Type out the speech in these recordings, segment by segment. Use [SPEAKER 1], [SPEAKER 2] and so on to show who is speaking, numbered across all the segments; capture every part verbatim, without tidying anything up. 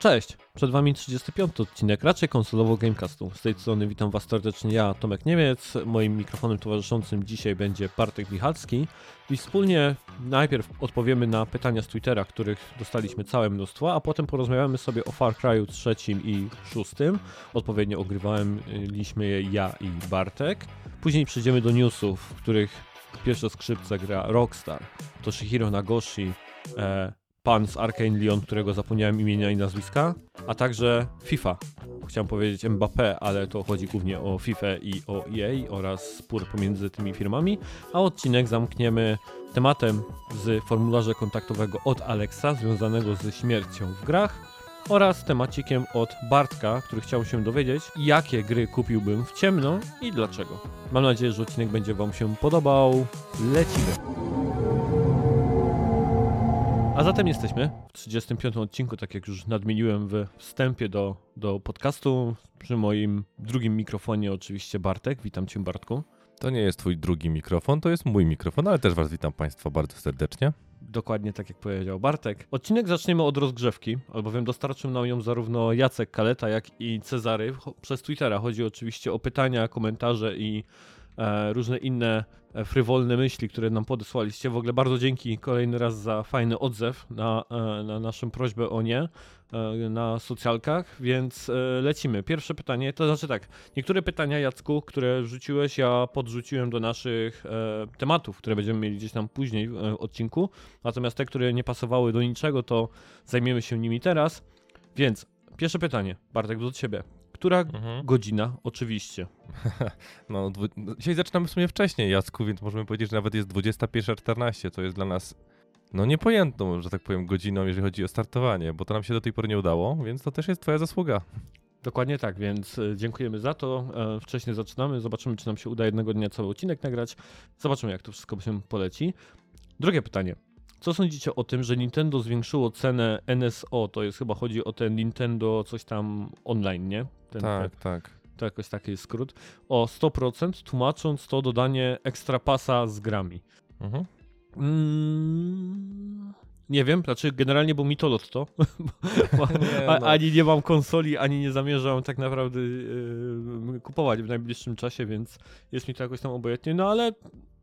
[SPEAKER 1] Cześć, przed Wami trzydziesty piąty odcinek raczej konsolowo Gamecastu. Z tej strony witam Was serdecznie ja, Tomek Niemiec. Moim mikrofonem towarzyszącym dzisiaj będzie Bartek Michalski i wspólnie najpierw odpowiemy na pytania z Twittera, których dostaliśmy całe mnóstwo, a potem porozmawiamy sobie o Far Cry'u trzecim i szóstym. Odpowiednio ogrywaliśmy je ja i Bartek. Później przejdziemy do newsów, w których pierwsze skrzypce gra Rockstar, Toshihiro Nagoshi, e, pan z Arcane Lyon, którego zapomniałem imienia i nazwiska, a także FIFA. Chciałem powiedzieć Mbappé, ale to chodzi głównie o FIFA i o E A oraz spór pomiędzy tymi firmami, a odcinek zamkniemy tematem z formularza kontaktowego od Alexa związanego ze śmiercią w grach oraz temacikiem od Bartka, który chciał się dowiedzieć, jakie gry kupiłbym w ciemno i dlaczego. Mam nadzieję, że odcinek będzie Wam się podobał. Lecimy! A zatem jesteśmy w trzydziestym piątym odcinku, tak jak już nadmieniłem we wstępie do, do podcastu. Przy moim drugim mikrofonie oczywiście Bartek. Witam Cię, Bartku.
[SPEAKER 2] To nie jest Twój drugi mikrofon, to jest mój mikrofon, ale też Was witam Państwa bardzo serdecznie.
[SPEAKER 1] Dokładnie tak jak powiedział Bartek. Odcinek zaczniemy od rozgrzewki, albowiem dostarczył nam ją zarówno Jacek Kaleta, jak i Cezary przez Twittera. Chodzi oczywiście o pytania, komentarze i e, różne inne e, frywolne myśli, które nam podesłaliście. W ogóle bardzo dzięki kolejny raz za fajny odzew na, e, na naszą prośbę o nie e, na socjalkach, więc e, lecimy. Pierwsze pytanie, to znaczy tak, niektóre pytania, Jacku, które wrzuciłeś, ja podrzuciłem do naszych e, tematów, które będziemy mieli gdzieś tam później w e, odcinku, natomiast te, które nie pasowały do niczego, to zajmiemy się nimi teraz. Więc pierwsze pytanie, Bartek, do Ciebie. Która mhm. godzina? Oczywiście.
[SPEAKER 2] No, dwu- dzisiaj zaczynamy w sumie wcześniej, Jacku, więc możemy powiedzieć, że nawet jest dwudziesta pierwsza czternaście, co jest dla nas no niepojętną, że tak powiem, godziną, jeżeli chodzi o startowanie, bo to nam się do tej pory nie udało, więc to też jest Twoja zasługa.
[SPEAKER 1] Dokładnie tak, więc dziękujemy za to. Wcześniej zaczynamy, zobaczymy, czy nam się uda jednego dnia cały odcinek nagrać. Zobaczymy, jak to wszystko się poleci. Drugie pytanie. Co sądzicie o tym, że Nintendo zwiększyło cenę N S O? To jest chyba chodzi o ten Nintendo coś tam online, nie? Ten,
[SPEAKER 2] tak,
[SPEAKER 1] te,
[SPEAKER 2] tak.
[SPEAKER 1] To jakoś taki jest skrót. O sto procent, tłumacząc to dodanie ekstra pasa z grami. Mhm. Mm, nie wiem, znaczy generalnie był mi to lotto. bo, nie, no. Ani nie mam konsoli, ani nie zamierzam tak naprawdę yy, kupować w najbliższym czasie, więc jest mi to jakoś tam obojętnie, no ale...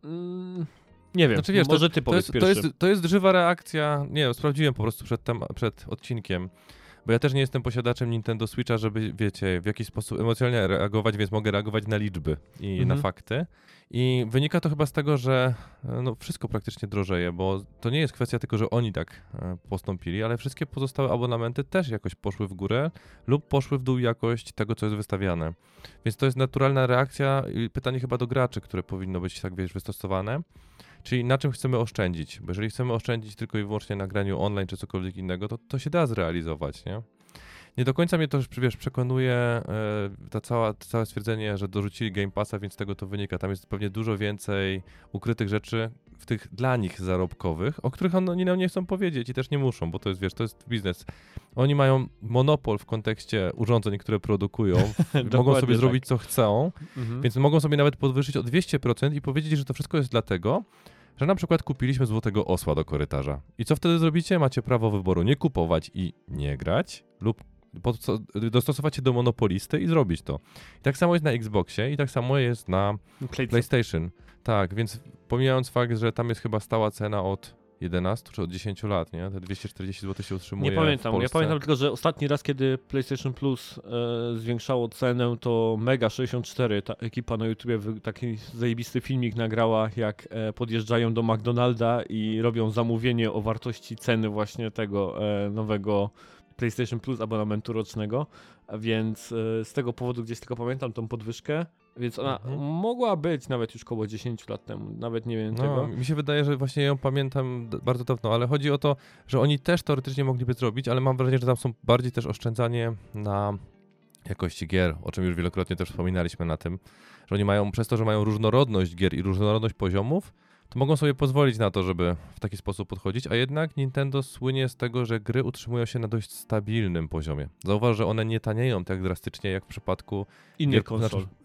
[SPEAKER 1] Yy, Nie wiem, znaczy, wiesz, może to, ty powiedz
[SPEAKER 2] to
[SPEAKER 1] pierwszy.
[SPEAKER 2] jest, to, jest, to jest żywa reakcja, nie, sprawdziłem po prostu przed, tem- przed odcinkiem, bo ja też nie jestem posiadaczem Nintendo Switcha, żeby, wiecie, w jakiś sposób emocjonalnie reagować, więc mogę reagować na liczby i mhm. na fakty. I wynika to chyba z tego, że no, wszystko praktycznie drożeje, bo to nie jest kwestia tylko, że oni tak e, postąpili, ale wszystkie pozostałe abonamenty też jakoś poszły w górę lub poszły w dół jakość tego, co jest wystawiane. Więc to jest naturalna reakcja i pytanie chyba do graczy, które powinno być tak, wiesz, wystosowane. Czyli na czym chcemy oszczędzić? Bo jeżeli chcemy oszczędzić tylko i wyłącznie na graniu online czy cokolwiek innego, to to się da zrealizować, nie? Nie do końca mnie to, wiesz, przekonuje e, ta cała, to całe stwierdzenie, że dorzucili Game Passa, więc z tego to wynika. Tam jest pewnie dużo więcej ukrytych rzeczy w tych dla nich zarobkowych, o których oni nam nie chcą powiedzieć i też nie muszą, bo to jest, wiesz, to jest biznes. Oni mają monopol w kontekście urządzeń, które produkują, mogą sobie tak. zrobić co chcą, mhm. więc mogą sobie nawet podwyższyć o dwieście procent i powiedzieć, że to wszystko jest dlatego, że na przykład kupiliśmy złotego osła do korytarza. I co wtedy zrobicie? Macie prawo wyboru nie kupować i nie grać lub pod, dostosować się do monopolisty i zrobić to. I tak samo jest na Xboxie i tak samo jest na Play- PlayStation. Tak, więc pomijając fakt, że tam jest chyba stała cena od jedenastu czy od dziesięciu lat, nie? Te dwieście czterdzieści złotych się utrzymuje.
[SPEAKER 1] Nie pamiętam,
[SPEAKER 2] w Polsce.
[SPEAKER 1] ja pamiętam tylko, że ostatni raz, kiedy PlayStation Plus e, zwiększało cenę, to Mega sześćdziesiąt cztery, ta ekipa na YouTubie taki zajebisty filmik nagrała, jak e, podjeżdżają do McDonalda i robią zamówienie o wartości ceny właśnie tego e, nowego PlayStation Plus abonamentu rocznego, a więc e, z tego powodu gdzieś tylko pamiętam tą podwyżkę, więc ona mhm. mogła być nawet już koło dziesięć lat temu, nawet nie wiem
[SPEAKER 2] no,
[SPEAKER 1] tego.
[SPEAKER 2] Mi się wydaje, że właśnie ją pamiętam d- bardzo dawno, ale chodzi o to, że oni też teoretycznie mogliby zrobić, ale mam wrażenie, że tam są bardziej też oszczędzanie na jakości gier, o czym już wielokrotnie też wspominaliśmy na tym, że oni mają, przez to, że mają różnorodność gier i różnorodność poziomów, to mogą sobie pozwolić na to, żeby w taki sposób podchodzić, a jednak Nintendo słynie z tego, że gry utrzymują się na dość stabilnym poziomie. Zauważ, że one nie tanieją tak drastycznie jak w przypadku
[SPEAKER 1] innych
[SPEAKER 2] gier,
[SPEAKER 1] konsol.
[SPEAKER 2] znaczy,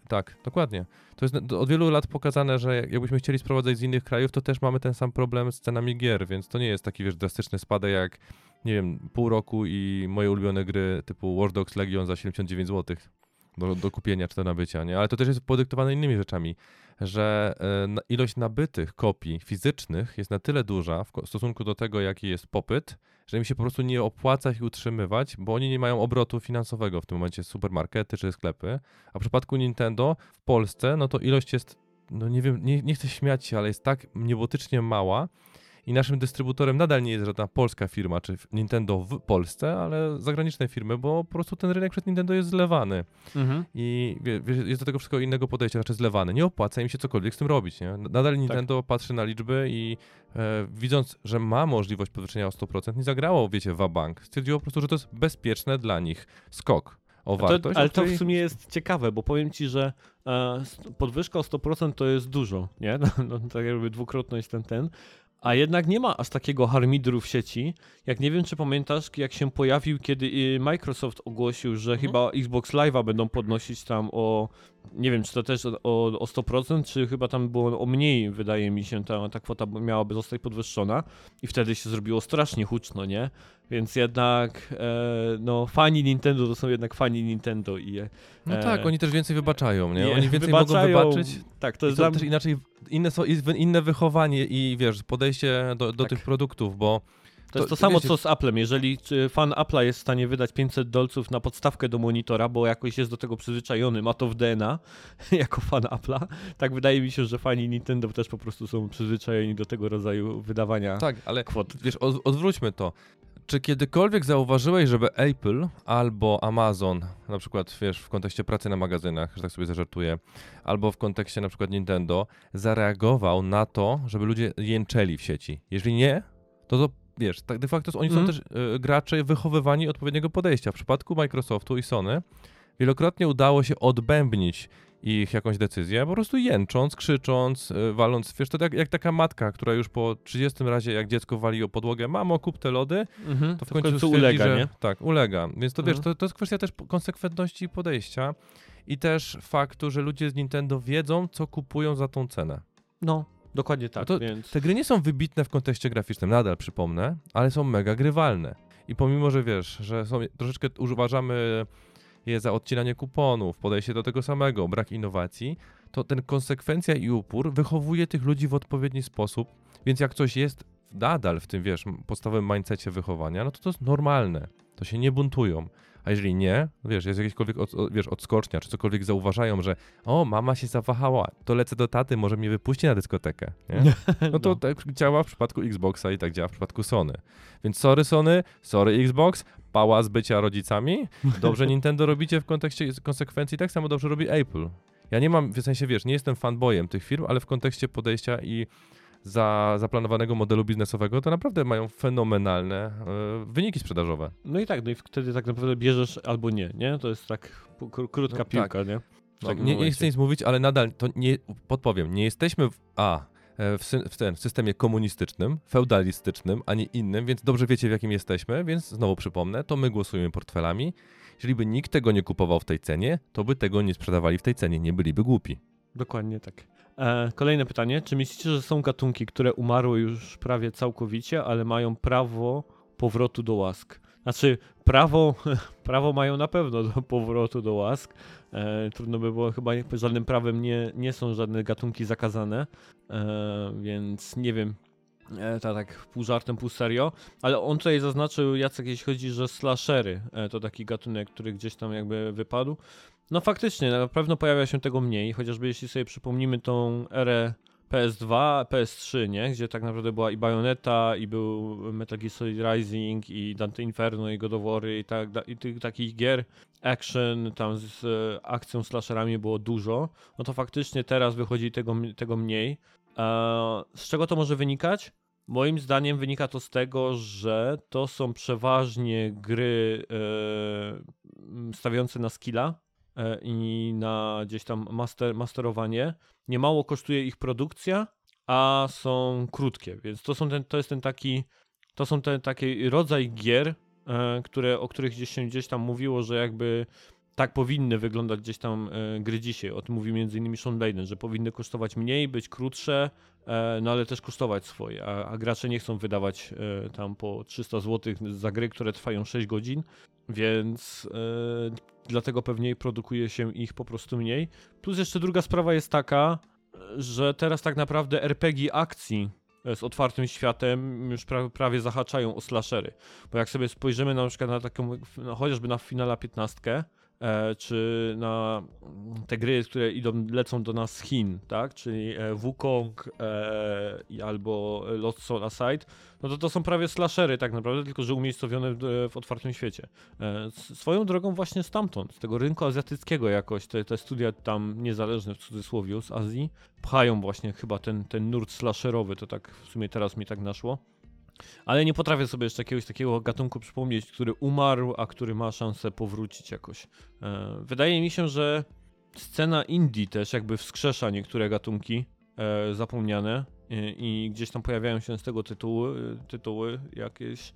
[SPEAKER 2] Tak, dokładnie. To jest od wielu lat pokazane, że jakbyśmy chcieli sprowadzać z innych krajów, to też mamy ten sam problem z cenami gier, więc to nie jest taki, wiesz, drastyczny spadek jak, nie wiem, pół roku i moje ulubione gry typu Watch Dogs Legion za siedemdziesiąt dziewięć złotych do, do kupienia czy do nabycia, nie? Ale to też jest podyktowane innymi rzeczami, że e, ilość nabytych kopii fizycznych jest na tyle duża w stosunku do tego, jaki jest popyt, że im się po prostu nie opłaca ich utrzymywać, bo oni nie mają obrotu finansowego w tym momencie, supermarkety czy sklepy, a w przypadku Nintendo w Polsce, no to ilość jest, no nie wiem, nie, nie chcę śmiać się, ale jest tak niebotycznie mała i naszym dystrybutorem nadal nie jest żadna polska firma, czy Nintendo w Polsce, ale zagraniczne firmy, bo po prostu ten rynek przed Nintendo jest zlewany. Mhm. I wiesz, jest do tego wszystkiego innego podejścia, znaczy zlewany. Nie opłaca im się cokolwiek z tym robić, nie? Nadal Nintendo tak. patrzy na liczby i e, widząc, że ma możliwość podwyższenia o sto procent, nie zagrało, wiecie, wabank. Stwierdziło po prostu, że to jest bezpieczne dla nich skok. O wartość,
[SPEAKER 1] to, ale to w sumie jest ciekawe, bo powiem ci, że e, podwyżka o sto procent to jest dużo, nie? No, no, tak jakby dwukrotność ten, ten. A jednak nie ma aż takiego harmidru w sieci, jak nie wiem, czy pamiętasz, jak się pojawił, kiedy Microsoft ogłosił, że mhm. chyba Xbox Live'a będą podnosić tam o, nie wiem, czy to też o, o sto procent, czy chyba tam było o mniej, wydaje mi się, ta, ta kwota miałaby zostać podwyższona i wtedy się zrobiło strasznie huczno, nie? Więc jednak, e, no, fani Nintendo to są jednak fani Nintendo i... E,
[SPEAKER 2] no tak, oni też więcej wybaczają, nie?
[SPEAKER 1] nie
[SPEAKER 2] Oni więcej
[SPEAKER 1] wybaczają,
[SPEAKER 2] mogą wybaczyć.
[SPEAKER 1] Tak, to jest
[SPEAKER 2] to
[SPEAKER 1] dla...
[SPEAKER 2] też inaczej, inne, są, inne wychowanie i wiesz, podejście do, do
[SPEAKER 1] tak.
[SPEAKER 2] tych produktów, bo...
[SPEAKER 1] To jest to, to samo wiecie... co z Applem. Jeżeli fan Apple'a jest w stanie wydać pięćset dolców na podstawkę do monitora, bo jakoś jest do tego przyzwyczajony, ma to w D N A jako fan Apple'a, tak wydaje mi się, że fani Nintendo też po prostu są przyzwyczajeni do tego rodzaju wydawania
[SPEAKER 2] tak, ale
[SPEAKER 1] kwot.
[SPEAKER 2] Wiesz, od, odwróćmy to. Czy kiedykolwiek zauważyłeś, żeby Apple albo Amazon, na przykład wiesz, w kontekście pracy na magazynach, że tak sobie zażartuję, albo w kontekście na przykład Nintendo, zareagował na to, żeby ludzie jęczeli w sieci? Jeżeli nie, to to wiesz, tak de facto oni mm. są też y, gracze wychowywani odpowiedniego podejścia. W przypadku Microsoftu i Sony wielokrotnie udało się odbębnić ich jakąś decyzję, po prostu jęcząc, krzycząc, y, waląc, wiesz, to jak, jak taka matka, która już po trzydziestym razie, jak dziecko wali o podłogę, mamo, kup te lody, mm-hmm. to w końcu, w końcu ulega, że, nie? Tak, ulega. Więc to mm. wiesz, to, to jest kwestia też konsekwentności podejścia i też faktu, że ludzie z Nintendo wiedzą, co kupują za tą cenę.
[SPEAKER 1] No. Dokładnie tak,
[SPEAKER 2] to,
[SPEAKER 1] więc...
[SPEAKER 2] Te gry nie są wybitne w kontekście graficznym, nadal przypomnę, ale są mega grywalne. I pomimo, że wiesz, że są, troszeczkę uważamy je za odcinanie kuponów, podejście do tego samego, brak innowacji, to ten konsekwencja i upór wychowuje tych ludzi w odpowiedni sposób, więc jak coś jest nadal w tym, wiesz, podstawowym mindsetie wychowania, no to to jest normalne, to się nie buntują. A jeżeli nie, wiesz, jest jakiekolwiek od, wiesz, odskocznia, czy cokolwiek zauważają, że o, mama się zawahała, to lecę do taty, może mnie wypuści na dyskotekę, nie? No to no. tak działa w przypadku Xboxa i tak działa w przypadku Sony. Więc sorry Sony, sorry Xbox, pałac bycia rodzicami, dobrze Nintendo robicie w kontekście konsekwencji, tak samo dobrze robi Apple. Ja nie mam, w sensie, wiesz, nie jestem fanboyem tych firm, ale w kontekście podejścia i za zaplanowanego modelu biznesowego, to naprawdę mają fenomenalne y, wyniki sprzedażowe.
[SPEAKER 1] No i tak, no i wtedy tak naprawdę bierzesz albo nie, nie? To jest tak krótka no, piłka,
[SPEAKER 2] tak.
[SPEAKER 1] nie?
[SPEAKER 2] No, nie, nie chcę nic mówić, ale nadal to nie, podpowiem, nie jesteśmy w, a, w, sy, w, ten, w systemie komunistycznym, feudalistycznym, a nie innym, więc dobrze wiecie, w jakim jesteśmy, więc znowu przypomnę, to my głosujemy portfelami. Jeżeli by nikt tego nie kupował w tej cenie, to by tego nie sprzedawali w tej cenie, nie byliby głupi.
[SPEAKER 1] Dokładnie tak. E, kolejne pytanie. Czy myślicie, że są gatunki, które umarły już prawie całkowicie, ale mają prawo powrotu do łask? Znaczy, prawo, prawo mają na pewno do powrotu do łask. E, trudno by było, chyba żadnym prawem nie, nie są żadne gatunki zakazane, e, więc nie wiem, e, to tak pół żartem, pół serio, ale on tutaj zaznaczył, Jacek, jeśli chodzi, że slashery e, to taki gatunek, który gdzieś tam jakby wypadł. No faktycznie, na pewno pojawia się tego mniej, chociażby jeśli sobie przypomnimy tą erę P S dwa, P S trzy, nie? Gdzie tak naprawdę była i Bayonetta, i był Metal Gear Solid Rising, i Dante Inferno, i God of War, i, tak, i tych takich gier action, tam z e, akcją, slasherami było dużo, no to faktycznie teraz wychodzi tego, tego mniej. E, z czego to może wynikać? Moim zdaniem wynika to z tego, że to są przeważnie gry e, stawiające na skilla e, i na gdzieś tam master, masterowanie. Niemało kosztuje ich produkcja, a są krótkie, więc to, są ten, to jest ten taki, to są ten taki rodzaj gier, e, które, o których gdzieś się gdzieś tam mówiło, że jakby tak powinny wyglądać gdzieś tam e, gry dzisiaj. O tym mówi między innymi Sean Layden, że powinny kosztować mniej, być krótsze, e, no ale też kosztować swoje, a, a gracze nie chcą wydawać e, tam po trzysta złotych za gry, które trwają sześć godzin, więc e, dlatego pewnie produkuje się ich po prostu mniej. Plus jeszcze druga sprawa jest taka, że teraz tak naprawdę er pe gie akcji z otwartym światem już pra, prawie zahaczają o slashery. Bo jak sobie spojrzymy na przykład na taką, no, chociażby na Finala piętnaście, e, czy na te gry, które idą, lecą do nas z Chin, tak? Czyli e, Wukong e, albo Lost Soul Aside, no to to są prawie slashery tak naprawdę, tylko że umiejscowione w, w otwartym świecie. E, swoją drogą właśnie stamtąd, z tego rynku azjatyckiego jakoś, te, te studia tam niezależne w cudzysłowie z Azji, pchają właśnie chyba ten, ten nurt slasherowy, to tak w sumie teraz mi tak naszło. Ale nie potrafię sobie jeszcze jakiegoś takiego gatunku przypomnieć, który umarł, a który ma szansę powrócić jakoś. E, wydaje mi się, że scena indie też jakby wskrzesza niektóre gatunki e, zapomniane i, i gdzieś tam pojawiają się z tego tytuły, tytuły jakieś,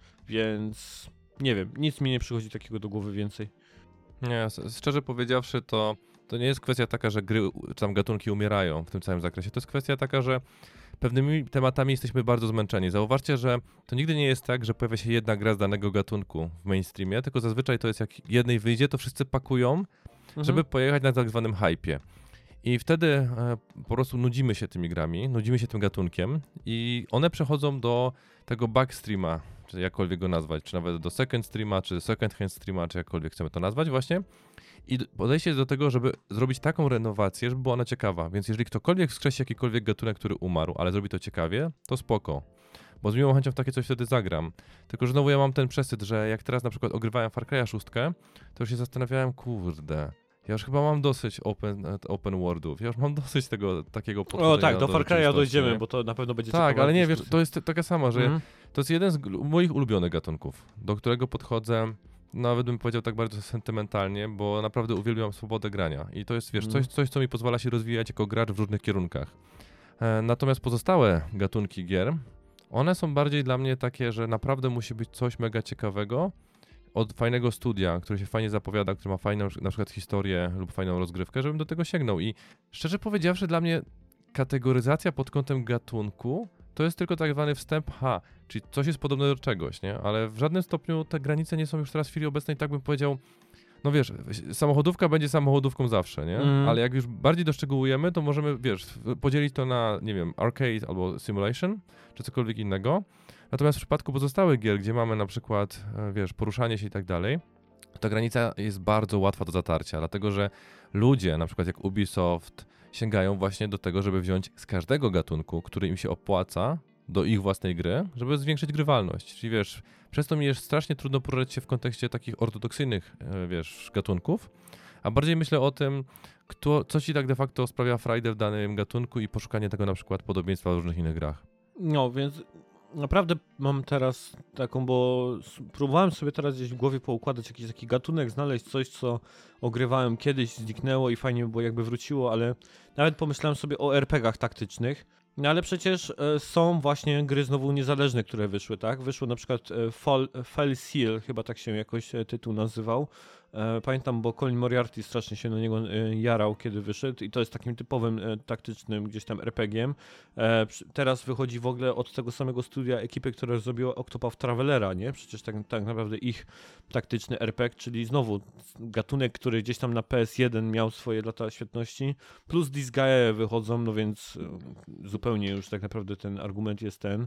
[SPEAKER 1] więc nie wiem, nic mi nie przychodzi takiego do głowy więcej.
[SPEAKER 2] Nie, szczerze powiedziawszy, to, to nie jest kwestia taka, że gry czy tam gatunki umierają w tym całym zakresie. To jest kwestia taka, że pewnymi tematami jesteśmy bardzo zmęczeni. Zauważcie, że to nigdy nie jest tak, że pojawia się jedna gra z danego gatunku w mainstreamie, tylko zazwyczaj to jest jak jednej wyjdzie, to wszyscy pakują, mhm. żeby pojechać na tak zwanym hypie. I wtedy e, po prostu nudzimy się tymi grami, nudzimy się tym gatunkiem i one przechodzą do tego backstreama, czy jakkolwiek go nazwać, czy nawet do second streama, czy second hand streama, czy jakkolwiek chcemy to nazwać właśnie. I podejście jest do tego, żeby zrobić taką renowację, żeby była ona ciekawa. Więc jeżeli ktokolwiek wskrzesi jakikolwiek gatunek, który umarł, ale zrobi to ciekawie, to spoko. Bo z miłą chęcią w takie coś wtedy zagram. Tylko, że znowu ja mam ten przesyt, że jak teraz na przykład ogrywałem Far Cry'a sześć, to już się zastanawiałem, kurde, ja już chyba mam dosyć open, open worldów, ja już mam dosyć tego takiego podchodzenia.
[SPEAKER 1] O tak, do, do Far Cry'a dojdziemy,
[SPEAKER 2] nie?
[SPEAKER 1] bo to na pewno będzie
[SPEAKER 2] tak,
[SPEAKER 1] ciekawe.
[SPEAKER 2] Ale nie, wiesz, to jest taka sama, że
[SPEAKER 1] mm.
[SPEAKER 2] to jest jeden z moich ulubionych gatunków, do którego podchodzę, nawet bym powiedział tak bardzo sentymentalnie, bo naprawdę uwielbiam swobodę grania i to jest, wiesz,
[SPEAKER 1] mm.
[SPEAKER 2] coś, coś, co mi pozwala się rozwijać jako gracz w różnych kierunkach. E, natomiast pozostałe gatunki gier, one są bardziej dla mnie takie, że naprawdę musi być coś mega ciekawego, od fajnego studia, który się fajnie zapowiada, który ma fajną na przykład historię lub fajną rozgrywkę, żebym do tego sięgnął. I szczerze powiedziawszy, dla mnie kategoryzacja pod kątem gatunku to jest tylko tak zwany wstęp H, czyli coś jest podobne do czegoś, nie? Ale w żadnym stopniu te granice nie są już teraz w chwili obecnej, tak bym powiedział, no wiesz, samochodówka będzie samochodówką zawsze, nie? Mm. Ale jak już bardziej doszczegółujemy, to możemy, wiesz, podzielić to na, nie wiem, arcade albo simulation, czy cokolwiek innego. Natomiast w przypadku pozostałych gier, gdzie mamy na przykład, wiesz, poruszanie się i tak dalej, ta granica jest bardzo łatwa do zatarcia, dlatego że ludzie, na przykład jak Ubisoft, sięgają właśnie do tego, żeby wziąć z każdego gatunku, który im się opłaca, do ich własnej gry, żeby zwiększyć grywalność. Czyli wiesz, przez to mi jest strasznie trudno poruszać się w kontekście takich ortodoksyjnych, wiesz, gatunków, a bardziej myślę o tym, kto, co ci tak de facto sprawia frajdę w danym gatunku i poszukanie tego na przykład podobieństwa w różnych innych grach.
[SPEAKER 1] No, więc naprawdę mam teraz taką, bo próbowałem sobie teraz gdzieś w głowie poukładać jakiś taki gatunek, znaleźć coś, co ogrywałem kiedyś, zniknęło i fajnie by było jakby wróciło, ale nawet pomyślałem sobie o er pe gach taktycznych, no ale przecież e, są właśnie gry znowu niezależne, które wyszły, tak? Wyszło na przykład e, Fall, Fell Seal, chyba tak się jakoś e, tytuł nazywał. E, pamiętam, bo Colin Moriarty strasznie się na niego e, jarał, kiedy wyszedł i to jest takim typowym e, taktycznym gdzieś tam er pe giem. E, teraz wychodzi w ogóle od tego samego studia ekipy, która zrobiła Octopath Travelera, nie? Przecież tak, tak naprawdę ich taktyczny er pe gie, czyli znowu gatunek, który gdzieś tam na P S jeden miał swoje lata świetności, plus Disgaea wychodzą, no więc e, zupełnie już tak naprawdę ten argument jest ten.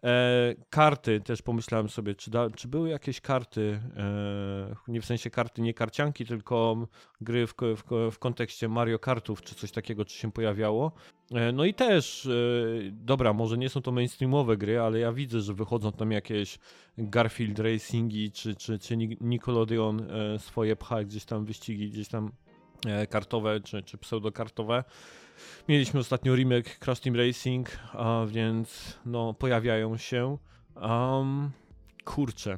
[SPEAKER 1] E, karty też pomyślałem sobie, czy, da, czy były jakieś karty, e, nie w sensie karty nie karcianki, tylko gry w, w, w kontekście Mario Kartów, czy coś takiego, czy się pojawiało. No i też, dobra, może nie są to mainstreamowe gry, ale ja widzę, że wychodzą tam jakieś Garfield Racingi, czy, czy, czy Nickelodeon swoje pcha gdzieś tam wyścigi, gdzieś tam kartowe, czy, czy pseudokartowe. Mieliśmy ostatnio remake Crash Team Racing, a więc no pojawiają się. Um, kurczę.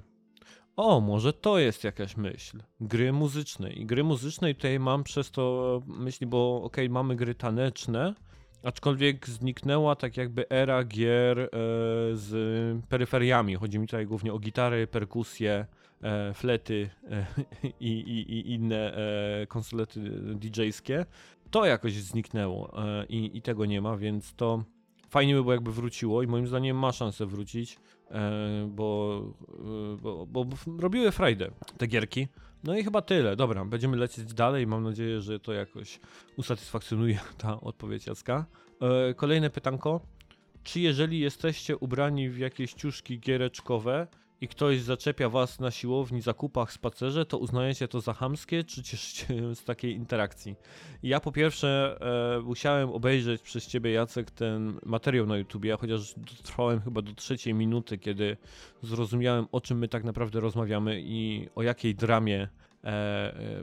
[SPEAKER 1] O, może to jest jakaś myśl. Gry muzyczne. I gry muzyczne i tutaj mam przez to myśli, bo okej, okay, mamy gry taneczne, aczkolwiek zniknęła tak jakby era gier e, z peryferiami. Chodzi mi tutaj głównie o gitary, perkusję, e, flety e, i, i, i inne e, konsolety didżejskie, to jakoś zniknęło e, i, i tego nie ma, więc to fajnie by było jakby wróciło i moim zdaniem ma szansę wrócić, e, bo, e, bo, bo robiły frajdę te gierki. No i chyba tyle. Dobra, będziemy lecieć dalej. Mam nadzieję, że to jakoś usatysfakcjonuje ta odpowiedź Jacka. E, kolejne pytanko. Czy jeżeli jesteście ubrani w jakieś ciuszki giereczkowe i ktoś zaczepia was na siłowni, zakupach, spacerze, to uznajecie to za chamskie, czy cieszycie się z takiej interakcji? Ja po pierwsze e, musiałem obejrzeć przez ciebie, Jacek, ten materiał na YouTubie, chociaż trwałem chyba do trzeciej minuty, kiedy zrozumiałem, o czym my tak naprawdę rozmawiamy i o jakiej dramie e, e,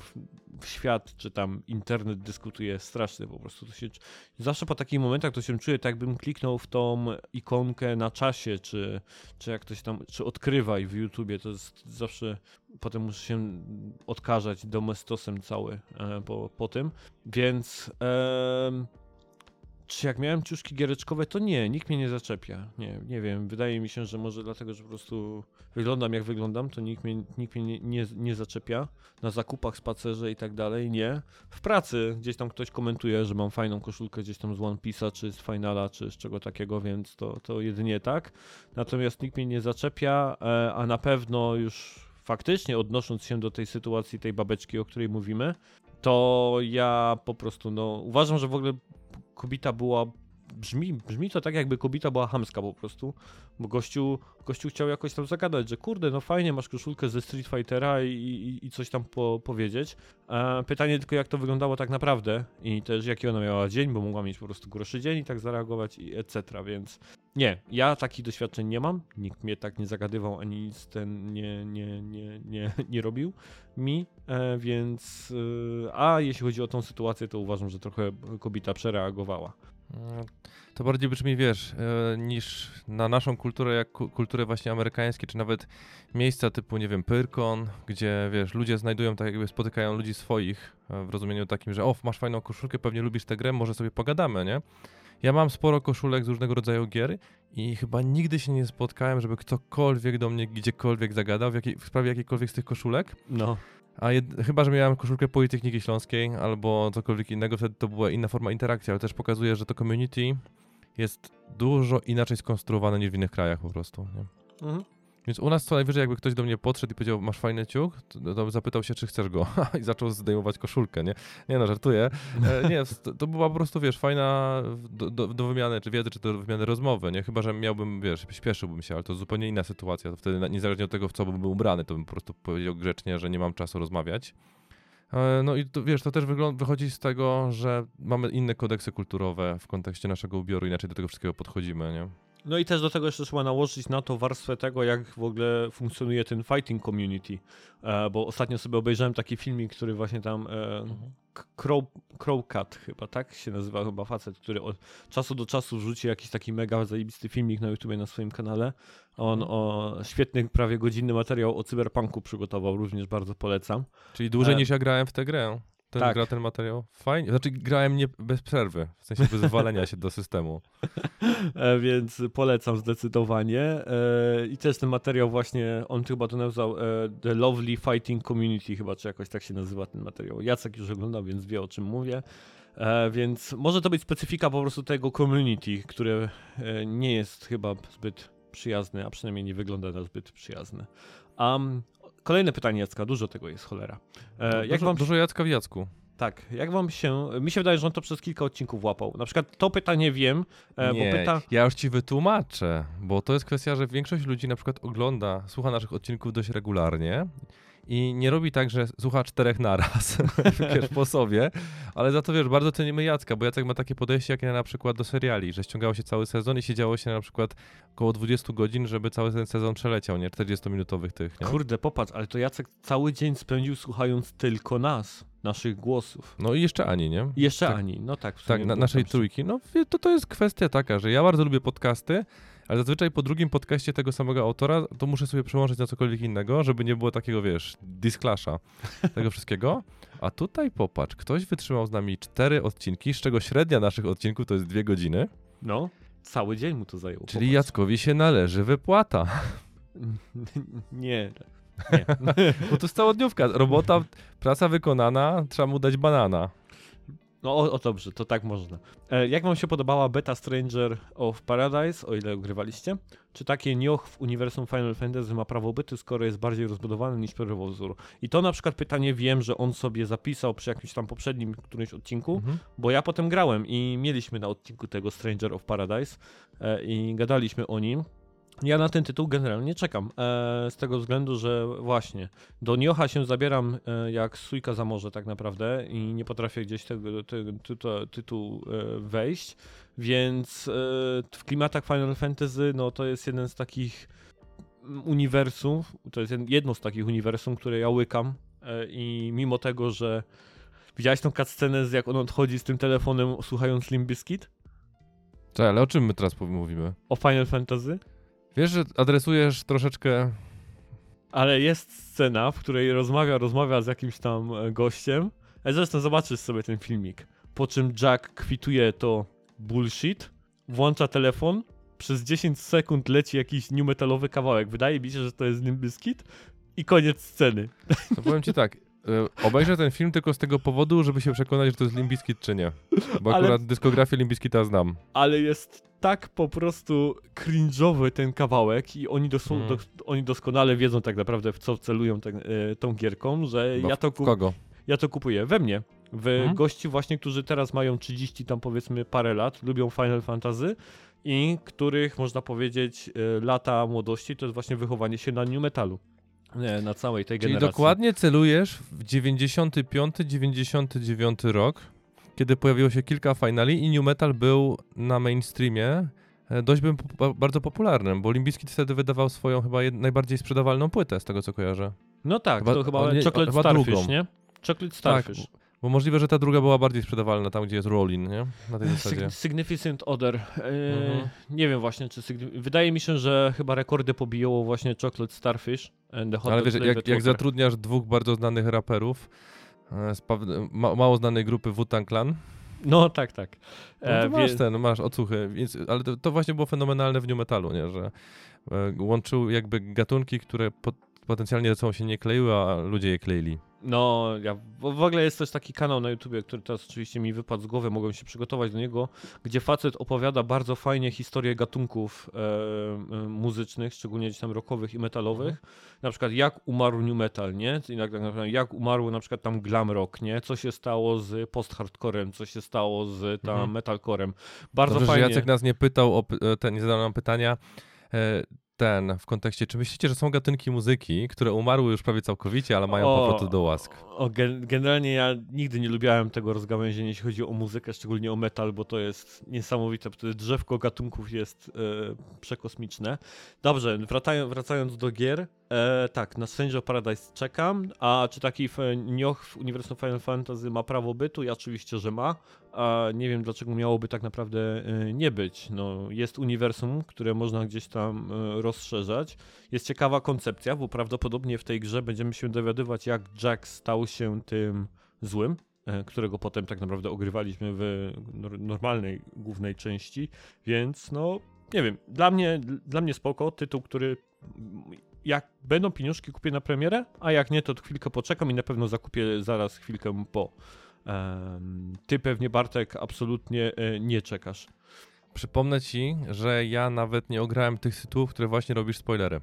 [SPEAKER 1] świat, czy tam internet dyskutuje strasznie po prostu. To się, zawsze po takich momentach to się czuję, tak jakbym kliknął w tą ikonkę na czasie, czy, czy jak ktoś tam, czy odkrywaj w YouTubie, to jest zawsze, potem muszę się odkażać domestosem cały e, po, po tym, więc e, czy jak miałem ciuszki giereczkowe, to nie, nikt mnie nie zaczepia, nie, nie wiem, wydaje mi się, że może dlatego, że po prostu wyglądam jak wyglądam, to nikt mnie, nikt mnie nie, nie, nie zaczepia, na zakupach, spacerze i tak dalej, nie. W pracy gdzieś tam ktoś komentuje, że mam fajną koszulkę gdzieś tam z One Piece'a, czy z Finala, czy z czego takiego, więc to, to jedynie tak. Natomiast nikt mnie nie zaczepia, a na pewno już faktycznie odnosząc się do tej sytuacji, tej babeczki, o której mówimy, to ja po prostu, no, uważam, że w ogóle Kobita była, brzmi, brzmi to tak, jakby Kobita była chamska po prostu, bo gościu, gościu chciał jakoś tam zagadać, że kurde, no fajnie, masz koszulkę ze Street Fightera i, i, i coś tam po, powiedzieć. E, pytanie tylko, jak to wyglądało tak naprawdę i też jaki ona miała dzień, bo mogła mieć po prostu gorszy dzień i tak zareagować i et cetera, więc nie, ja takich doświadczeń nie mam, nikt mnie tak nie zagadywał, ani nic ten nie, nie, nie, nie, nie robił mi, e, więc e, a jeśli chodzi o tą sytuację, to uważam, że trochę Kobita przereagowała.
[SPEAKER 2] To bardziej brzmi, wiesz, yy, niż na naszą kulturę, jak ku- kulturę właśnie amerykańską, czy nawet miejsca typu, nie wiem, Pyrkon, gdzie, wiesz, ludzie znajdują, tak jakby spotykają ludzi swoich, yy, w rozumieniu takim, że o, masz fajną koszulkę, pewnie lubisz tę grę, może sobie pogadamy, nie? Ja mam sporo koszulek z różnego rodzaju gier i chyba nigdy się nie spotkałem, żeby ktokolwiek do mnie gdziekolwiek zagadał w, jakiej, w sprawie jakiejkolwiek z tych koszulek.
[SPEAKER 1] No.
[SPEAKER 2] A jed- chyba, że miałem koszulkę Politechniki Śląskiej albo cokolwiek innego, wtedy to była inna forma interakcji, ale też pokazuje, że to community jest dużo inaczej skonstruowane niż w innych krajach po prostu, nie? Mhm. Więc u nas co najwyżej jakby ktoś do mnie podszedł i powiedział, masz fajny ciuch, to, to zapytał się, czy chcesz go i zaczął zdejmować koszulkę, nie? Nie no, żartuję. E, nie, to, to była po prostu, wiesz, fajna do, do, do wymiany, czy wiedzy, czy do wymiany rozmowy, nie? Chyba, że miałbym, wiesz, śpieszyłbym się, ale to zupełnie inna sytuacja, to wtedy niezależnie od tego, w co bym był ubrany, to bym po prostu powiedział grzecznie, że nie mam czasu rozmawiać. E, no i to, wiesz, to też wygląda, wychodzi z tego, że mamy inne kodeksy kulturowe w kontekście naszego ubioru, inaczej do tego wszystkiego podchodzimy, nie?
[SPEAKER 1] No i też do tego jeszcze trzeba nałożyć na to warstwę tego, jak w ogóle funkcjonuje ten fighting community, e, bo ostatnio sobie obejrzałem taki filmik, który właśnie tam e, mhm. Crow, Crowcat chyba, tak się nazywa chyba facet, który od czasu do czasu wrzuci jakiś taki mega zajebisty filmik na YouTubie na swoim kanale. On o świetny, prawie godzinny materiał o cyberpunku przygotował, również bardzo polecam.
[SPEAKER 2] Czyli dłużej
[SPEAKER 1] e,
[SPEAKER 2] niż ja grałem w tę grę. Ten
[SPEAKER 1] tak.
[SPEAKER 2] gra ten materiał? Fajnie. Znaczy grałem nie bez przerwy, w sensie bez walenia się do systemu.
[SPEAKER 1] E, więc polecam zdecydowanie. E, I też ten materiał właśnie, on chyba to nazwał e, The Lovely Fighting Community chyba, czy jakoś tak się nazywa ten materiał. Jacek już oglądał, więc wie, o czym mówię. E, więc może to być specyfika po prostu tego community, które e, nie jest chyba zbyt przyjazne, a przynajmniej nie wygląda na zbyt przyjazne. Um, Kolejne pytanie, Jacka, dużo tego jest, cholera. E,
[SPEAKER 2] no,
[SPEAKER 1] jak
[SPEAKER 2] dużo,
[SPEAKER 1] wam...
[SPEAKER 2] dużo Jacka w Jacku.
[SPEAKER 1] Tak, jak wam się... Mi się wydaje, że on to przez kilka odcinków łapał. Na przykład to pytanie wiem, e,
[SPEAKER 2] Nie,
[SPEAKER 1] bo pyta...
[SPEAKER 2] ja już ci wytłumaczę, bo to jest kwestia, że większość ludzi na przykład ogląda, słucha naszych odcinków dość regularnie i nie robi tak, że słucha czterech naraz, wiesz, po sobie, ale za to, wiesz, bardzo cenimy Jacka, bo Jacek ma takie podejście, jak ja na przykład do seriali, że ściągało się cały sezon i siedziało się na przykład około dwadzieścia godzin, żeby cały ten sezon przeleciał, nie? czterdziestominutowych tych, nie?
[SPEAKER 1] Kurde, popatrz, ale to Jacek cały dzień spędził słuchając tylko nas, naszych głosów.
[SPEAKER 2] No i jeszcze Ani, nie?
[SPEAKER 1] I jeszcze
[SPEAKER 2] tak,
[SPEAKER 1] Ani, no tak. W
[SPEAKER 2] tak, na, naszej trójki. No to, to jest kwestia taka, że ja bardzo lubię podcasty, ale zazwyczaj po drugim podcaście tego samego autora to muszę sobie przełączyć na cokolwiek innego, żeby nie było takiego, wiesz, disclasha tego wszystkiego. A tutaj popatrz, ktoś wytrzymał z nami cztery odcinki, z czego średnia naszych odcinków to jest dwie godziny.
[SPEAKER 1] No, cały dzień mu to zajęło.
[SPEAKER 2] Czyli
[SPEAKER 1] popatrz.
[SPEAKER 2] Jackowi się należy wypłata.
[SPEAKER 1] Nie, Nie.
[SPEAKER 2] Bo to jest całodniówka. Robota, praca wykonana, trzeba mu dać banana.
[SPEAKER 1] No o, o dobrze, to tak można. E, jak wam się podobała beta Stranger of Paradise, o ile ogrywaliście? Czy takie nioch w uniwersum Final Fantasy ma prawo bytu, skoro jest bardziej rozbudowany niż Perwozur? I to na przykład pytanie wiem, że on sobie zapisał przy jakimś tam poprzednim którymś odcinku, mhm. bo ja potem grałem i mieliśmy na odcinku tego Stranger of Paradise e, i gadaliśmy o nim. Ja na ten tytuł generalnie czekam, e, z tego względu, że właśnie do Niocha się zabieram e, jak sójka za morze tak naprawdę i nie potrafię gdzieś tego, tego tytułu, tytułu e, wejść, więc e, w klimatach Final Fantasy no to jest jeden z takich uniwersów, to jest jedno z takich uniwersum, które ja łykam e, i mimo tego, że widziałeś tą cutscenę, jak on odchodzi z tym telefonem słuchając Limp Bizkit?
[SPEAKER 2] Cześć, ale o czym my teraz mówimy?
[SPEAKER 1] O Final Fantasy?
[SPEAKER 2] Wiesz, że adresujesz troszeczkę...
[SPEAKER 1] Ale jest scena, w której rozmawia, rozmawia z jakimś tam gościem. A zresztą zobaczysz sobie ten filmik. Po czym Jack kwituje to bullshit, włącza telefon, przez dziesięć sekund leci jakiś new metalowy kawałek. Wydaje mi się, że to jest Limp Bizkit i koniec sceny.
[SPEAKER 2] To powiem ci tak, y, obejrzę ten film tylko z tego powodu, żeby się przekonać, że to jest Limp Bizkit czy nie. Bo akurat ale, dyskografię Limp Bizkita znam.
[SPEAKER 1] Ale jest tak po prostu cringe'owy ten kawałek i oni, dos- mm. do, oni doskonale wiedzą tak naprawdę w co celują ten, y, tą gierką, że
[SPEAKER 2] Bo
[SPEAKER 1] ja to,
[SPEAKER 2] kup- kogo?
[SPEAKER 1] ja to kupuję. We mnie. W mm. gości właśnie, którzy teraz mają trzydzieści tam powiedzmy parę lat, lubią Final Fantasy i których można powiedzieć y, lata młodości to jest właśnie wychowanie się na new metalu. Nie, na całej tej
[SPEAKER 2] Czyli
[SPEAKER 1] generacji.
[SPEAKER 2] dokładnie celujesz w dziewięćdziesiąty piąty dziewięćdziesiąty dziewiąty rok, kiedy pojawiło się kilka finali i new metal był na mainstreamie dość bym po- bardzo popularnym, bo Limp Bizkit wtedy wydawał swoją chyba jed- najbardziej sprzedawalną płytę, z tego co kojarzę.
[SPEAKER 1] No tak,
[SPEAKER 2] chyba,
[SPEAKER 1] to chyba
[SPEAKER 2] o, nie,
[SPEAKER 1] Chocolate
[SPEAKER 2] chyba
[SPEAKER 1] Starfish,
[SPEAKER 2] drugą.
[SPEAKER 1] nie? Chocolate Starfish.
[SPEAKER 2] Tak, bo możliwe, że ta druga była bardziej sprzedawalna tam, gdzie jest Rollin, nie? Na tej zasadzie.
[SPEAKER 1] Significant Other. Yy,
[SPEAKER 2] mhm.
[SPEAKER 1] Nie wiem właśnie, czy... Sygni- Wydaje mi się, że chyba rekordy pobijało właśnie Chocolate Starfish and the Hot
[SPEAKER 2] Ale wiesz, jak, jak zatrudniasz dwóch bardzo znanych raperów z pa- ma- mało znanej grupy Wu-Tang Clan,
[SPEAKER 1] no tak, tak.
[SPEAKER 2] no to masz wie... ten, masz odsłuchy, więc, ale to, to właśnie było fenomenalne w new metalu, nie? Że e, łączył jakby gatunki, które po, potencjalnie ze sobą się nie kleiły, a ludzie je kleili.
[SPEAKER 1] No, ja, w ogóle jest też taki kanał na YouTubie, który teraz oczywiście mi wypadł z głowy, mogłem się przygotować do niego, gdzie facet opowiada bardzo fajnie historię gatunków e, e, muzycznych, szczególnie gdzieś tam rockowych i metalowych. Mhm. Na przykład jak umarł new metal, nie? Jak, jak umarł na przykład tam glam rock, nie? Co się stało z post-hardcorem, co się stało z tam mhm. metalcorem. Bardzo
[SPEAKER 2] Dobrze,
[SPEAKER 1] fajnie.
[SPEAKER 2] że Jacek nas nie pytał, o, ten, nie zadał nam pytania, e, ten, w kontekście, czy myślicie, że są gatunki muzyki, które umarły już prawie całkowicie, ale mają
[SPEAKER 1] o,
[SPEAKER 2] powrotu do łask?
[SPEAKER 1] O, gen- generalnie ja nigdy nie lubiałem tego rozgałęzienia, jeśli chodzi o muzykę, szczególnie o metal, bo to jest niesamowite, to drzewko gatunków jest e, przekosmiczne. Dobrze, wracają, wracając do gier, e, tak, na Stranger of Paradise czekam, a czy taki f- nioch w uniwersum Final Fantasy ma prawo bytu? Ja oczywiście, że ma. A nie wiem, dlaczego miałoby tak naprawdę y, nie być. No, jest uniwersum, które można gdzieś tam y, rozszerzać. Jest ciekawa koncepcja, bo prawdopodobnie w tej grze będziemy się dowiadywać, jak Jack stał się tym złym, y, którego potem tak naprawdę ogrywaliśmy w nor- normalnej głównej części. Więc no, nie wiem, dla mnie, dla mnie spoko. Tytuł, który jak będą pieniążki, kupię na premierę, a jak nie, to chwilkę poczekam i na pewno zakupię zaraz chwilkę po. Um, ty pewnie, Bartek, absolutnie e, nie czekasz.
[SPEAKER 2] Przypomnę ci, że ja nawet nie ograłem tych tytułów, które właśnie robisz spoilery.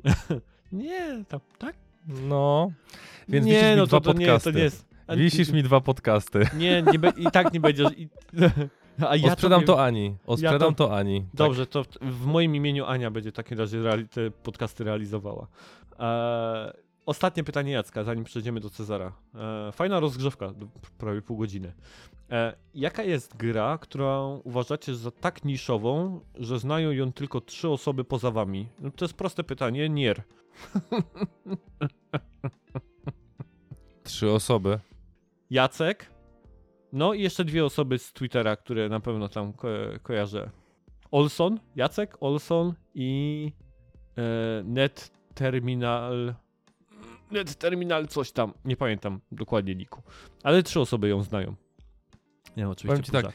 [SPEAKER 1] Nie, tam, tak?
[SPEAKER 2] No, więc
[SPEAKER 1] nie,
[SPEAKER 2] wisisz
[SPEAKER 1] no
[SPEAKER 2] mi dwa
[SPEAKER 1] to, to
[SPEAKER 2] podcasty.
[SPEAKER 1] Nie, to nie jest...
[SPEAKER 2] Wisisz mi dwa podcasty.
[SPEAKER 1] Nie, nie be... i tak nie będziesz... I...
[SPEAKER 2] A ja Osprzedam to,
[SPEAKER 1] to
[SPEAKER 2] Ani. Osprzedam
[SPEAKER 1] ja to...
[SPEAKER 2] to Ani.
[SPEAKER 1] Dobrze,
[SPEAKER 2] tak.
[SPEAKER 1] to w moim imieniu Ania będzie w takim razie reali... te podcasty realizowała. Eee... Ostatnie pytanie Jacka, zanim przejdziemy do Cezara. E, fajna rozgrzewka, prawie pół godziny. E, jaka jest gra, którą uważacie za tak niszową, że znają ją tylko trzy osoby poza wami? No, to jest proste pytanie. Nier.
[SPEAKER 2] Trzy osoby.
[SPEAKER 1] Jacek. No i jeszcze dwie osoby z Twittera, które na pewno tam ko- kojarzę. Olson, Jacek, Olson i e, Net Terminal... Net Terminal coś tam, nie pamiętam dokładnie niku. Ale trzy osoby ją znają. Nie, oczywiście.
[SPEAKER 2] Powiem ci tak,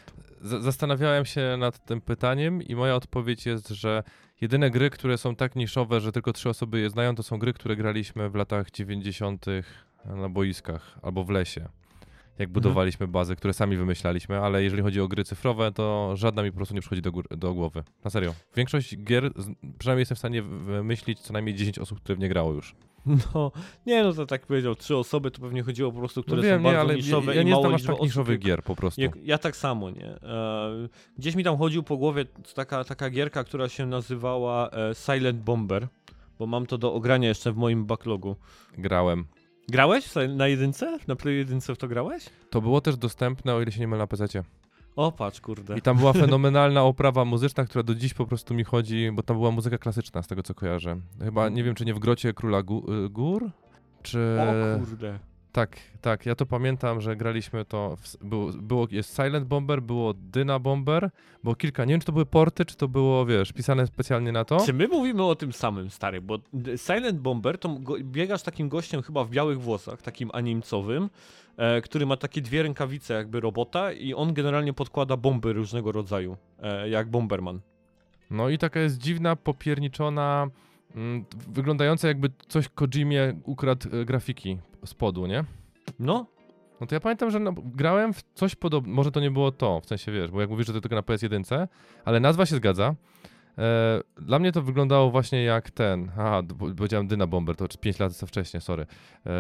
[SPEAKER 2] z- zastanawiałem się nad tym pytaniem i moja odpowiedź jest, że jedyne gry, które są tak niszowe, że tylko trzy osoby je znają, to są gry, które graliśmy w latach dziewięćdziesiątych na boiskach albo w lesie. Jak budowaliśmy bazy, które sami wymyślaliśmy, ale jeżeli chodzi o gry cyfrowe, to żadna mi po prostu nie przychodzi do, gór, do głowy. Na serio. Większość gier, przynajmniej jestem w stanie wymyślić co najmniej dziesięć osób, które w nie grało już.
[SPEAKER 1] No, nie no to tak powiedział, trzy osoby to pewnie chodziło po prostu, które
[SPEAKER 2] no wiem,
[SPEAKER 1] są bardzo
[SPEAKER 2] nie, ale
[SPEAKER 1] niszowe
[SPEAKER 2] ja, ja
[SPEAKER 1] i
[SPEAKER 2] nie
[SPEAKER 1] mało
[SPEAKER 2] znam aż
[SPEAKER 1] liczba
[SPEAKER 2] tak niszowych
[SPEAKER 1] osób.
[SPEAKER 2] gier po prostu.
[SPEAKER 1] Ja, ja tak samo, nie. E, gdzieś mi tam chodził po głowie taka, taka gierka, która się nazywała e, Silent Bomber, bo mam to do ogrania jeszcze w moim backlogu.
[SPEAKER 2] Grałem.
[SPEAKER 1] Grałeś na jedynce? Na Play jedynce w to grałeś?
[SPEAKER 2] To było też dostępne, o ile się nie mylę, na pececie.
[SPEAKER 1] O, patrz, kurde.
[SPEAKER 2] I tam była fenomenalna oprawa muzyczna, która do dziś po prostu mi chodzi, bo tam była muzyka klasyczna, z tego co kojarzę. Chyba, nie wiem, czy nie w Grocie Króla Gó- Gór, czy...
[SPEAKER 1] O kurde.
[SPEAKER 2] Tak, tak, ja to pamiętam, że graliśmy to, w, było, było, jest Silent Bomber, było Dyna Bomber, było kilka, nie wiem, czy to były porty, czy to było, wiesz, pisane specjalnie na to.
[SPEAKER 1] Czy my mówimy o tym samym, stary, bo Silent Bomber to go, biegasz takim gościem chyba w białych włosach, takim animcowym, e, który ma takie dwie rękawice jakby robota i on generalnie podkłada bomby różnego rodzaju, e, jak Bomberman.
[SPEAKER 2] No i taka jest dziwna, popierniczona, mm, wyglądająca jakby coś Kojimie ukradł e, grafiki z podu, nie?
[SPEAKER 1] No.
[SPEAKER 2] No to ja pamiętam, że no, grałem w coś podobnego, może to nie było to, w sensie wiesz, bo jak mówisz, że to tylko na P S jeden, ale nazwa się zgadza. E, dla mnie to wyglądało właśnie jak ten, aha, d- powiedziałem Dyna Bomber, to pięć lat co wcześniej, sorry, e,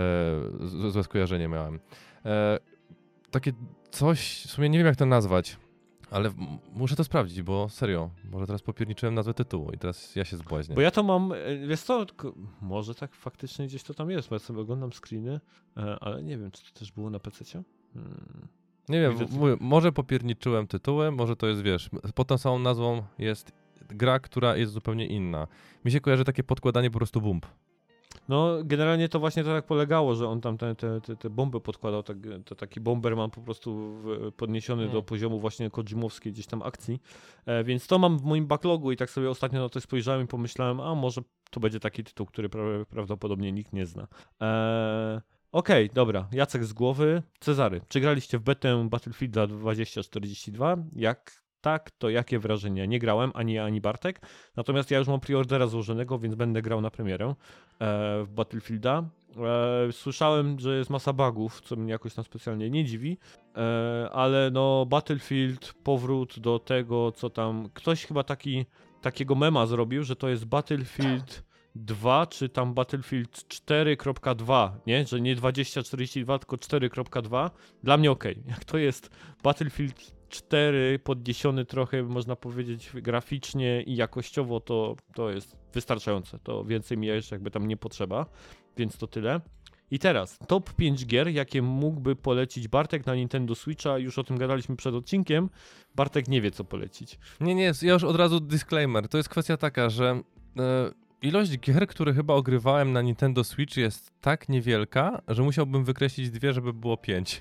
[SPEAKER 2] z- złe skojarzenie miałem. E, takie coś, w sumie nie wiem jak to nazwać, ale m- muszę to sprawdzić, bo serio, może teraz popierniczyłem nazwę tytułu i teraz ja się zbłaźnię.
[SPEAKER 1] Bo ja to mam, e, wiesz co, tylko- może tak faktycznie gdzieś to tam jest, bo ja sobie oglądam screeny, e, ale nie wiem, czy to też było na pececie? Hmm.
[SPEAKER 2] Nie wiem,
[SPEAKER 1] Widzę, co-
[SPEAKER 2] mówię, może popierniczyłem tytułem, może to jest, wiesz, pod tą samą nazwą jest gra, która jest zupełnie inna. Mi się kojarzy takie podkładanie po prostu bomb.
[SPEAKER 1] No, generalnie to właśnie tak polegało, że on tam te, te, te, te bomby podkładał, tak, to taki Bomberman po prostu w, podniesiony
[SPEAKER 2] Hmm.
[SPEAKER 1] do poziomu właśnie Kojimowskiej gdzieś tam akcji, e, więc to mam w moim backlogu i tak sobie ostatnio na to spojrzałem i pomyślałem, a może to będzie taki tytuł, który pra- prawdopodobnie nikt nie zna. E, Okej, okay, dobra, Jacek z głowy. Cezary, czy graliście w betę Battlefielda dwadzieścia czterdzieści dwa? Jak tak, to jakie wrażenia? Nie grałem, ani ja, ani Bartek, natomiast ja już mam preordera złożonego, więc będę grał na premierę e, w Battlefielda. E, słyszałem, że jest masa bugów, co mnie jakoś tam specjalnie nie dziwi, e, ale no Battlefield, powrót do tego, co tam... Ktoś chyba taki, takiego mema zrobił, że to jest Battlefield dwa, czy tam Battlefield cztery kropka dwa, nie? Że nie dwadzieścia czterdzieści dwa, tylko cztery kropka dwa. Dla mnie okej. Okay. Jak to jest Battlefield cztery podniesiony trochę, można powiedzieć, graficznie i jakościowo, to, to jest wystarczające. To więcej mi jeszcze jakby tam nie potrzeba, więc to tyle. I teraz top pięć gier, jakie mógłby polecić Bartek na Nintendo Switcha. Już o tym gadaliśmy przed odcinkiem. Bartek nie wie, co polecić.
[SPEAKER 2] Nie, nie, ja już od razu disclaimer. To jest kwestia taka, że e, ilość gier, które chyba ogrywałem na Nintendo Switch jest tak niewielka, że musiałbym wykreślić dwie, żeby było pięć.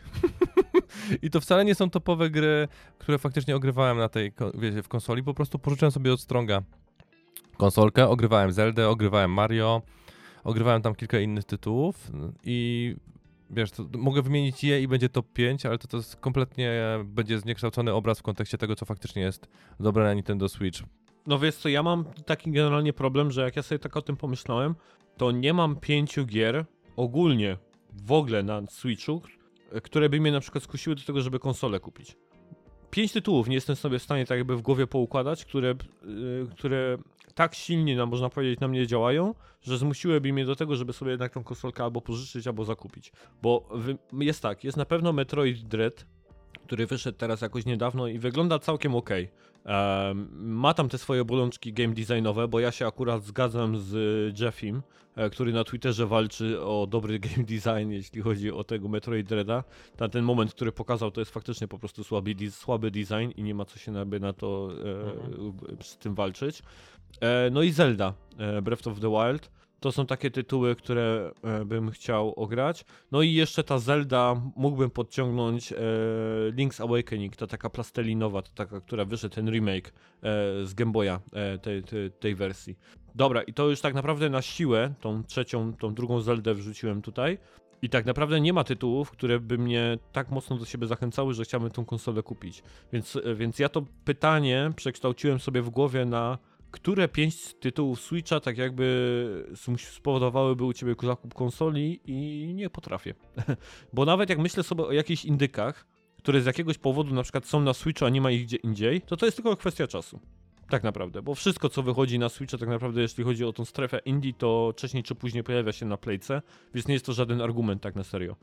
[SPEAKER 2] I to wcale nie są topowe gry, które faktycznie ogrywałem na tej, wiecie, w konsoli. Po prostu pożyczyłem sobie od Stronga konsolkę, ogrywałem Zeldę, ogrywałem Mario, ogrywałem tam kilka innych tytułów i wiesz, to mogę wymienić je i będzie top pięć, ale to, to jest kompletnie będzie zniekształcony obraz w kontekście tego, co faktycznie jest dobre na Nintendo Switch.
[SPEAKER 1] No wiesz co, ja mam taki generalnie problem, że jak ja sobie tak o tym pomyślałem, to nie mam pięciu gier ogólnie w ogóle na Switchu, które by mnie na przykład skusiły do tego, żeby konsolę kupić. Pięć tytułów nie jestem sobie w stanie tak jakby w głowie poukładać, które, yy, które tak silnie, no, można powiedzieć, na mnie działają, że zmusiłyby mnie do tego, żeby sobie jednak tą konsolkę albo pożyczyć, albo zakupić. Bo wy, jest tak, jest na pewno Metroid Dread, który wyszedł teraz jakoś niedawno i wygląda całkiem okej. Um, ma tam te swoje bolączki game designowe, bo ja się akurat zgadzam z Jeffim, e, który na Twitterze walczy o dobry game design, jeśli chodzi o tego Metroid Dreada. Na ten moment, który pokazał, to jest faktycznie po prostu słaby, słaby design i nie ma co się na, na to e, mhm. z tym walczyć. E, no i Zelda, e, Breath of the Wild. To są takie tytuły, które e, bym chciał ograć. No i jeszcze ta Zelda mógłbym podciągnąć e, Link's Awakening, ta taka plastelinowa, ta taka, która wyszedł, ten remake e, z Game Boya e, tej, tej, tej wersji. Dobra, i to już tak naprawdę na siłę, tą trzecią, tą drugą Zeldę wrzuciłem tutaj. I tak naprawdę nie ma tytułów, które by mnie tak mocno do siebie zachęcały, że chciałbym tą konsolę kupić. Więc, więc ja to pytanie przekształciłem sobie w głowie na które pięć tytułów Switcha tak jakby spowodowałyby u ciebie zakup konsoli i nie potrafię. Bo nawet jak myślę sobie o jakichś indykach, które z jakiegoś powodu na przykład są na Switchu, a nie ma ich gdzie indziej, to to jest tylko kwestia czasu. Tak naprawdę, bo wszystko co wychodzi na Switcha tak naprawdę jeśli chodzi o tą strefę indie, to wcześniej czy później pojawia się na Playce, więc nie jest to żaden argument tak na serio.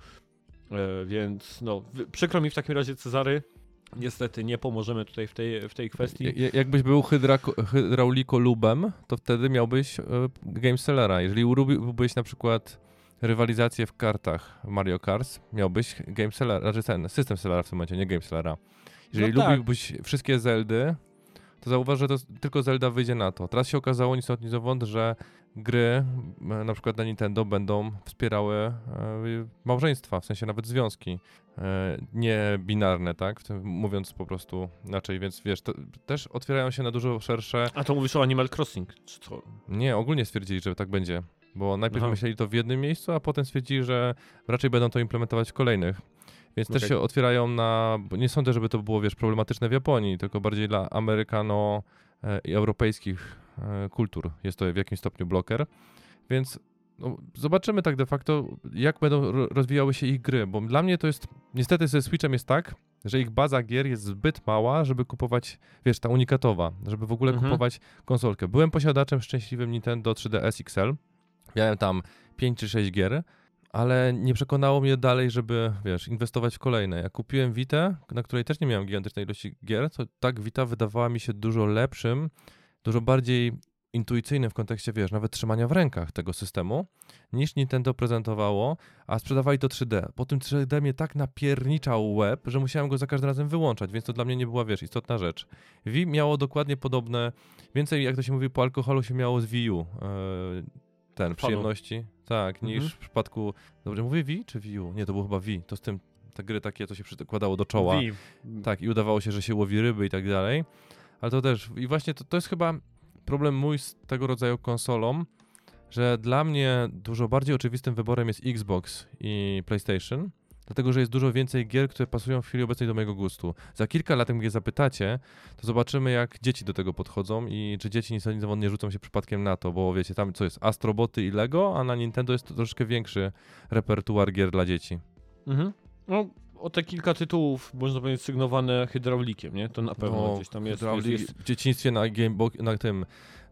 [SPEAKER 1] E, więc no, przykro mi w takim razie Cezary, niestety nie pomożemy tutaj w tej, w tej kwestii.
[SPEAKER 2] Ja, jakbyś był hydra, hydraulikolubem, to wtedy miałbyś y, Game Sellera. Jeżeli lubiłbyś na przykład rywalizację w kartach Mario Kart, miałbyś Game Sellera, znaczy ten, system Sellera w tym momencie, nie Game Sellera. Jeżeli no tak. lubiłbyś wszystkie Zeldy, to zauważ, że to tylko Zelda wyjdzie na to. Teraz się okazało nic od nic dowąd, że gry na przykład na Nintendo będą wspierały e, małżeństwa, w sensie nawet związki e, nie binarne, tak? W tym, mówiąc po prostu inaczej, więc wiesz, to też otwierają się na dużo szersze...
[SPEAKER 1] A to mówisz o Animal Crossing, czy co?
[SPEAKER 2] Nie, ogólnie stwierdzili, że tak będzie, bo najpierw
[SPEAKER 1] Aha.
[SPEAKER 2] myśleli to w jednym miejscu, a potem stwierdzili, że raczej będą to implementować w kolejnych. Więc okay. też się otwierają na... Bo nie sądzę, żeby to było, wiesz, problematyczne w Japonii, tylko bardziej dla amerykano i europejskich e, kultur jest to w jakimś stopniu bloker. Więc no, zobaczymy tak de facto, jak będą ro- rozwijały się ich gry, bo dla mnie to jest... Niestety ze Switchem jest tak, że ich baza gier jest zbyt mała, żeby kupować, wiesz, ta unikatowa, żeby w ogóle mhm. kupować konsolkę. Byłem posiadaczem szczęśliwym Nintendo trzy D S X L. Miałem tam pięć czy sześć gier, ale nie przekonało mnie dalej, żeby, wiesz, inwestować w kolejne. Jak kupiłem Vitę, na której też nie miałem gigantycznej ilości gier, to tak Vita wydawała mi się dużo lepszym, dużo bardziej intuicyjnym w kontekście, wiesz, nawet trzymania w rękach tego systemu, niż Nintendo prezentowało, a sprzedawali to trzy D. Po tym trzy D mnie tak napierniczał łeb, że musiałem go za każdym razem wyłączać, więc to dla mnie nie była, wiesz, istotna rzecz. Wii miało dokładnie podobne, więcej, jak to się mówi, po alkoholu się miało z Wii U. Yy, ten, przyjemności, tak, niż mhm. w przypadku, dobrze mówię Wii czy Wii U? Nie, to było chyba Wii, to z tym, te gry takie, co się przykładało do czoła, Wii. Tak, i udawało się, że się łowi ryby i tak dalej, ale to też, i właśnie to, to jest chyba problem mój z tego rodzaju konsolą, że dla mnie dużo bardziej oczywistym wyborem jest Xbox i PlayStation, dlatego, że jest dużo więcej gier, które pasują w chwili obecnej do mojego gustu. Za kilka lat, jak mnie zapytacie, to zobaczymy, jak dzieci do tego podchodzą i czy dzieci nic nie rzucą się przypadkiem na to, bo wiecie, tam co jest, Astroboty i Lego, a na Nintendo jest to troszkę większy repertuar gier dla dzieci.
[SPEAKER 1] Mhm. No, o te kilka tytułów, można powiedzieć, sygnowane hydraulikiem, nie? To na pewno no, gdzieś tam jest. jest...
[SPEAKER 2] W dzieciństwie na Game Boy, na tym,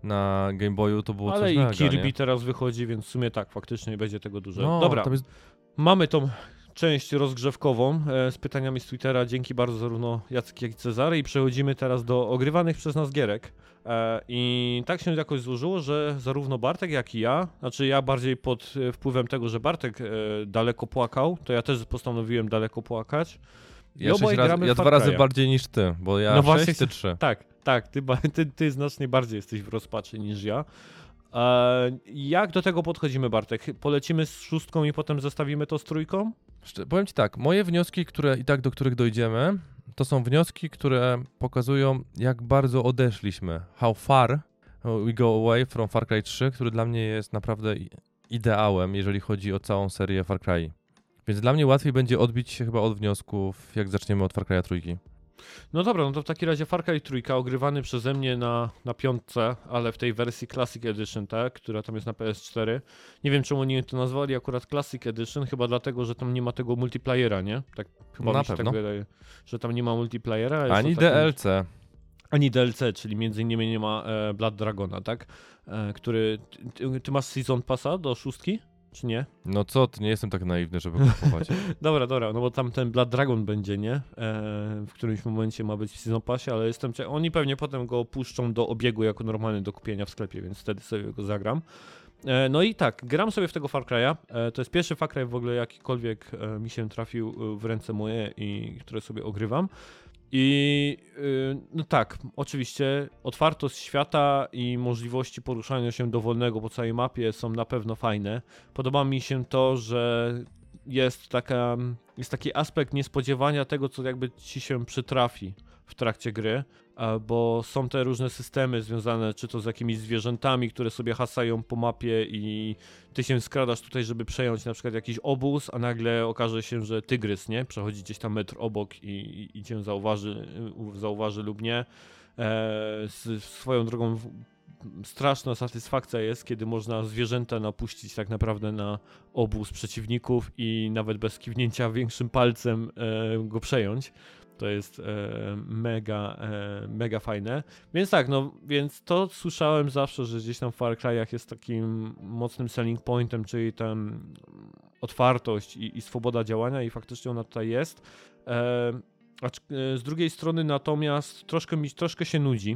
[SPEAKER 2] na Game Boyu to było
[SPEAKER 1] ale
[SPEAKER 2] coś
[SPEAKER 1] i
[SPEAKER 2] mega,
[SPEAKER 1] Kirby
[SPEAKER 2] nie?
[SPEAKER 1] teraz wychodzi, więc w sumie tak, faktycznie będzie tego dużo.
[SPEAKER 2] No,
[SPEAKER 1] dobra,
[SPEAKER 2] jest...
[SPEAKER 1] mamy tą część rozgrzewkową e, z pytaniami z Twittera. Dzięki bardzo zarówno Jacek, jak i Cezary i przechodzimy teraz do ogrywanych przez nas gierek. E, I tak się jakoś złożyło, że zarówno Bartek, jak i ja, znaczy ja bardziej pod wpływem tego, że Bartek e, daleko płakał, to ja też postanowiłem daleko płakać.
[SPEAKER 2] Ja, sześć razy, ja dwa razy bardziej niż ty, bo ja
[SPEAKER 1] no
[SPEAKER 2] sześć, ty trzy.
[SPEAKER 1] Tak, tak, ty, ty, ty znacznie bardziej jesteś w rozpaczy niż ja. E, jak do tego podchodzimy, Bartek? Polecimy z szóstką i potem zestawimy to z trójką?
[SPEAKER 2] Powiem ci tak, moje wnioski, które i tak do których dojdziemy, to są wnioski, które pokazują, jak bardzo odeszliśmy. How far we go away from Far Cry trzy, który dla mnie jest naprawdę ideałem, jeżeli chodzi o całą serię Far Cry. Więc dla mnie łatwiej będzie odbić się chyba od wniosków, jak zaczniemy od Far Cry'a trójki.
[SPEAKER 1] No dobra, no to w takim razie Far Cry trójka ogrywany przeze mnie na, na piątce, ale w tej wersji Classic Edition, tak, która tam jest na P S cztery. Nie wiem, czemu oni to nazwali akurat Classic Edition, chyba dlatego, że tam nie ma tego multiplayera, nie? Tak chyba
[SPEAKER 2] na
[SPEAKER 1] mi się
[SPEAKER 2] pewno.
[SPEAKER 1] tak wydaje, że tam nie ma multiplayera.
[SPEAKER 2] Ani D L C.
[SPEAKER 1] Ani D L C, czyli między innymi nie ma e, Blood Dragona, tak? E, który... Ty, ty masz Season Passa do szóstki? Czy nie?
[SPEAKER 2] No co, ty, nie jestem tak naiwny, żeby kupować.
[SPEAKER 1] Dobra, dobra, no bo tam ten Blood Dragon będzie, nie? E, w którymś momencie ma być w Season Passie, ale jestem... Oni pewnie potem go opuszczą do obiegu jako normalny do kupienia w sklepie, więc wtedy sobie go zagram. E, no i tak, gram sobie w tego Far Cry'a. E, to jest pierwszy Far Cry w ogóle jakikolwiek e, mi się trafił w ręce moje i które sobie ogrywam. I yy, no tak, oczywiście otwartość świata i możliwości poruszania się dowolnego po całej mapie są na pewno fajne. Podoba mi się to, że jest taka, jest taki aspekt niespodziewania tego, co jakby ci się przytrafi w trakcie gry, bo są te różne systemy związane czy to z jakimiś zwierzętami, które sobie hasają po mapie i ty się skradasz tutaj, żeby przejąć na przykład jakiś obóz, a nagle okaże się, że tygrys, nie? Przechodzi gdzieś tam metr obok i, i, i cię zauważy, zauważy lub nie. E, swoją drogą straszna satysfakcja jest, kiedy można zwierzęta napuścić tak naprawdę na obóz przeciwników i nawet bez kiwnięcia większym palcem e, go przejąć. To jest e, mega, e, mega fajne. Więc tak, no, więc to słyszałem zawsze, że gdzieś tam w Far Cry'ach jest takim mocnym selling pointem, czyli tam otwartość i, i swoboda działania i faktycznie ona tutaj jest. E, a e, z drugiej strony natomiast troszkę mi, troszkę się nudzi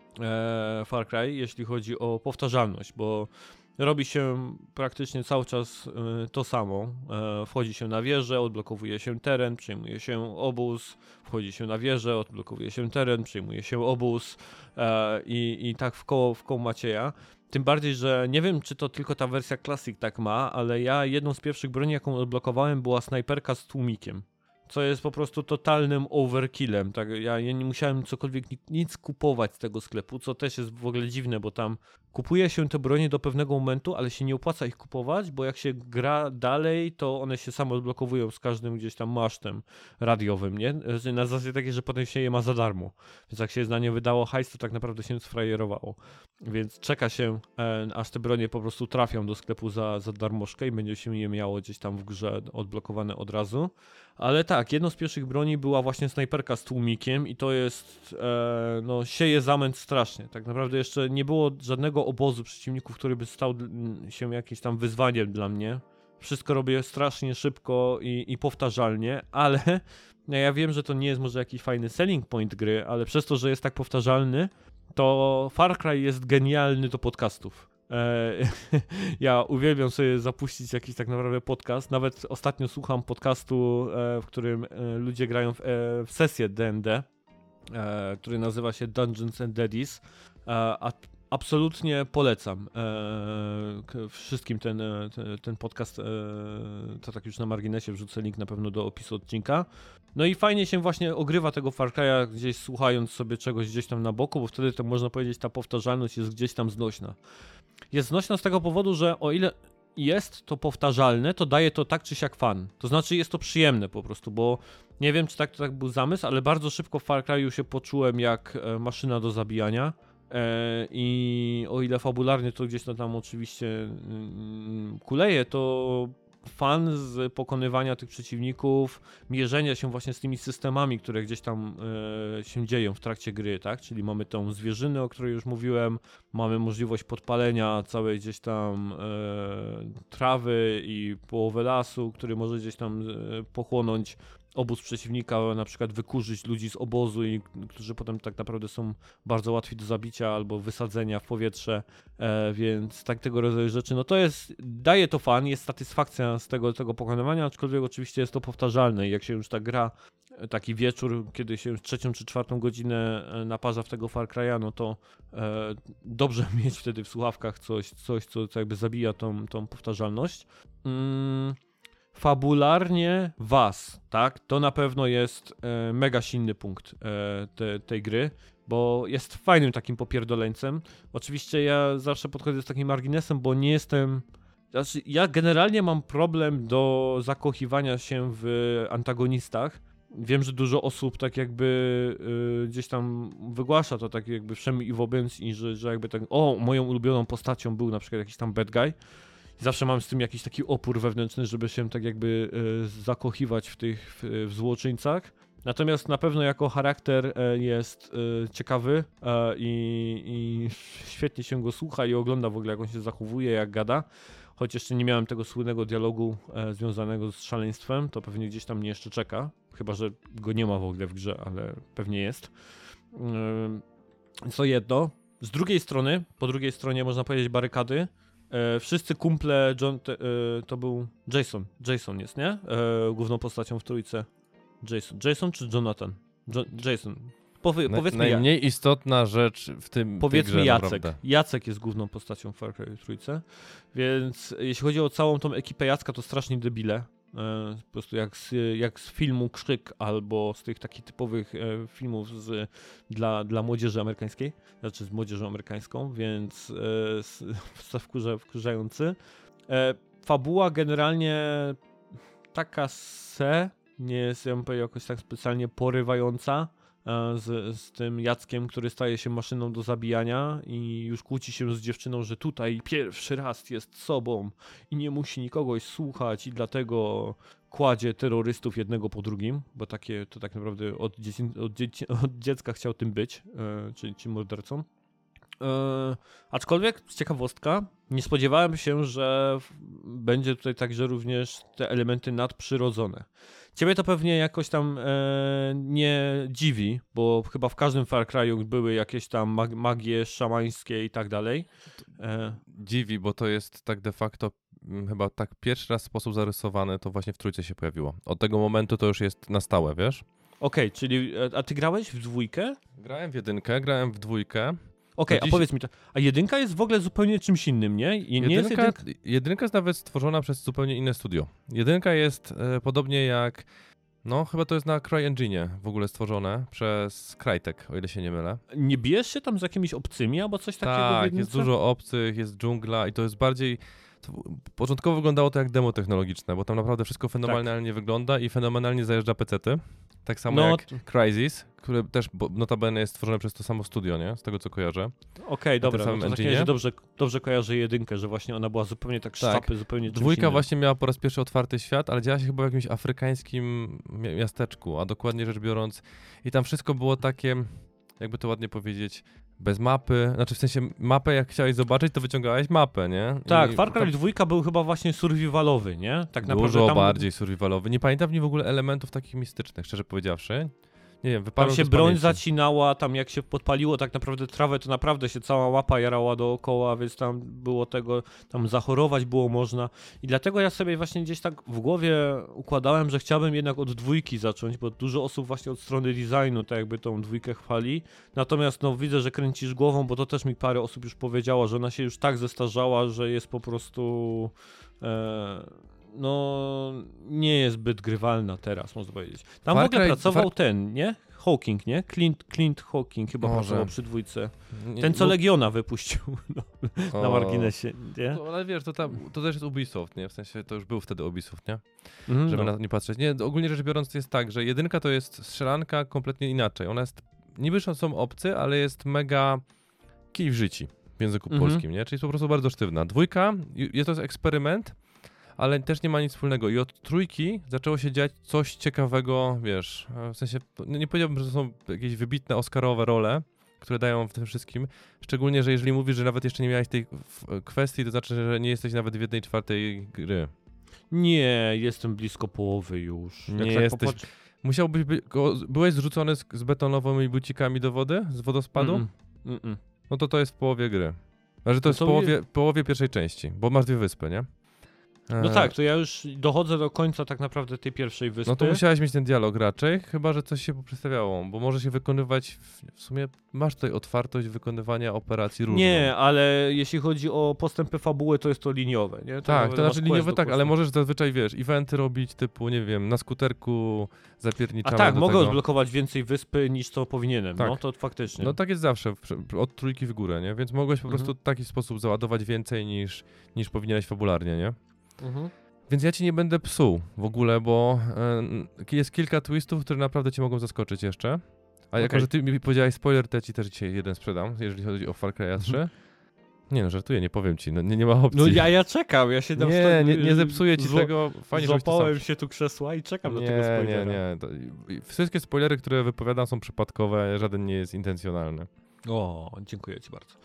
[SPEAKER 1] e, Far Cry, jeśli chodzi o powtarzalność, bo robi się praktycznie cały czas y, to samo. E, wchodzi się na wieżę, odblokowuje się teren, przejmuje się obóz, wchodzi się na wieżę, odblokowuje się teren, przejmuje się obóz e, i, i tak w koło, w koło Macieja. Tym bardziej, że nie wiem, czy to tylko ta wersja Classic tak ma, ale ja jedną z pierwszych broni, jaką odblokowałem, była snajperka z tłumikiem. Co jest po prostu totalnym overkillem. Tak? Ja, ja nie musiałem cokolwiek nic kupować z tego sklepu, co też jest w ogóle dziwne, bo tam kupuje się te bronie do pewnego momentu, ale się nie opłaca ich kupować, bo jak się gra dalej, to one się same odblokowują z każdym gdzieś tam masztem radiowym, nie? Na zasadzie takiej, że potem się je ma za darmo. Więc jak się na nie wydało hajs, to tak naprawdę się sfrajerowało. Więc czeka się, e, aż te bronie po prostu trafią do sklepu za, za darmożkę i będzie się je miało gdzieś tam w grze odblokowane od razu. Ale tak, jedną z pierwszych broni była właśnie snajperka z tłumikiem i to jest, e, no, sieje zamęt strasznie. Tak naprawdę jeszcze nie było żadnego obozu przeciwników, który by stał się jakimś tam wyzwaniem dla mnie. Wszystko robię strasznie szybko i, i powtarzalnie, ale no, ja wiem, że to nie jest może jakiś fajny selling point gry, ale przez to, że jest tak powtarzalny, to Far Cry jest genialny do podcastów. E, ja uwielbiam sobie zapuścić jakiś tak naprawdę podcast. Nawet ostatnio słucham podcastu, e, w którym e, ludzie grają w, e, w sesję D and D, e, który nazywa się Dungeons and Daddies. E, a absolutnie polecam e, wszystkim ten, ten, ten podcast. E, to tak już na marginesie wrzucę link na pewno do opisu odcinka. No i fajnie się właśnie ogrywa tego Far Cry'a gdzieś słuchając sobie czegoś gdzieś tam na boku, bo wtedy to można powiedzieć ta powtarzalność jest gdzieś tam znośna. Jest znośna z tego powodu, że o ile jest to powtarzalne, to daje to tak czy siak fan. To znaczy jest to przyjemne po prostu, bo nie wiem, czy tak to tak był zamysł, ale bardzo szybko w Far Cry'u się poczułem jak maszyna do zabijania. I o ile fabularnie to gdzieś tam oczywiście kuleje, to fan z pokonywania tych przeciwników, mierzenia się właśnie z tymi systemami, które gdzieś tam e, się dzieją w trakcie gry, tak? Czyli mamy tą zwierzynę, o której już mówiłem, mamy możliwość podpalenia całej gdzieś tam e, trawy i połowy lasu, który może gdzieś tam e, pochłonąć obóz przeciwnika, na przykład wykurzyć ludzi z obozu, i którzy potem tak naprawdę są bardzo łatwi do zabicia albo wysadzenia w powietrze, e, więc tak tego rodzaju rzeczy, no to jest, daje to fan, jest satysfakcja z tego, tego pokonywania, aczkolwiek oczywiście jest to powtarzalne i jak się już tak gra taki wieczór, kiedy się trzecią czy czwartą godzinę naparza w tego Far Cry'a, no to e, dobrze mieć wtedy w słuchawkach coś, coś co, co jakby zabija tą, tą powtarzalność. Mm. Fabularnie was, tak? To na pewno jest e, mega silny punkt e, te, tej gry, bo jest fajnym takim popierdoleńcem. Oczywiście ja zawsze podchodzę z takim marginesem, bo nie jestem... Znaczy, ja generalnie mam problem do zakochiwania się w antagonistach. Wiem, że dużo osób tak jakby y, gdzieś tam wygłasza to tak jakby wszem i wobec i że, że jakby tak, o, moją ulubioną postacią był na przykład jakiś tam bad guy. Zawsze mam z tym jakiś taki opór wewnętrzny, żeby się tak jakby e, zakochiwać w tych w, w złoczyńcach. Natomiast na pewno jako charakter e, jest e, ciekawy e, i, i świetnie się go słucha i ogląda w ogóle, jak on się zachowuje, jak gada. Choć jeszcze nie miałem tego słynnego dialogu e, związanego z szaleństwem, to pewnie gdzieś tam mnie jeszcze czeka. Chyba że go nie ma w ogóle w grze, ale pewnie jest. E, co jedno. Z drugiej strony, po drugiej stronie można powiedzieć barykady, E, wszyscy kumple John, te, e, to był Jason, Jason jest, nie? E, główną postacią w trójce. Jason, Jason czy Jonathan? Jo, Jason. Powie,
[SPEAKER 2] Na,
[SPEAKER 1] powiedzmy
[SPEAKER 2] najmniej ja... istotna rzecz w tym
[SPEAKER 1] Powiedzmy
[SPEAKER 2] grze,
[SPEAKER 1] Jacek.
[SPEAKER 2] Naprawdę.
[SPEAKER 1] Jacek jest główną postacią w Far Cry trójce, więc jeśli chodzi o całą tą ekipę Jacka, to strasznie debile. e, po prostu jak z, jak z filmu Krzyk albo z tych takich typowych e, filmów z, dla, dla młodzieży amerykańskiej, znaczy z młodzieżą amerykańską, więc e, wkurza, wkurzający. E, fabuła generalnie taka se, nie jest, ja bym powiedział, jakoś tak specjalnie porywająca. Z, z tym Jackiem, który staje się maszyną do zabijania i już kłóci się z dziewczyną, że tutaj pierwszy raz jest sobą i nie musi nikogoś słuchać i dlatego kładzie terrorystów jednego po drugim, bo takie to tak naprawdę od, dzieci, od, dzieci, od dziecka chciał tym być, e, czyli ci mordercą. E, aczkolwiek, ciekawostka, nie spodziewałem się, że będzie tutaj także również te elementy nadprzyrodzone. Ciebie to pewnie jakoś tam e, nie dziwi, bo chyba w każdym Far Cry'u były jakieś tam mag- magie szamańskie i tak dalej. E.
[SPEAKER 2] Dziwi, bo to jest tak de facto m, chyba tak pierwszy raz sposób zarysowany, to właśnie w trójce się pojawiło. Od tego momentu to już jest na stałe, wiesz?
[SPEAKER 1] Okej, okay, czyli a ty grałeś w dwójkę?
[SPEAKER 2] Grałem w jedynkę, grałem w dwójkę.
[SPEAKER 1] Okej, okay, a powiedz mi to, a jedynka jest w ogóle zupełnie czymś innym, nie? I
[SPEAKER 2] jedynka,
[SPEAKER 1] nie jest jedynka...
[SPEAKER 2] jedynka jest nawet stworzona przez zupełnie inne studio. Jedynka jest e, podobnie jak, no chyba to jest na CryEngine w ogóle stworzone przez Crytek, o ile się nie mylę.
[SPEAKER 1] Nie bijesz się tam z jakimiś obcymi albo coś takiego?
[SPEAKER 2] Tak, jest dużo obcych, jest dżungla i to jest bardziej... To, początkowo wyglądało to jak demo technologiczne, bo tam naprawdę wszystko fenomenalnie tak. wygląda i fenomenalnie zajeżdża pecety. Tak samo no, jak Crysis, które też notabene jest stworzone przez to samo studio, nie? Z tego co kojarzę.
[SPEAKER 1] Okej, okay, dobra, no to takim razie dobrze, dobrze kojarzę jedynkę, że właśnie ona była zupełnie tak sztapy, tak. zupełnie czymś
[SPEAKER 2] Dwójka
[SPEAKER 1] innym.
[SPEAKER 2] właśnie miała po raz pierwszy otwarty świat, ale działa się chyba w jakimś afrykańskim miasteczku, a dokładnie rzecz biorąc i tam wszystko było takie, jakby to ładnie powiedzieć, bez mapy, znaczy w sensie mapę jak chciałeś zobaczyć, to wyciągałeś mapę, nie?
[SPEAKER 1] Tak,
[SPEAKER 2] I
[SPEAKER 1] Far Cry
[SPEAKER 2] tam...
[SPEAKER 1] dwójka był chyba właśnie survivalowy, nie? Tak naprawdę
[SPEAKER 2] Dużo
[SPEAKER 1] tam...
[SPEAKER 2] bardziej survivalowy. Nie pamiętam w nim w ogóle elementów takich mistycznych, szczerze powiedziawszy. Nie wiem, wypadło
[SPEAKER 1] Tam się broń zacinała, tam jak się podpaliło tak naprawdę trawę, to naprawdę się cała łapa jarała dookoła, więc tam było tego, tam zachorować było można. I dlatego ja sobie właśnie gdzieś tak w głowie układałem, że chciałbym jednak od dwójki zacząć, bo dużo osób właśnie od strony designu tak jakby tą dwójkę chwali. Natomiast no widzę, że kręcisz głową, bo to też mi parę osób już powiedziało, że ona się już tak zestarzała, że jest po prostu... E... no nie jest zbyt grywalna teraz, można powiedzieć. Tam Far w ogóle Cry, pracował Far... ten, nie? Hawking, nie? Clint, Clint Hawking chyba Może. pracował przy dwójce. Ten, co Legiona wypuścił no, na marginesie, nie?
[SPEAKER 2] To, ale wiesz, to, tam, to też jest Ubisoft, nie? W sensie to już był wtedy Ubisoft, nie?
[SPEAKER 1] Mm,
[SPEAKER 2] Żeby
[SPEAKER 1] no.
[SPEAKER 2] na to nie patrzeć. Nie, ogólnie rzecz biorąc to jest tak, że jedynka to jest strzelanka kompletnie inaczej. Ona jest, niby są obcy, ale jest mega kij w życi w języku mm-hmm. polskim, nie? Czyli jest po prostu bardzo sztywna. Dwójka, jest to eksperyment, ale też nie ma nic wspólnego. I od trójki zaczęło się dziać coś ciekawego, wiesz, w sensie, nie powiedziałbym, że to są jakieś wybitne oscarowe role, które dają w tym wszystkim, szczególnie, że jeżeli mówisz, że nawet jeszcze nie miałeś tej kwestii, to znaczy, że nie jesteś nawet w jednej czwartej gry.
[SPEAKER 1] Nie, jestem blisko połowy już.
[SPEAKER 2] Jak nie tak jesteś... Popatrz... Musiałbyś być... Byłeś zrzucony z, z betonowymi bucikami do wody? Z wodospadu?
[SPEAKER 1] Mm-mm. Mm-mm.
[SPEAKER 2] No to to jest w połowie gry. Znaczy to jest w połowie, połowie pierwszej części, bo masz dwie wyspy, nie?
[SPEAKER 1] No tak, to ja już dochodzę do końca tak naprawdę tej pierwszej wyspy.
[SPEAKER 2] No to musiałeś mieć ten dialog raczej, chyba że coś się poprzestawiało, bo może się wykonywać, w, w sumie masz tutaj otwartość wykonywania operacji różnych.
[SPEAKER 1] Nie, ale jeśli chodzi o postępy fabuły, to jest to liniowe, nie? To
[SPEAKER 2] tak, to znaczy liniowe tak, ale możesz zazwyczaj, wiesz, eventy robić typu, nie wiem, na skuterku zapierniczamy
[SPEAKER 1] A tak,
[SPEAKER 2] do
[SPEAKER 1] mogę
[SPEAKER 2] tego.
[SPEAKER 1] odblokować więcej wyspy niż to powinienem,
[SPEAKER 2] tak.
[SPEAKER 1] no to faktycznie.
[SPEAKER 2] No tak jest zawsze, od trójki w górę, nie? Więc mogłeś po mhm. prostu w taki sposób załadować więcej niż, niż powinieneś fabularnie, nie? Mhm. Więc ja ci nie będę psuł w ogóle, bo y, jest kilka twistów, które naprawdę cię mogą zaskoczyć jeszcze. A okay. jako, że ty mi powiedziałeś spoiler, to ja ci też dzisiaj jeden sprzedam, jeżeli chodzi o Far Cry trzy. Mhm. Nie no, żartuję, nie powiem ci, no, nie, nie ma opcji.
[SPEAKER 1] No ja, ja czekam, ja się tam
[SPEAKER 2] Nie, stąd, nie, nie zepsuję ci zło, tego, fajnie, żebyś to sam...
[SPEAKER 1] się tu krzesła i czekam
[SPEAKER 2] nie,
[SPEAKER 1] do tego spoilera.
[SPEAKER 2] Nie, nie, to, wszystkie spoilery, które wypowiadam są przypadkowe, żaden nie jest intencjonalny.
[SPEAKER 1] O, dziękuję ci bardzo.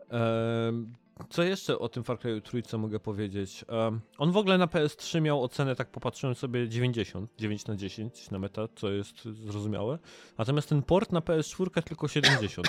[SPEAKER 1] Ehm... Co jeszcze o tym Far Cry trójce mogę powiedzieć? Um, on w ogóle na P S trzy miał ocenę, tak popatrzyłem sobie, dziewięćdziesiąt, dziewięć na dziesięć na meta, co jest zrozumiałe. Natomiast ten port na P S cztery tylko siedemdziesiąt.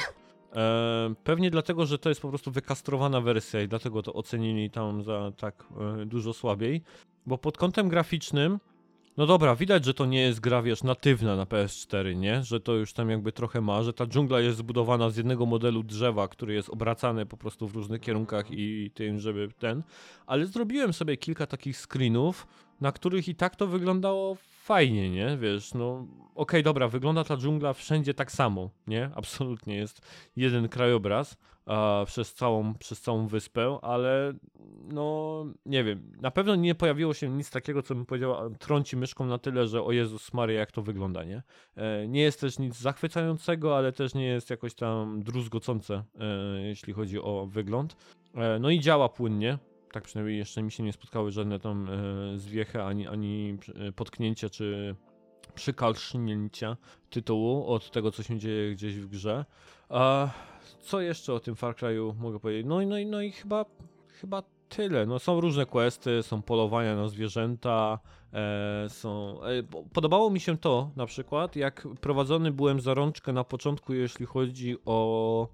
[SPEAKER 1] Um, pewnie dlatego, że to jest po prostu wykastrowana wersja i dlatego to ocenili tam za tak um, dużo słabiej. Bo pod kątem graficznym No dobra, widać, że to nie jest gra, wiesz, natywna na P S cztery, nie? Że to już tam jakby trochę ma, że ta dżungla jest zbudowana z jednego modelu drzewa, który jest obracany po prostu w różnych kierunkach i tym, żeby ten... Ale zrobiłem sobie kilka takich screenów, na których i tak to wyglądało fajnie, nie? Wiesz, no... Okej, okay, dobra, wygląda ta dżungla wszędzie tak samo, nie? Absolutnie jest jeden krajobraz a, przez, całą, przez całą wyspę, ale no nie wiem, na pewno nie pojawiło się nic takiego, co bym powiedział, trąci myszką na tyle, że o Jezus Maria, jak to wygląda, nie? E, nie jest też nic zachwycającego, ale też nie jest jakoś tam druzgocące, e, jeśli chodzi o wygląd. E, no i działa płynnie. Tak przynajmniej jeszcze mi się nie spotkały żadne tam e, zwiechy, ani, ani potknięcia, czy przykalsznięcia tytułu od tego, co się dzieje gdzieś w grze. A co jeszcze o tym Far Cry'u mogę powiedzieć? No i, no i, no i chyba, chyba tyle. No, są różne questy, są polowania na zwierzęta, e, są... E, podobało mi się to, na przykład, jak prowadzony byłem za rączkę na początku, jeśli chodzi o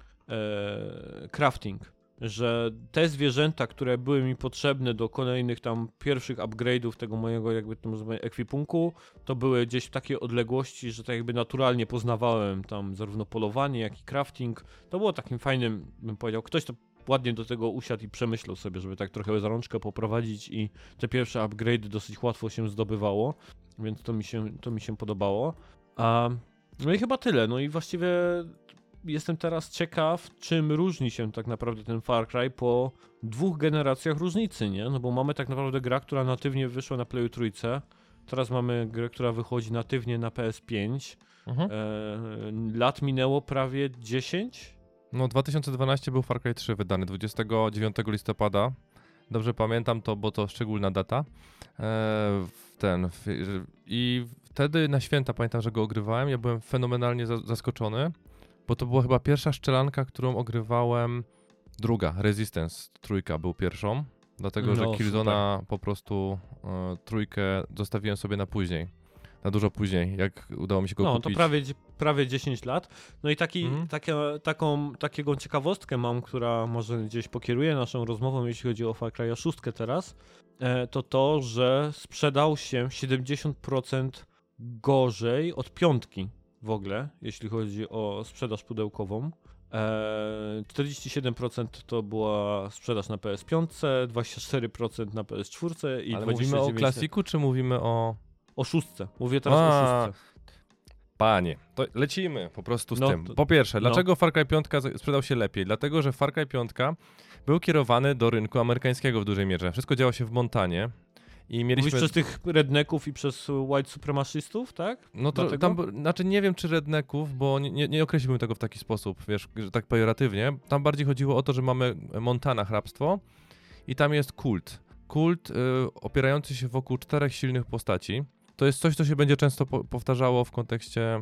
[SPEAKER 1] e, crafting. Że te zwierzęta, które były mi potrzebne do kolejnych tam pierwszych upgrade'ów tego mojego jakby to można powiedzieć ekwipunku, to były gdzieś w takiej odległości, że tak jakby naturalnie poznawałem tam zarówno polowanie, jak i crafting. To było takim fajnym, bym powiedział, ktoś to ładnie do tego usiadł i przemyślał sobie, żeby tak trochę za rączkę poprowadzić i te pierwsze upgrade'y dosyć łatwo się zdobywało, więc to mi się, to mi się podobało. A, no i chyba tyle, no i właściwie... Jestem teraz ciekaw, czym różni się tak naprawdę ten Far Cry po dwóch generacjach różnicy, nie? No bo mamy tak naprawdę grę, która natywnie wyszła na Playu trójce, teraz mamy grę, która wychodzi natywnie na P S pięć. Mhm. E, lat minęło prawie dziesięć?
[SPEAKER 2] No dwa tysiące dwunasty był Far Cry trzy wydany, dwudziestego dziewiątego listopada. Dobrze pamiętam to, bo to szczególna data. E, ten w, I wtedy na święta pamiętam, że go ogrywałem. Ja byłem fenomenalnie za, zaskoczony. Bo to była chyba pierwsza strzelanka, którą ogrywałem. Druga, Resistance trójka był pierwszą. Dlatego, no, że Killzone'a po prostu e, trójkę zostawiłem sobie na później. Na dużo później, jak udało mi się go
[SPEAKER 1] no,
[SPEAKER 2] kupić.
[SPEAKER 1] No to prawie, prawie dziesięć lat. No i taki,
[SPEAKER 2] mhm.
[SPEAKER 1] takie, taką, takiego ciekawostkę mam, która może gdzieś pokieruje naszą rozmową, jeśli chodzi o Far Cry'a sześć teraz. E, to to, że sprzedał się siedemdziesiąt procent gorzej od piątki. W ogóle, jeśli chodzi o sprzedaż pudełkową. Eee, czterdzieści siedem procent to była sprzedaż na P S pięć, dwadzieścia cztery procent na P S cztery i
[SPEAKER 2] ale
[SPEAKER 1] dwadzieścia dziewięć procent...
[SPEAKER 2] mówimy o klasiku, czy mówimy o...
[SPEAKER 1] O szóstce. Mówię teraz A, o szóstce.
[SPEAKER 2] Panie, to lecimy po prostu z
[SPEAKER 1] no,
[SPEAKER 2] tym.
[SPEAKER 1] To,
[SPEAKER 2] po pierwsze,
[SPEAKER 1] no.
[SPEAKER 2] dlaczego Far Cry pięć sprzedał się lepiej? Dlatego, że Far Cry pięć był kierowany do rynku amerykańskiego w dużej mierze. Wszystko działo się w Montanie. I mieliśmy...
[SPEAKER 1] Mówisz przez tych rednecków i przez white supremacistów, tak?
[SPEAKER 2] No to tam, znaczy nie wiem czy rednecków, bo nie, nie, nie określiłbym tego w taki sposób, wiesz, że tak pejoratywnie. Tam bardziej chodziło o to, że mamy Montana, hrabstwo i tam jest kult. Kult y, opierający się wokół czterech silnych postaci. To jest coś, co się będzie często po- powtarzało w kontekście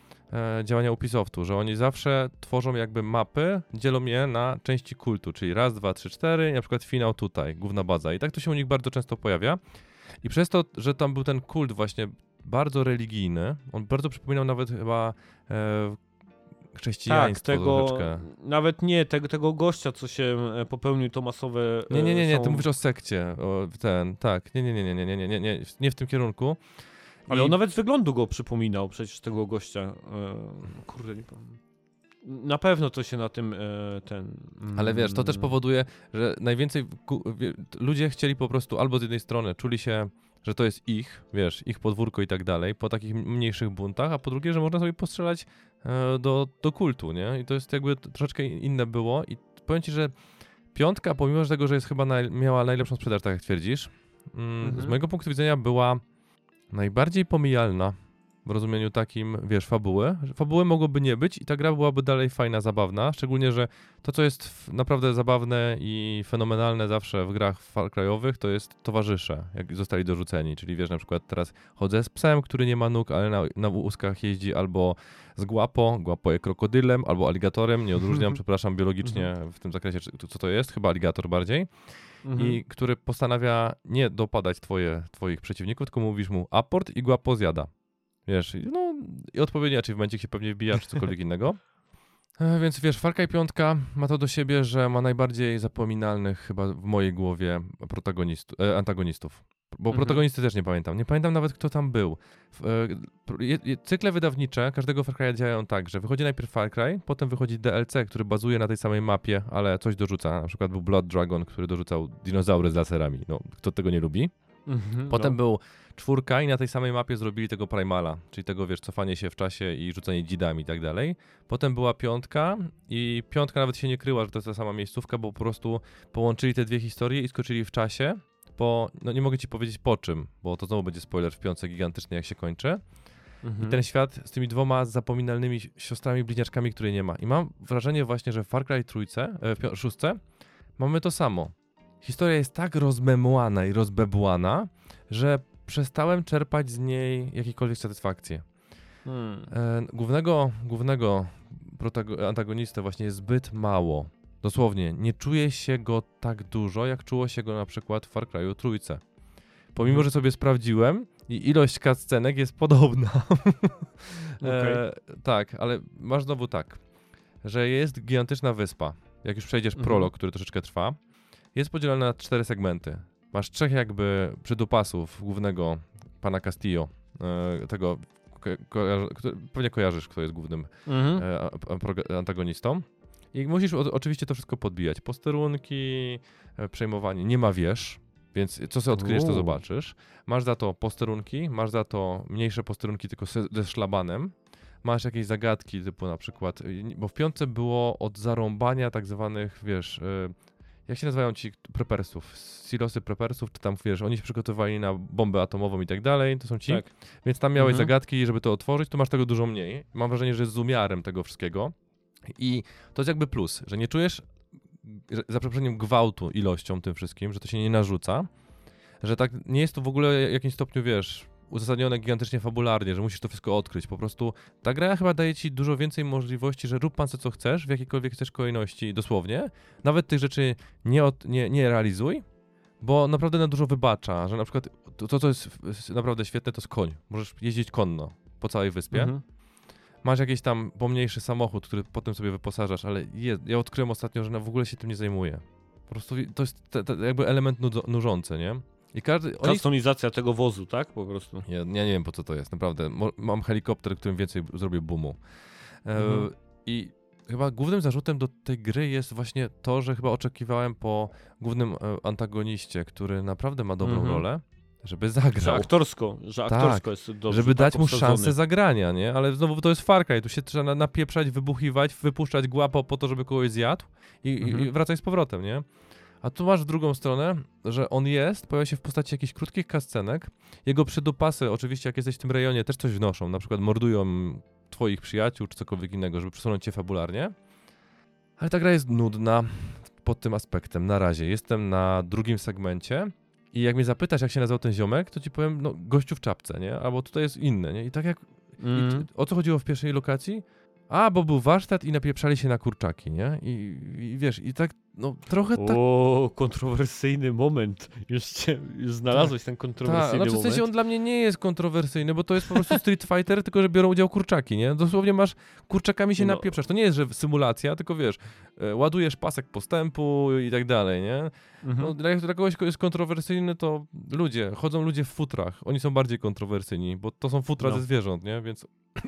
[SPEAKER 2] e, działania Ubisoftu, że oni zawsze tworzą jakby mapy, dzielą je na części kultu, czyli raz, dwa, trzy, cztery i na przykład finał tutaj, główna baza. I tak to się u nich bardzo często pojawia. I przez to, że tam był ten kult właśnie bardzo religijny, on bardzo przypominał nawet chyba e, chrześcijaństwo
[SPEAKER 1] tak, tego,
[SPEAKER 2] troszeczkę.
[SPEAKER 1] Nawet nie, tego, tego gościa, co się popełnił to masowe...
[SPEAKER 2] Nie, nie, nie, nie,
[SPEAKER 1] są...
[SPEAKER 2] ty mówisz o sekcie, o ten, tak, nie, nie, nie, nie, nie, nie, nie, nie, nie w tym kierunku.
[SPEAKER 1] Ale
[SPEAKER 2] I...
[SPEAKER 1] on nawet z wyglądu go przypominał, przecież tego gościa. E, kurde, nie pamiętam. Na pewno to się na tym e, ten... Mm,
[SPEAKER 2] Ale wiesz, to też powoduje, że najwięcej ludzie chcieli po prostu albo z jednej strony czuli się, że to jest ich, wiesz, ich podwórko i tak dalej, po takich mniejszych buntach, a po drugie, że można sobie postrzelać e, do, do kultu, nie? I to jest jakby troszeczkę inne było i powiem ci, że piątka, pomimo tego, że jest chyba naj, miała najlepszą sprzedaż, tak jak twierdzisz, mm, mhm. z mojego punktu widzenia była najbardziej pomijalna w rozumieniu takim, wiesz, fabuły. Fabuły mogłoby nie być i ta gra byłaby dalej fajna, zabawna, szczególnie, że to, co jest naprawdę zabawne i fenomenalne zawsze w grach Far Cry'owych, to jest towarzysze, jak zostali dorzuceni, czyli wiesz, na przykład teraz chodzę z psem, który nie ma nóg, ale na, na łuskach jeździ, albo z Guapo, Guapo jest krokodylem, albo aligatorem, nie odróżniam, przepraszam, biologicznie w tym zakresie, co to jest, chyba aligator bardziej. Mhm. I który postanawia nie dopadać twoje, twoich przeciwników, tylko mówisz mu aport i Guapo zjada. Wiesz, no i odpowiedni achievementik się pewnie wbija, czy cokolwiek innego. E, więc wiesz, Far Cry pięć ma to do siebie, że ma najbardziej zapominalnych chyba w mojej głowie protagonistów, e, antagonistów. Bo
[SPEAKER 1] Mhm.
[SPEAKER 2] protagonisty też nie pamiętam. Nie pamiętam nawet, kto tam był. W, e, je, je, cykle wydawnicze każdego Far Cry'a działają tak, że wychodzi najpierw Far Cry, potem wychodzi D L C, który bazuje na tej samej mapie, ale coś dorzuca. Na przykład był Blood Dragon, który dorzucał dinozaury z laserami. No, kto tego nie lubi?
[SPEAKER 1] Mhm,
[SPEAKER 2] Potem
[SPEAKER 1] no.
[SPEAKER 2] był czwórka i na tej samej mapie zrobili tego Primala, czyli tego, wiesz, cofanie się w czasie i rzucanie dzidami i tak dalej. Potem była piątka i piątka nawet się nie kryła, że to jest ta sama miejscówka, bo po prostu połączyli te dwie historie i skoczyli w czasie, po, no nie mogę ci powiedzieć po czym, bo to znowu będzie spoiler w piątce gigantyczny, jak się kończy.
[SPEAKER 1] Mhm.
[SPEAKER 2] I ten świat z tymi dwoma zapominalnymi siostrami bliźniaczkami, której nie ma. I mam wrażenie właśnie, że w Far Cry trójce, e, w pią- szóstce mamy to samo. Historia jest tak rozmemłana i rozbebłana, że przestałem czerpać z niej jakiekolwiek satysfakcję.
[SPEAKER 1] Hmm.
[SPEAKER 2] E, głównego głównego protago- antagonistę właśnie jest zbyt mało. Dosłownie, nie czuje się go tak dużo, jak czuło się go na przykład w Far Cry'u trójce. Pomimo,
[SPEAKER 1] Mhm.
[SPEAKER 2] że sobie sprawdziłem i ilość cutscenek jest podobna.
[SPEAKER 1] Okej.
[SPEAKER 2] e, tak, ale masz znowu tak, że jest gigantyczna wyspa. Jak już przejdziesz
[SPEAKER 1] Mhm.
[SPEAKER 2] prolog, który troszeczkę trwa, jest podzielona na cztery segmenty. Masz trzech jakby przydupasów głównego pana Castillo, e, tego, ko, ko, który, pewnie kojarzysz, kto jest głównym
[SPEAKER 1] Mhm.
[SPEAKER 2] e, a, a, proga- antagonistą. I musisz o, oczywiście to wszystko podbijać. Posterunki, e, przejmowanie. Nie ma wież, więc co sobie odkryjesz, to
[SPEAKER 1] Uuu.
[SPEAKER 2] zobaczysz. Masz za to posterunki, masz za to mniejsze posterunki tylko se, ze szlabanem. Masz jakieś zagadki typu na przykład, y, bo w piątce było od zarąbania tak zwanych, wiesz, y, jak się nazywają ci prepersów? Silosy prepersów, czy tam, wiesz, oni się przygotowali na bombę atomową i tak dalej, to są ci.
[SPEAKER 1] Tak.
[SPEAKER 2] Więc tam miałeś
[SPEAKER 1] Mhm.
[SPEAKER 2] zagadki, żeby to otworzyć, to masz tego dużo mniej. Mam wrażenie, że jest z umiarem tego wszystkiego. I to jest jakby plus, że nie czujesz, że, za przeproszeniem, gwałtu ilością tym wszystkim, że to się nie narzuca, że tak nie jest to w ogóle w jakimś stopniu, wiesz, uzasadnione gigantycznie fabularnie, że musisz to wszystko odkryć. Po prostu ta gra chyba daje ci dużo więcej możliwości, że rób pan co chcesz, w jakiejkolwiek chcesz kolejności, dosłownie. Nawet tych rzeczy nie, od, nie, nie realizuj, bo naprawdę na dużo wybacza, że na przykład to, to co jest naprawdę świetne, to jest koń. Możesz jeździć konno po całej wyspie.
[SPEAKER 1] Mhm.
[SPEAKER 2] Masz jakiś tam pomniejszy samochód, który potem sobie wyposażasz, ale je, ja odkryłem ostatnio, że na w ogóle się tym nie zajmuję. Po prostu to jest te, te jakby element nudzo, nużący, nie? I każdy... Oni...
[SPEAKER 1] Customizacja tego wozu, tak? Po prostu.
[SPEAKER 2] Ja, ja nie wiem, po co to jest, naprawdę. Mo, mam helikopter, którym więcej zrobię boomu. E,
[SPEAKER 1] Mhm.
[SPEAKER 2] I chyba głównym zarzutem do tej gry jest właśnie to, że chyba oczekiwałem po głównym e, antagoniście, który naprawdę ma dobrą
[SPEAKER 1] Mhm.
[SPEAKER 2] rolę, żeby
[SPEAKER 1] Że
[SPEAKER 2] zagrał.
[SPEAKER 1] aktorsko, że
[SPEAKER 2] Tak,
[SPEAKER 1] aktorsko jest dobrze
[SPEAKER 2] żeby
[SPEAKER 1] tak
[SPEAKER 2] dać mu
[SPEAKER 1] obsadzony.
[SPEAKER 2] szansę zagrania, nie? Ale znowu to jest Far Cry, tu się trzeba na- napieprzać, wybuchiwać, wypuszczać głapo po to, żeby kogoś zjadł i,
[SPEAKER 1] Mhm.
[SPEAKER 2] i wracać z powrotem, nie? A tu masz w drugą stronę, że on jest, pojawia się w postaci jakichś krótkich cutscenek, jego przydupasy oczywiście jak jesteś w tym rejonie też coś wnoszą, na przykład mordują twoich przyjaciół czy cokolwiek innego, żeby przesunąć cię fabularnie, ale ta gra jest nudna pod tym aspektem, na razie. Jestem na drugim segmencie i jak mnie zapytasz, jak się nazywał ten ziomek, to ci powiem, no gościu w czapce, nie? Albo tutaj jest inny, nie? I tak jak,
[SPEAKER 1] Mhm.
[SPEAKER 2] i, o co chodziło w pierwszej lokacji? A, bo był warsztat i napieprzali się na kurczaki, nie? I, i wiesz, i tak, no trochę tak.
[SPEAKER 1] O, kontrowersyjny moment. Już, cię, już znalazłeś ten
[SPEAKER 2] Tak,
[SPEAKER 1] kontrowersyjny
[SPEAKER 2] znaczy w
[SPEAKER 1] moment.
[SPEAKER 2] sensie on dla mnie nie jest kontrowersyjny, bo to jest po prostu Street Fighter, tylko że biorą udział kurczaki, nie? Dosłownie masz, kurczakami się
[SPEAKER 1] No.
[SPEAKER 2] napieprzasz. To nie jest, że symulacja, tylko wiesz, e, ładujesz pasek postępu i tak dalej, nie?
[SPEAKER 1] Mhm.
[SPEAKER 2] No, dla, jak dla kogoś kto jest kontrowersyjny, to ludzie, chodzą ludzie w futrach, oni są bardziej kontrowersyjni, bo to są futra
[SPEAKER 1] No.
[SPEAKER 2] ze zwierząt, nie? Więc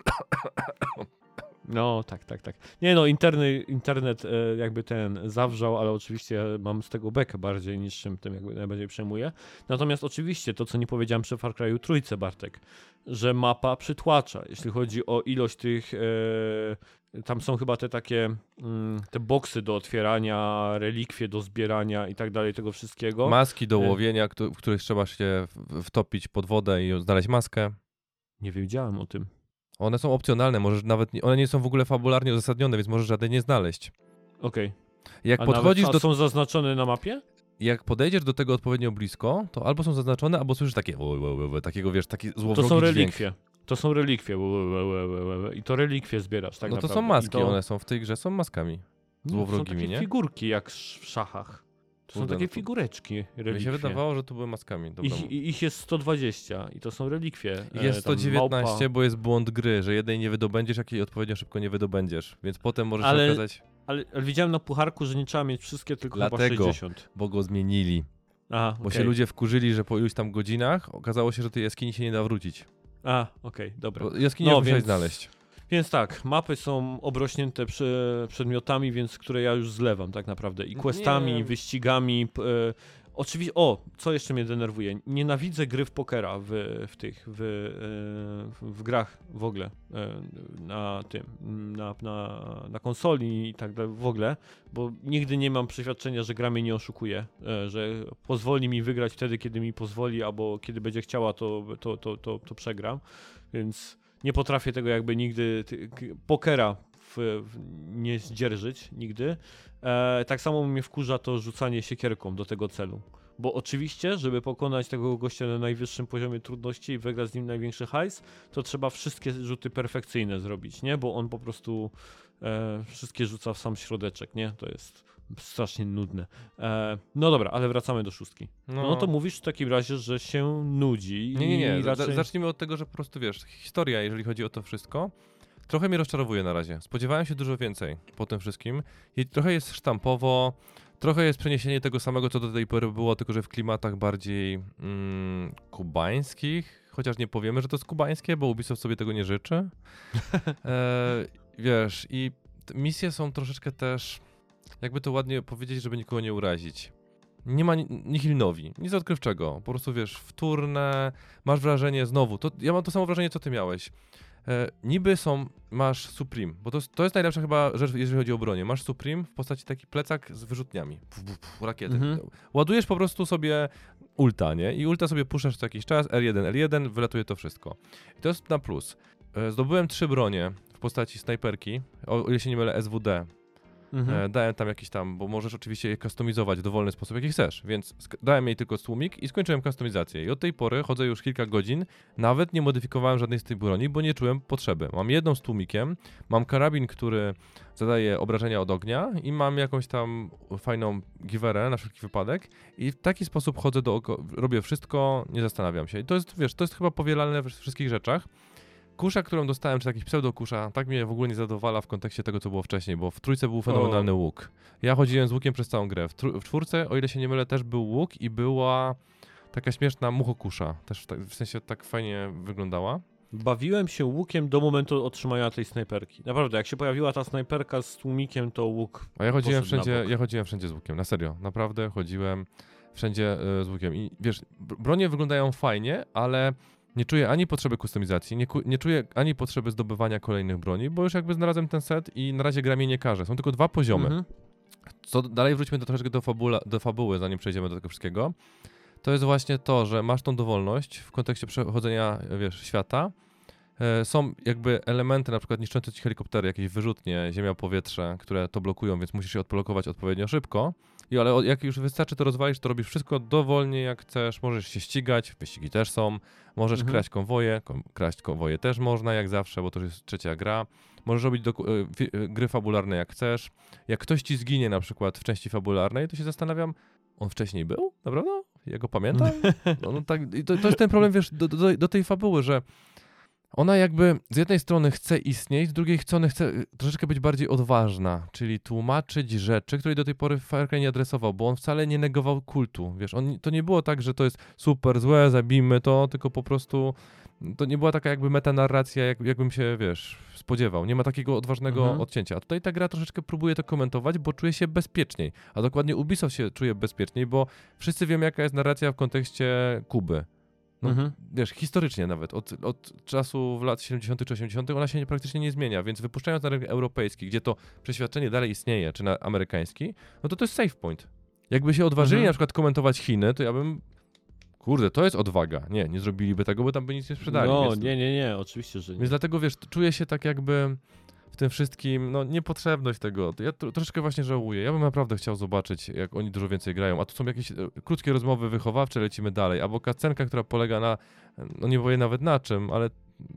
[SPEAKER 1] No, tak, tak, tak. Nie no, interny, internet e, jakby ten zawrzał, ale oczywiście mam z tego bekę bardziej niż czym tym jakby najbardziej przejmuję. Natomiast oczywiście to, co nie powiedziałem przy Far Cry'u trójce, Bartek, że mapa przytłacza, jeśli chodzi o ilość tych, e, tam są chyba te takie, mm, te boksy do otwierania, relikwie do zbierania i tak dalej, tego wszystkiego.
[SPEAKER 2] maski do
[SPEAKER 1] E.
[SPEAKER 2] łowienia, któ- w których trzeba się w- wtopić pod wodę i znaleźć maskę.
[SPEAKER 1] Nie wiedziałem o tym.
[SPEAKER 2] One są opcjonalne, możesz nawet, nie, one nie są w ogóle fabularnie uzasadnione, więc możesz żadnej nie znaleźć.
[SPEAKER 1] Okej.
[SPEAKER 2] Jak
[SPEAKER 1] A
[SPEAKER 2] podchodzisz
[SPEAKER 1] nawet, a
[SPEAKER 2] do...
[SPEAKER 1] są zaznaczone na mapie?
[SPEAKER 2] Jak podejdziesz do tego odpowiednio blisko, to albo są zaznaczone, albo słyszysz takie ue, ue, ue, takiego, wiesz, taki
[SPEAKER 1] To
[SPEAKER 2] złowrogi
[SPEAKER 1] są
[SPEAKER 2] dźwięk.
[SPEAKER 1] relikwie. To są relikwie. Ue, ue, ue, ue, ue. I to relikwie zbierasz, tak
[SPEAKER 2] No to
[SPEAKER 1] naprawdę.
[SPEAKER 2] są maski,
[SPEAKER 1] I to...
[SPEAKER 2] one są w tej grze, są maskami.
[SPEAKER 1] Nie,
[SPEAKER 2] złowrogimi,
[SPEAKER 1] są takie
[SPEAKER 2] nie?
[SPEAKER 1] figurki jak w szachach. To są
[SPEAKER 2] Kurde,
[SPEAKER 1] takie
[SPEAKER 2] no to-
[SPEAKER 1] figureczki, relikwie.
[SPEAKER 2] Mi się wydawało, że to były maskami. Dobra.
[SPEAKER 1] Ich, i- ich jest sto dwadzieścia i to są relikwie.
[SPEAKER 2] Ich
[SPEAKER 1] E,
[SPEAKER 2] jest
[SPEAKER 1] tam
[SPEAKER 2] sto dziewiętnaście,
[SPEAKER 1] małpa.
[SPEAKER 2] bo jest błąd gry, że jednej nie wydobędziesz, jak jej odpowiednio szybko nie wydobędziesz. Więc potem możesz
[SPEAKER 1] Ale-
[SPEAKER 2] się okazać,
[SPEAKER 1] Ale, ale widziałem na pucharku, że nie trzeba mieć wszystkie, tylko chyba
[SPEAKER 2] Dlatego.
[SPEAKER 1] sześćdziesiąt.
[SPEAKER 2] bo go zmienili.
[SPEAKER 1] Aha,
[SPEAKER 2] bo
[SPEAKER 1] okay.
[SPEAKER 2] się ludzie wkurzyli, że po iluś tam godzinach okazało się, że tej jaskini się nie da wrócić.
[SPEAKER 1] A, okej, okay, dobra.
[SPEAKER 2] Bo jaskini no, musiałeś znaleźć.
[SPEAKER 1] Więc tak, mapy są obrośnięte przy, przedmiotami, więc które ja już zlewam tak naprawdę. I questami, nie. wyścigami. P, e, oczywiście, o, co jeszcze mnie denerwuje. Nienawidzę gry w pokera w, w tych, w, e, w grach w ogóle. E, na tym, na, na, na konsoli i tak dalej w ogóle. Bo nigdy nie mam przeświadczenia, że gra mnie nie oszukuje. E, że pozwoli mi wygrać wtedy, kiedy mi pozwoli, albo kiedy będzie chciała, to, to, to, to, to przegram. Więc... Nie potrafię tego jakby nigdy, ty, pokera w, w, nie zdzierżyć nigdy. E, tak samo mnie wkurza to rzucanie siekierką do tego celu. Bo oczywiście, żeby pokonać tego gościa na najwyższym poziomie trudności i wygrać z nim największy hajs, to trzeba wszystkie rzuty perfekcyjne zrobić, nie? Bo on po prostu e, wszystkie rzuca w sam środeczek, nie? To jest strasznie nudne. E, no dobra, ale wracamy do szóstki. No. no to mówisz w takim razie, że się nudzi.
[SPEAKER 2] Nie, nie, nie.
[SPEAKER 1] Raczej...
[SPEAKER 2] Zacznijmy od tego, że po prostu wiesz, historia, jeżeli chodzi o to wszystko, trochę mnie rozczarowuje na razie. Spodziewałem się dużo więcej po tym wszystkim. I trochę jest sztampowo, trochę jest przeniesienie tego samego, co do tej pory było, tylko że w klimatach bardziej mm, kubańskich, chociaż nie powiemy, że to jest kubańskie, bo Ubisoft sobie tego nie życzy. E, wiesz, i misje są troszeczkę też... Jakby to ładnie powiedzieć, żeby nikogo nie urazić. Nie ma nihil nowi, nic odkrywczego. Po prostu wiesz, wtórne, masz wrażenie znowu, to, ja mam to samo wrażenie, co ty miałeś. E, niby są, masz Supreme, bo to, to jest najlepsza chyba rzecz, jeżeli chodzi o bronię. Masz Supreme w postaci taki plecak z wyrzutniami, puf, puf, puf, rakiety. Mhm. Ładujesz po prostu sobie ulta, nie? I ulta sobie puszasz co jakiś czas, R jeden, L jeden, wylatuje to wszystko. I to jest na plus. E, zdobyłem trzy bronie w postaci snajperki, o, o ile się nie mylę S W D. Mhm. E, dałem tam jakiś tam, bo możesz oczywiście je kustomizować w dowolny sposób, jaki chcesz, więc sk- dałem jej tylko tłumik i skończyłem kustomizację. I od tej pory chodzę już kilka godzin, nawet nie modyfikowałem żadnej z tych broni, bo nie czułem potrzeby. Mam jedną z tłumikiem, mam karabin, który zadaje obrażenia od ognia i mam jakąś tam fajną giwerę na wszelki wypadek i w taki sposób chodzę do oko- robię wszystko, nie zastanawiam się. I to jest, wiesz, to jest chyba powielalne we wszystkich rzeczach. Kusza, którą dostałem, czy jakiś pseudo-kusza, tak mnie w ogóle nie zadowala w kontekście tego, co było wcześniej, bo w trójce był fenomenalny o. łuk. Ja chodziłem z łukiem przez całą grę. W, tr- w czwórce, o ile się nie mylę, też był łuk i była taka śmieszna muchokusza. Też w, ta- w sensie tak fajnie wyglądała.
[SPEAKER 1] Bawiłem się łukiem do momentu otrzymania tej snajperki. Naprawdę, jak się pojawiła ta snajperka z tłumikiem, to łuk.
[SPEAKER 2] A ja chodziłem wszędzie, ja chodziłem wszędzie z łukiem, na serio. Naprawdę chodziłem wszędzie y, z łukiem. I wiesz, bronie wyglądają fajnie, ale... Nie czuję ani potrzeby kustomizacji, nie, ku, nie czuję ani potrzeby zdobywania kolejnych broni, bo już jakby znalazłem ten set i na razie gra mnie nie każe. Są tylko dwa poziomy. Mhm. Co dalej, wróćmy do, troszeczkę do, fabula, do fabuły, zanim przejdziemy do tego wszystkiego. To jest właśnie to, że masz tą dowolność w kontekście przechodzenia, wiesz, świata. E, są jakby elementy, na przykład niszczące ci helikoptery, jakieś wyrzutnie, ziemia, powietrze, które to blokują, więc musisz je odblokować odpowiednio szybko. I ale jak już wystarczy to rozwalisz, to robisz wszystko dowolnie jak chcesz, możesz się ścigać, wyścigi też są, możesz mhm. kraść konwoje, kom, kraść konwoje też można jak zawsze, bo to już jest trzecia gra. Możesz robić do, y, y, gry fabularne jak chcesz. Jak ktoś ci zginie na przykład w części fabularnej, to się zastanawiam, on wcześniej był? Naprawdę? Ja go pamiętam? No, no tak, to, to jest ten problem, wiesz, do, do, do tej fabuły, że ona jakby z jednej strony chce istnieć, z drugiej strony chce troszeczkę być bardziej odważna, czyli tłumaczyć rzeczy, której do tej pory Far Cry nie adresował, bo on wcale nie negował kultu, wiesz, on, to nie było tak, że to jest super złe, zabijmy to, tylko po prostu to nie była taka jakby metanarracja, jak, jakbym się, wiesz, spodziewał. Nie ma takiego odważnego mhm. odcięcia. A tutaj ta gra troszeczkę próbuje to komentować, bo czuje się bezpieczniej, a dokładnie Ubisoft się czuje bezpieczniej, bo wszyscy wiemy, jaka jest narracja w kontekście Kuby. No, mhm. wiesz, historycznie nawet, od, od czasu w lat siedemdziesiątych czy osiemdziesiątych ona się nie, praktycznie nie zmienia, więc wypuszczając na rynek europejski, gdzie to przeświadczenie dalej istnieje, czy na amerykański, no to to jest save point. Jakby się odważyli mhm. na przykład komentować Chiny, to ja bym, kurde, to jest odwaga. Nie, nie zrobiliby tego, bo tam by nic nie sprzedali.
[SPEAKER 1] No,
[SPEAKER 2] więc,
[SPEAKER 1] nie, nie, nie, oczywiście, że nie.
[SPEAKER 2] Więc dlatego, wiesz, czuję się tak jakby w tym wszystkim, no niepotrzebność tego. Ja to, troszeczkę właśnie żałuję. Ja bym naprawdę chciał zobaczyć, jak oni dużo więcej grają. A tu są jakieś e, krótkie rozmowy wychowawcze, lecimy dalej. Albo cutscenka, która polega na, no nie powiem nawet na czym, ale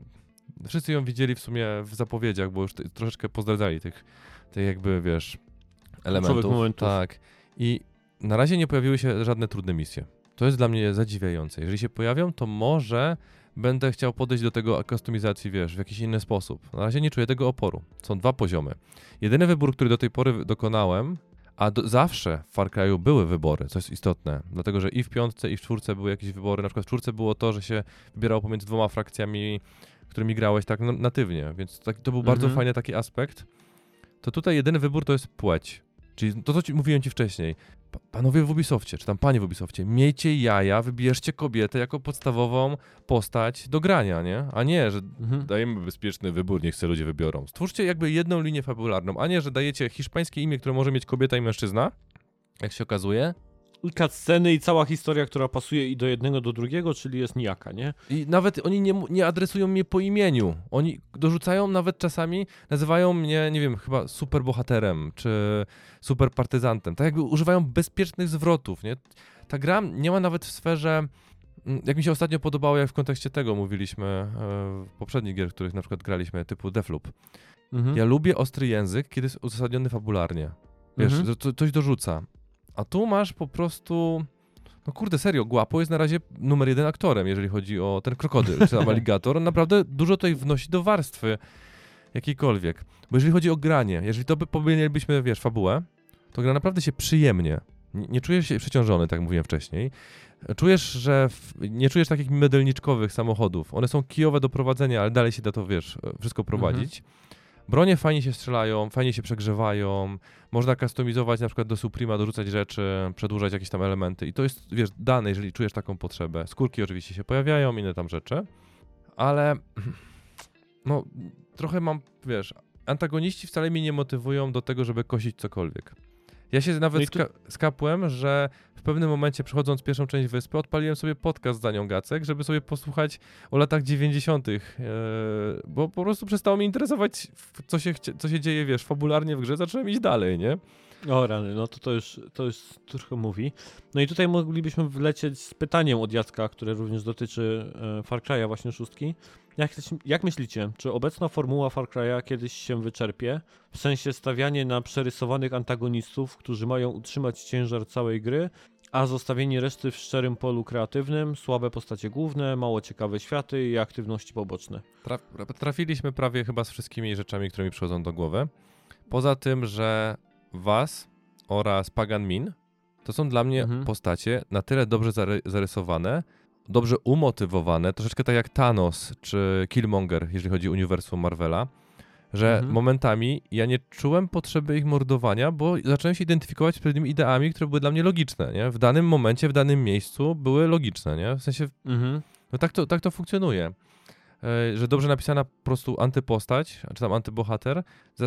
[SPEAKER 2] wszyscy ją widzieli w sumie w zapowiedziach, bo już te, troszeczkę pozdradzali tych, tych jakby, wiesz, elementów.
[SPEAKER 1] Momentów.
[SPEAKER 2] Tak. I na razie nie pojawiły się żadne trudne misje. To jest dla mnie zadziwiające. Jeżeli się pojawią, to może będę chciał podejść do tego kustomizacji, wiesz, w jakiś inny sposób. Na razie nie czuję tego oporu. Są dwa poziomy. Jedyny wybór, który do tej pory dokonałem, A do, zawsze w Far Cry'u były wybory, co jest istotne, dlatego że i w piątce, i w czwórce były jakieś wybory, na przykład w czwórce było to, że się wybierało pomiędzy dwoma frakcjami, którymi grałeś tak natywnie, więc tak, to był bardzo
[SPEAKER 1] Mhm.
[SPEAKER 2] fajny taki aspekt. To tutaj jedyny wybór to jest płeć, czyli to, co ci, mówiłem ci wcześniej. Pa, panowie w Ubisoftie, czy tam panie w Ubisoftie, miejcie jaja, wybierzcie kobietę jako podstawową postać do grania, nie? A nie, że
[SPEAKER 1] Mhm.
[SPEAKER 2] dajemy bezpieczny wybór, niech se ludzie wybiorą. Stwórzcie jakby jedną linię fabularną, a nie, że dajecie hiszpańskie imię, które może mieć kobieta i mężczyzna, jak się okazuje.
[SPEAKER 1] I cutsceny i cała historia, która pasuje i do jednego, do drugiego, czyli jest nijaka, nie?
[SPEAKER 2] I nawet oni nie, nie adresują mnie po imieniu. Oni dorzucają nawet czasami, nazywają mnie, nie wiem, chyba superbohaterem, czy superpartyzantem. Tak jakby używają bezpiecznych zwrotów, nie? Ta gra nie ma nawet w sferze, jak mi się ostatnio podobało, jak w kontekście tego mówiliśmy e, w poprzednich gier, w których na przykład graliśmy, typu Deathloop.
[SPEAKER 1] Mhm.
[SPEAKER 2] Ja lubię ostry język, kiedy jest uzasadniony fabularnie. Wiesz,
[SPEAKER 1] Mhm.
[SPEAKER 2] że to, coś dorzuca. A tu masz po prostu... No kurde, serio, Guapo jest na razie numer jeden aktorem, jeżeli chodzi o ten krokodyl, czy tam aligator. On naprawdę dużo tutaj wnosi do warstwy jakiejkolwiek. Bo jeżeli chodzi o granie, jeżeli to by pomielibyśmy, wiesz, fabułę, to gra naprawdę się przyjemnie. Nie, nie czujesz się przeciążony, tak jak mówiłem wcześniej. Czujesz, że w, nie czujesz takich mydelniczkowych samochodów. One są kijowe do prowadzenia, ale dalej się da to, wiesz, wszystko prowadzić. Mhm. Bronie fajnie się strzelają, fajnie się przegrzewają, można customizować na przykład do Suprema, dorzucać rzeczy, przedłużać jakieś tam elementy i to jest, wiesz, dane, jeżeli czujesz taką potrzebę. Skórki oczywiście się pojawiają, inne tam rzeczy, ale no trochę mam, wiesz, antagoniści wcale mnie nie motywują do tego, żeby kosić cokolwiek. Ja się nawet no tu... ska- skapłem, że w pewnym momencie, przechodząc pierwszą część wyspy, odpaliłem sobie podcast za nią Gacek, żeby sobie posłuchać o latach dziewięćdziesiątych, yy, bo po prostu przestało mnie interesować, co się, chci- co się dzieje, wiesz, fabularnie w grze, zacząłem iść dalej, nie?
[SPEAKER 1] O rany, no to to już, to już trochę mówi. No i tutaj moglibyśmy wlecieć z pytaniem od Jacka, które również dotyczy e, Far Cry'a właśnie szóstki. Jak, jak myślicie, czy obecna formuła Far Cry'a kiedyś się wyczerpie? W sensie stawianie na przerysowanych antagonistów, którzy mają utrzymać ciężar całej gry, a zostawienie reszty w szczerym polu kreatywnym, słabe postacie główne, mało ciekawe światy i aktywności poboczne.
[SPEAKER 2] Traf- trafiliśmy prawie chyba z wszystkimi rzeczami, które mi przychodzą do głowy. Poza tym, że Was oraz Pagan Min to są dla mnie mhm. postacie na tyle dobrze zary- zarysowane, dobrze umotywowane, troszeczkę tak jak Thanos czy Killmonger, jeżeli chodzi o uniwersum Marvela, że mhm. momentami ja nie czułem potrzeby ich mordowania, bo zacząłem się identyfikować z pewnymi ideami, które były dla mnie logiczne, nie? W danym momencie, w danym miejscu były logiczne, nie? W sensie, mhm. no tak to, tak to funkcjonuje. Że dobrze napisana po prostu antypostać, czy tam antybohater,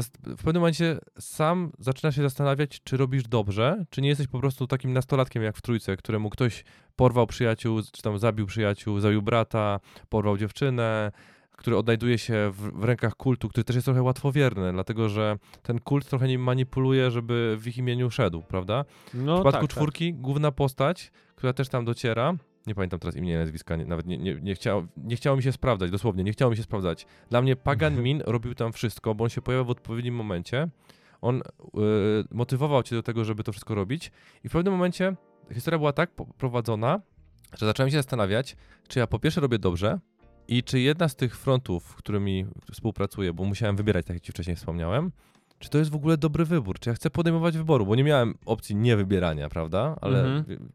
[SPEAKER 2] w pewnym momencie sam zaczyna się zastanawiać, czy robisz dobrze, czy nie jesteś po prostu takim nastolatkiem jak w Trójce, któremu ktoś porwał przyjaciół, czy tam zabił przyjaciół, zabił brata, porwał dziewczynę, który odnajduje się w, w rękach kultu, który też jest trochę łatwowierny, dlatego że ten kult trochę nim manipuluje, żeby w ich imieniu szedł, prawda?
[SPEAKER 1] No,
[SPEAKER 2] w przypadku
[SPEAKER 1] tak,
[SPEAKER 2] czwórki
[SPEAKER 1] tak.
[SPEAKER 2] główna postać, która też tam dociera, nie pamiętam teraz imienia i nazwiska, nie, nawet nie, nie, nie, chciało, nie chciało mi się sprawdzać, dosłownie, nie chciało mi się sprawdzać. Dla mnie Pagan Min robił tam wszystko, bo on się pojawiał w odpowiednim momencie, on yy, motywował cię do tego, żeby to wszystko robić i w pewnym momencie historia była tak prowadzona, że zacząłem się zastanawiać, czy ja po pierwsze robię dobrze i czy jedna z tych frontów, z którymi współpracuję, bo musiałem wybierać, tak jak ci wcześniej wspomniałem, czy to jest w ogóle dobry wybór, czy ja chcę podejmować wyboru, bo nie miałem opcji niewybierania, prawda, ale... Mhm.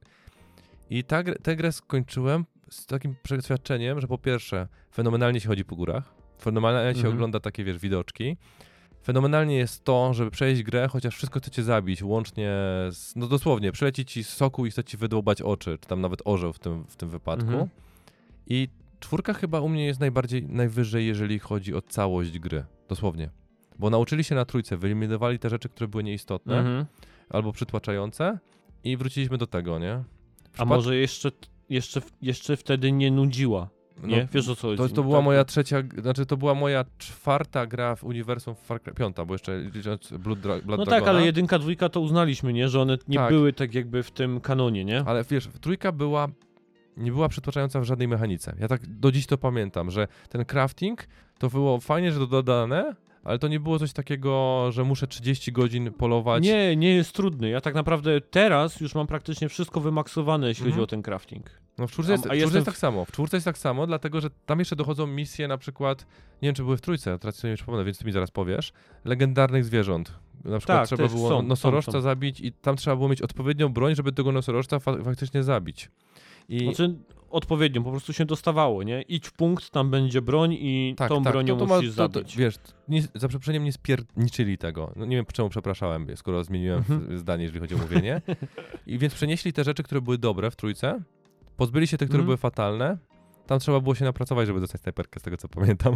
[SPEAKER 2] I ta, tę grę skończyłem z takim przeświadczeniem, że po pierwsze fenomenalnie się chodzi po górach, fenomenalnie się mhm. ogląda takie, wiesz, widoczki. Fenomenalnie jest to, żeby przejść grę, chociaż wszystko chce cię zabić, łącznie z, no dosłownie, przyleci ci z soku i chce ci wydłubać oczy, czy tam nawet orzeł w tym, w tym wypadku. Mhm. I czwórka chyba u mnie jest najbardziej, najwyżej, jeżeli chodzi o całość gry, dosłownie. Bo nauczyli się na Trójce, wyeliminowali te rzeczy, które były nieistotne mhm. albo przytłaczające i wróciliśmy do tego, nie?
[SPEAKER 1] A może jeszcze, jeszcze, jeszcze wtedy nie nudziła, nie? No, wiesz o co chodzi?
[SPEAKER 2] To, to była tak? moja trzecia, znaczy to była moja czwarta gra w uniwersum Far Cry, piąta, bo jeszcze Blood, Dra- Blood
[SPEAKER 1] No
[SPEAKER 2] Dragona.
[SPEAKER 1] tak, ale jedynka, dwójka to uznaliśmy, nie? Że one nie tak. były tak jakby w tym kanonie, nie?
[SPEAKER 2] Ale wiesz, trójka była, nie była przytłaczająca w żadnej mechanice. Ja tak do dziś to pamiętam, że ten crafting to było fajnie, że to dodane, ale to nie było coś takiego, że muszę trzydzieści godzin polować.
[SPEAKER 1] Nie, nie jest trudny. Ja tak naprawdę teraz już mam praktycznie wszystko wymaksowane, jeśli
[SPEAKER 2] Mhm.
[SPEAKER 1] chodzi o ten crafting.
[SPEAKER 2] No w czwórce jest,
[SPEAKER 1] A- a
[SPEAKER 2] w czwórce
[SPEAKER 1] jestem
[SPEAKER 2] jest
[SPEAKER 1] w-
[SPEAKER 2] tak samo. W czwórce jest tak samo, dlatego że tam jeszcze dochodzą misje na przykład, nie wiem czy były w trójce, teraz sobie nie przypomnę, więc ty mi zaraz powiesz, legendarnych zwierząt. Na przykład
[SPEAKER 1] Tak,
[SPEAKER 2] trzeba
[SPEAKER 1] też
[SPEAKER 2] było
[SPEAKER 1] są,
[SPEAKER 2] nosorożca
[SPEAKER 1] są, są.
[SPEAKER 2] zabić i tam trzeba było mieć odpowiednią broń, żeby tego nosorożca fa- faktycznie zabić. I
[SPEAKER 1] Znaczy odpowiednio, po prostu się dostawało, nie? Idź w punkt, tam będzie broń i
[SPEAKER 2] tak,
[SPEAKER 1] tą
[SPEAKER 2] tak,
[SPEAKER 1] bronią
[SPEAKER 2] to, to
[SPEAKER 1] musisz
[SPEAKER 2] ma, to, to,
[SPEAKER 1] zabić.
[SPEAKER 2] wiesz, nie, za przeproszeniem nie spierniczyli tego. No nie wiem czemu przepraszałem, skoro zmieniłem
[SPEAKER 1] Mhm.
[SPEAKER 2] zdanie, jeżeli chodzi o mówienie. I więc przenieśli te rzeczy, które były dobre w trójce, pozbyli się tych, które
[SPEAKER 1] Mhm.
[SPEAKER 2] były fatalne. Tam trzeba było się napracować, żeby dostać snajperkę, z tego co pamiętam.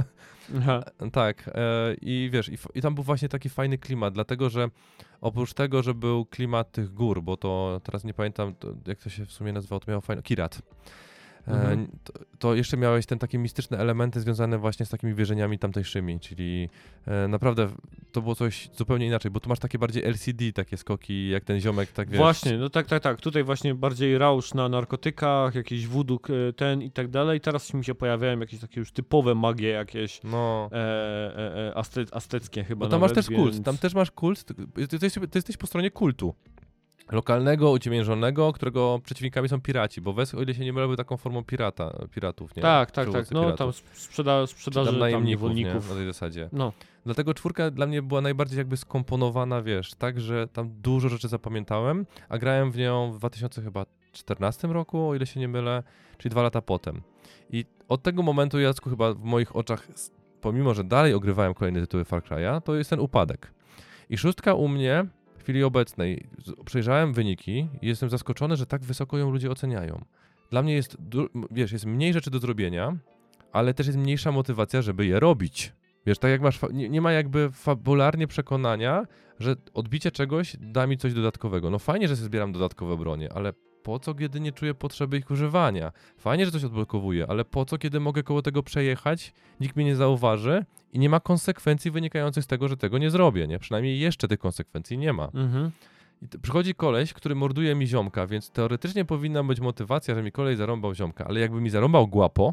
[SPEAKER 1] Aha.
[SPEAKER 2] Tak, e, i wiesz, i, f- i tam był właśnie taki fajny klimat, dlatego że oprócz tego, że był klimat tych gór, bo to teraz nie pamiętam, to, jak to się w sumie nazywało, to miało fajno, Kirat. E,
[SPEAKER 1] Mhm.
[SPEAKER 2] to, to jeszcze miałeś ten takie mistyczne elementy związane właśnie z takimi wierzeniami tamtejszymi, czyli e, naprawdę to było coś zupełnie inaczej, bo tu masz takie bardziej L C D, takie skoki, jak ten ziomek, tak wiesz.
[SPEAKER 1] Właśnie, no tak, tak, tak. Tutaj właśnie bardziej rausz na narkotykach, jakiś wóduk ten i tak dalej. Teraz mi się pojawiają jakieś takie już typowe magie, jakieś
[SPEAKER 2] No.
[SPEAKER 1] e, e, e, aste, asteckie chyba
[SPEAKER 2] Bo tam
[SPEAKER 1] nawet,
[SPEAKER 2] masz też kult,
[SPEAKER 1] więc...
[SPEAKER 2] tam też masz kult, ty, ty, ty, jesteś- ty jesteś po stronie kultu. Lokalnego, uciemiężonego, którego przeciwnikami są piraci, bo Wes, o ile się nie mylę, był taką formą pirata, piratów, nie?
[SPEAKER 1] Tak, tak, tak.
[SPEAKER 2] Przywódcy
[SPEAKER 1] No
[SPEAKER 2] piratów.
[SPEAKER 1] tam sprzeda,
[SPEAKER 2] Czy
[SPEAKER 1] sprzedaży
[SPEAKER 2] tam
[SPEAKER 1] tam
[SPEAKER 2] najemników, nie?
[SPEAKER 1] niewolników.
[SPEAKER 2] Na tej zasadzie.
[SPEAKER 1] No.
[SPEAKER 2] Dlatego czwórka dla mnie była najbardziej jakby skomponowana, wiesz, tak, że tam dużo rzeczy zapamiętałem, a grałem w nią w dwa tysiące czternastym roku, o ile się nie mylę, czyli dwa lata potem. I od tego momentu, Jacku, chyba w moich oczach, s- pomimo, że dalej ogrywałem kolejne tytuły Far Cry'a, to jest ten upadek. I szóstka u mnie w chwili obecnej, z- przejrzałem wyniki i jestem zaskoczony, że tak wysoko ją ludzie oceniają. Dla mnie jest, du- m- wiesz, jest mniej rzeczy do zrobienia, ale też jest mniejsza motywacja, żeby je robić. Wiesz, tak jak masz, fa- nie, nie ma jakby fabularnie przekonania, że odbicie czegoś da mi coś dodatkowego. No fajnie, że sobie zbieram dodatkowe bronie, ale po co, kiedy nie czuję potrzeby ich używania? Fajnie, że coś odblokowuję, ale po co, kiedy mogę koło tego przejechać, nikt mnie nie zauważy i nie ma konsekwencji wynikających z tego, że tego nie zrobię, nie? Przynajmniej jeszcze tych konsekwencji nie ma.
[SPEAKER 1] Mhm.
[SPEAKER 2] I t- przychodzi koleś, który morduje mi ziomka, więc teoretycznie powinna być motywacja, że mi koleś zarąbał ziomka, ale jakby mi zarąbał guapo,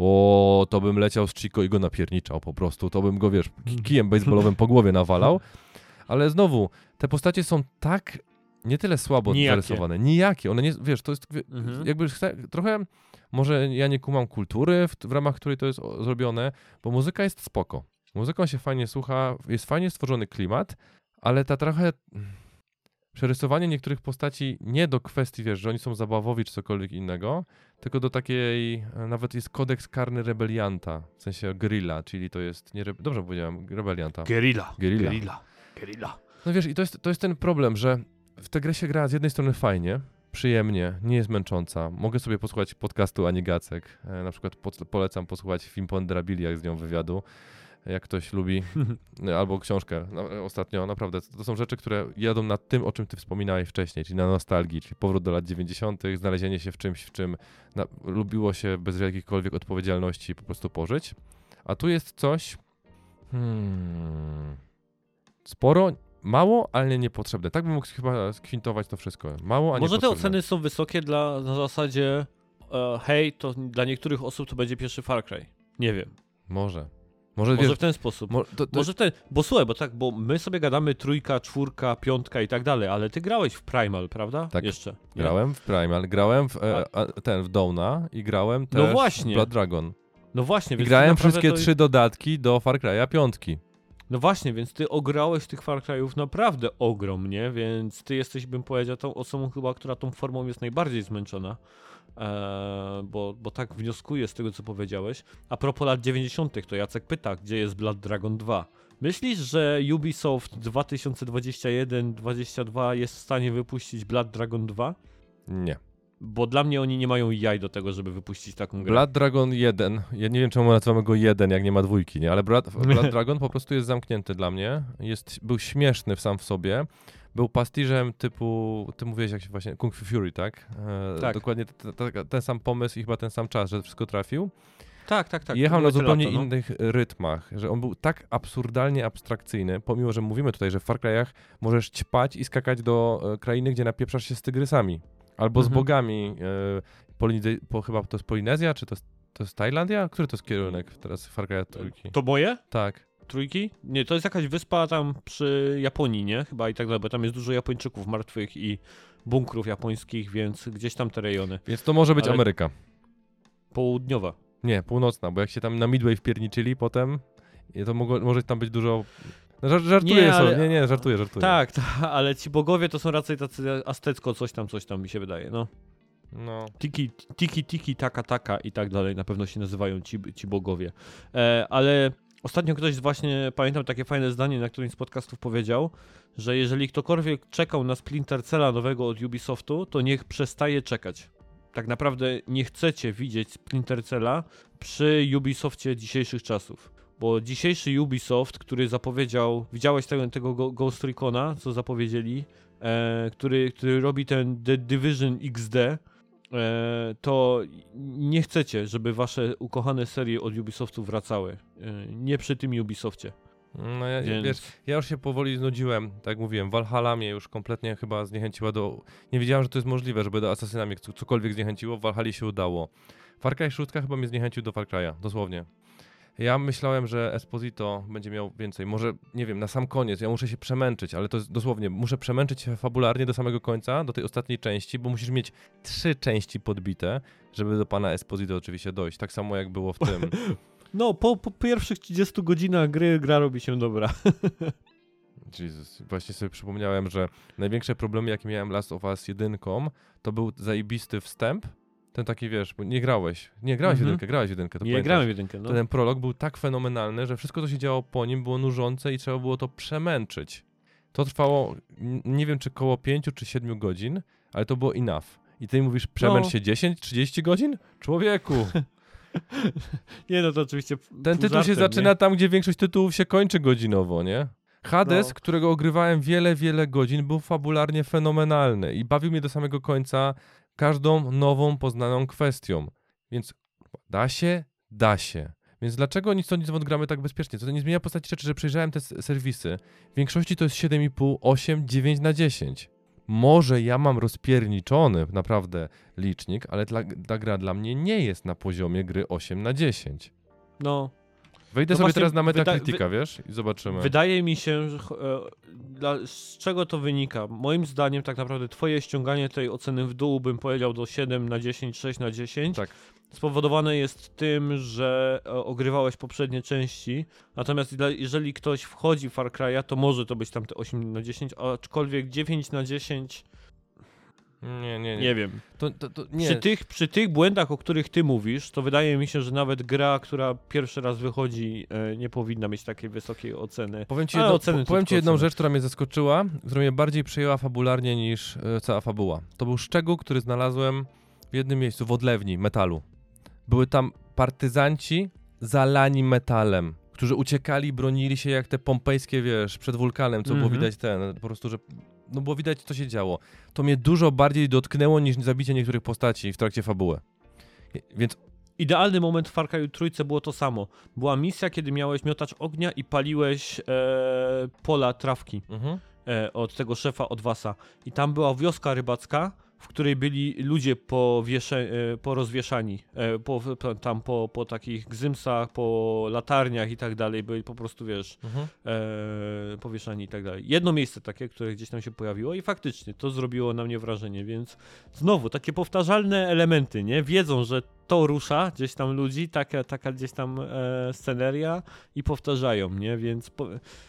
[SPEAKER 2] o, to bym leciał z Chico i go napierniczał po prostu, to bym go, wiesz, ki- kijem baseballowym po głowie nawalał, ale znowu, te postacie są tak nie tyle słabo
[SPEAKER 1] Nijakie.
[SPEAKER 2] zarysowane, nijakie, one nie, wiesz, to jest wie-
[SPEAKER 1] Mhm.
[SPEAKER 2] jakby chce, trochę, może ja nie kumam kultury, w, w ramach której to jest o, zrobione, bo muzyka jest spoko, muzyką się fajnie słucha, jest fajnie stworzony klimat, ale ta trochę przerysowanie niektórych postaci nie do kwestii, wiesz, że oni są zabawowi czy cokolwiek innego, tylko do takiej, e, nawet jest kodeks karny rebelianta, w sensie grilla, czyli to jest, nie, re, dobrze powiedziałem, rebelianta.
[SPEAKER 1] Gerilla.
[SPEAKER 2] Gerilla.
[SPEAKER 1] Gerilla. Gerilla.
[SPEAKER 2] No wiesz, i to jest, to jest ten problem, że w tę grę się gra z jednej strony fajnie, przyjemnie, nie jest męcząca. Mogę sobie posłuchać podcastu Ani Gacek, e, na przykład po, polecam posłuchać film Ponderabiliach z nią wywiadu, jak ktoś lubi, albo książkę no, ostatnio, naprawdę. To są rzeczy, które jadą nad tym, o czym ty wspominałeś wcześniej, czyli na nostalgii, czyli powrót do lat dziewięćdziesiątych, znalezienie się w czymś, w czym na, lubiło się bez jakiejkolwiek odpowiedzialności po prostu pożyć. A tu jest coś hmm, sporo, mało, ale niepotrzebne. Tak bym mógł chyba skwintować to wszystko. Mało, a
[SPEAKER 1] Może te
[SPEAKER 2] niepotrzebne.
[SPEAKER 1] oceny są wysokie dla, na zasadzie e, hej, to dla niektórych osób to będzie pierwszy Far Cry. Nie wiem.
[SPEAKER 2] Może. Może,
[SPEAKER 1] Może
[SPEAKER 2] wiesz,
[SPEAKER 1] w ten sposób.
[SPEAKER 2] mo, to, to,
[SPEAKER 1] Może w ten, bo słuchaj, bo tak, bo my sobie gadamy trójka, czwórka, piątka i tak dalej, ale ty grałeś w Primal, prawda?
[SPEAKER 2] Tak.
[SPEAKER 1] Jeszcze. nie?
[SPEAKER 2] grałem w Primal, grałem w, e, a, ten, w Dawna i grałem też
[SPEAKER 1] No właśnie.
[SPEAKER 2] w Blood Dragon.
[SPEAKER 1] No właśnie,
[SPEAKER 2] I
[SPEAKER 1] więc
[SPEAKER 2] grałem
[SPEAKER 1] ty naprawdę
[SPEAKER 2] wszystkie
[SPEAKER 1] to...
[SPEAKER 2] trzy dodatki do Far Cry'a piątki.
[SPEAKER 1] No właśnie, więc ty ograłeś tych Far Cry'ów naprawdę ogrom, nie? Więc ty jesteś, bym powiedział, tą osobą chyba, która tą formą jest najbardziej zmęczona. Eee, bo, bo tak wnioskuję z tego, co powiedziałeś. A propos lat dziewięćdziesiątych, to Jacek pyta, gdzie jest Blood Dragon dwa? Myślisz, że Ubisoft dwa tysiące dwudziesty pierwszy dwudziesty drugi jest w stanie wypuścić Blood Dragon dwa?
[SPEAKER 2] Nie.
[SPEAKER 1] Bo dla mnie oni nie mają jaj do tego, żeby wypuścić taką grę.
[SPEAKER 2] Blood Dragon jeden, ja nie wiem czemu nazywamy go jeden, jak nie ma dwójki, nie? Ale Blood, Blood Dragon po prostu jest zamknięty dla mnie. Jest, był śmieszny w sam w sobie. Był pastiżem typu, ty mówiłeś jak się właśnie, Kung Fu Fury, tak? E,
[SPEAKER 1] Tak.
[SPEAKER 2] Dokładnie t, t, ten sam pomysł i chyba ten sam czas, że wszystko trafił.
[SPEAKER 1] Tak, tak, tak.
[SPEAKER 2] I jechał
[SPEAKER 1] to
[SPEAKER 2] na
[SPEAKER 1] były te
[SPEAKER 2] zupełnie
[SPEAKER 1] lata, no.
[SPEAKER 2] innych rytmach, że on był tak absurdalnie abstrakcyjny, pomimo, że mówimy tutaj, że w Far Cry'ach możesz ćpać i skakać do e, krainy, gdzie napieprzasz się z tygrysami. Albo
[SPEAKER 1] Mhm.
[SPEAKER 2] z bogami. E, Polinize- po, chyba to jest Polinezja, czy to jest, to jest Tajlandia? Który to jest kierunek teraz Far Cry'a trójki?
[SPEAKER 1] To moje?
[SPEAKER 2] Tak.
[SPEAKER 1] trójki? Nie, to jest jakaś wyspa tam przy Japonii, nie? Chyba i tak dalej, bo tam jest dużo Japończyków martwych i bunkrów japońskich, więc gdzieś tam te rejony.
[SPEAKER 2] Więc to może być
[SPEAKER 1] Ale...
[SPEAKER 2] Ameryka.
[SPEAKER 1] Południowa.
[SPEAKER 2] Nie, północna, bo jak się tam na Midway wpierniczyli potem, to mogło, może tam być dużo... No, żart, żartuję
[SPEAKER 1] nie,
[SPEAKER 2] sobie,
[SPEAKER 1] ale...
[SPEAKER 2] nie, nie, żartuję, żartuję.
[SPEAKER 1] Tak, ta, ale ci bogowie to są raczej tacy aztecko, coś tam, coś tam mi się wydaje, no.
[SPEAKER 2] No.
[SPEAKER 1] Tiki, tiki, tiki, taka, taka i tak dalej, na pewno się nazywają ci, ci bogowie. E, ale ostatnio ktoś właśnie, pamiętam takie fajne zdanie, na którymś z podcastów powiedział, że jeżeli ktokolwiek czekał na Splinter Cella nowego od Ubisoftu, to niech przestaje czekać. Tak naprawdę nie chcecie widzieć Splinter Cella przy Ubisoftie dzisiejszych czasów. Bo dzisiejszy Ubisoft, który zapowiedział, widziałeś tego, tego Ghost Recona, co zapowiedzieli, e, który, który robi ten The Division X D, e, to nie chcecie, żeby wasze ukochane serie od Ubisoftu wracały. E, nie przy tym Ubisoftie.
[SPEAKER 2] No ja,
[SPEAKER 1] Więc...
[SPEAKER 2] wiesz, ja już się powoli znudziłem, tak jak mówiłem, Valhalla mnie już kompletnie chyba zniechęciła do... Nie wiedziałem, że to jest możliwe, żeby do Assassina mnie cokolwiek zniechęciło, w Valhalli się udało. Far Cry szóstka chyba mnie zniechęcił do Far Cry'a, dosłownie. Ja myślałem, że Esposito będzie miał więcej, może, nie wiem, na sam koniec, ja muszę się przemęczyć, ale to jest dosłownie, muszę przemęczyć się fabularnie do samego końca, do tej ostatniej części, bo musisz mieć trzy części podbite, żeby do pana Esposito oczywiście dojść, tak samo jak było w tym...
[SPEAKER 1] No, po, po pierwszych trzydziestu godzinach gry gra robi się dobra.
[SPEAKER 2] Jezus, właśnie sobie przypomniałem, że największe problemy, jakie miałem Last of Us jeden, to był zajebisty wstęp. Ten taki, wiesz, bo nie grałeś. Nie, grałeś w
[SPEAKER 1] Mhm.
[SPEAKER 2] jedynkę, grałeś w jedynkę. To
[SPEAKER 1] Nie
[SPEAKER 2] pamiętasz.
[SPEAKER 1] grałem w jedynkę, no.
[SPEAKER 2] Ten prolog był tak fenomenalny, że wszystko, co się działo po nim, było nużące i trzeba było to przemęczyć. To trwało, n- nie wiem, czy koło pięciu czy siedmiu godzin, ale to było enough. I ty mówisz, przemęcz
[SPEAKER 1] No.
[SPEAKER 2] się dziesięć trzydzieści godzin? Człowieku!
[SPEAKER 1] Nie, no to oczywiście...
[SPEAKER 2] Ten tytuł
[SPEAKER 1] żartem,
[SPEAKER 2] się zaczyna
[SPEAKER 1] nie?
[SPEAKER 2] tam, gdzie większość tytułów się kończy godzinowo, nie? Hades,
[SPEAKER 1] No.
[SPEAKER 2] którego ogrywałem wiele, wiele godzin, był fabularnie fenomenalny i bawił mnie do samego końca każdą nową, poznaną kwestią. Więc da się? Da się. Więc dlaczego nic to nic gramy tak bezpiecznie? To nie zmienia postaci rzeczy, że przejrzałem te s- serwisy. W większości to jest siedem i pół, osiem, dziewięć na dziesięć. Może ja mam rozpierniczony naprawdę licznik, ale ta, ta gra dla mnie nie jest na poziomie gry osiem na dziesięć.
[SPEAKER 1] No.
[SPEAKER 2] Wejdę
[SPEAKER 1] No
[SPEAKER 2] sobie
[SPEAKER 1] właśnie,
[SPEAKER 2] teraz na
[SPEAKER 1] wyda-
[SPEAKER 2] Metacritica, wiesz? I zobaczymy.
[SPEAKER 1] Wydaje mi się, że e, dla, z czego to wynika? Moim zdaniem tak naprawdę twoje ściąganie tej oceny w dół, bym powiedział do siedem na dziesięć, sześć na dziesięć,
[SPEAKER 2] Tak.
[SPEAKER 1] spowodowane jest tym, że e, ogrywałeś poprzednie części, natomiast dla- jeżeli ktoś wchodzi w Far Cry'a, to może to być tam te osiem na dziesięć, aczkolwiek dziewięć na dziesięć,
[SPEAKER 2] Nie, nie, nie.
[SPEAKER 1] nie wiem.
[SPEAKER 2] To, to, to, nie.
[SPEAKER 1] Przy tych, przy tych błędach, o których ty mówisz, to wydaje mi się, że nawet gra, która pierwszy raz wychodzi, e, nie powinna mieć takiej wysokiej oceny.
[SPEAKER 2] Powiem ci,
[SPEAKER 1] Ale
[SPEAKER 2] jedno,
[SPEAKER 1] oceny
[SPEAKER 2] po,
[SPEAKER 1] to
[SPEAKER 2] powiem
[SPEAKER 1] tylko
[SPEAKER 2] ci jedną
[SPEAKER 1] oceny.
[SPEAKER 2] rzecz, która mnie zaskoczyła, która mnie bardziej przejęła fabularnie niż e, cała fabuła. To był szczegół, który znalazłem w jednym miejscu, w odlewni metalu. Były tam partyzanci zalani metalem, którzy uciekali, bronili się jak te pompejskie, wiesz, przed wulkanem, co było
[SPEAKER 1] Mhm.
[SPEAKER 2] widać ten, po prostu, że no było widać, co się działo. To mnie dużo bardziej dotknęło niż zabicie niektórych postaci w trakcie fabuły. Więc
[SPEAKER 1] Idealny moment w Far Cry trójce było to samo. Była misja, kiedy miałeś miotacz ognia i paliłeś e, pola trawki
[SPEAKER 2] mhm.
[SPEAKER 1] e, od tego szefa, od Wasa. I tam była wioska rybacka, w której byli ludzie powiesze, e, porozwieszani. E, po, po, tam po, po takich gzymsach, po latarniach i tak dalej. Byli po prostu, wiesz,
[SPEAKER 2] Mhm.
[SPEAKER 1] e, powieszani i tak dalej. Jedno miejsce takie, które gdzieś tam się pojawiło i faktycznie to zrobiło na mnie wrażenie, więc znowu takie powtarzalne elementy, nie? Wiedzą, że to rusza gdzieś tam ludzi, taka, taka gdzieś tam e, sceneria i powtarzają, nie? Więc po,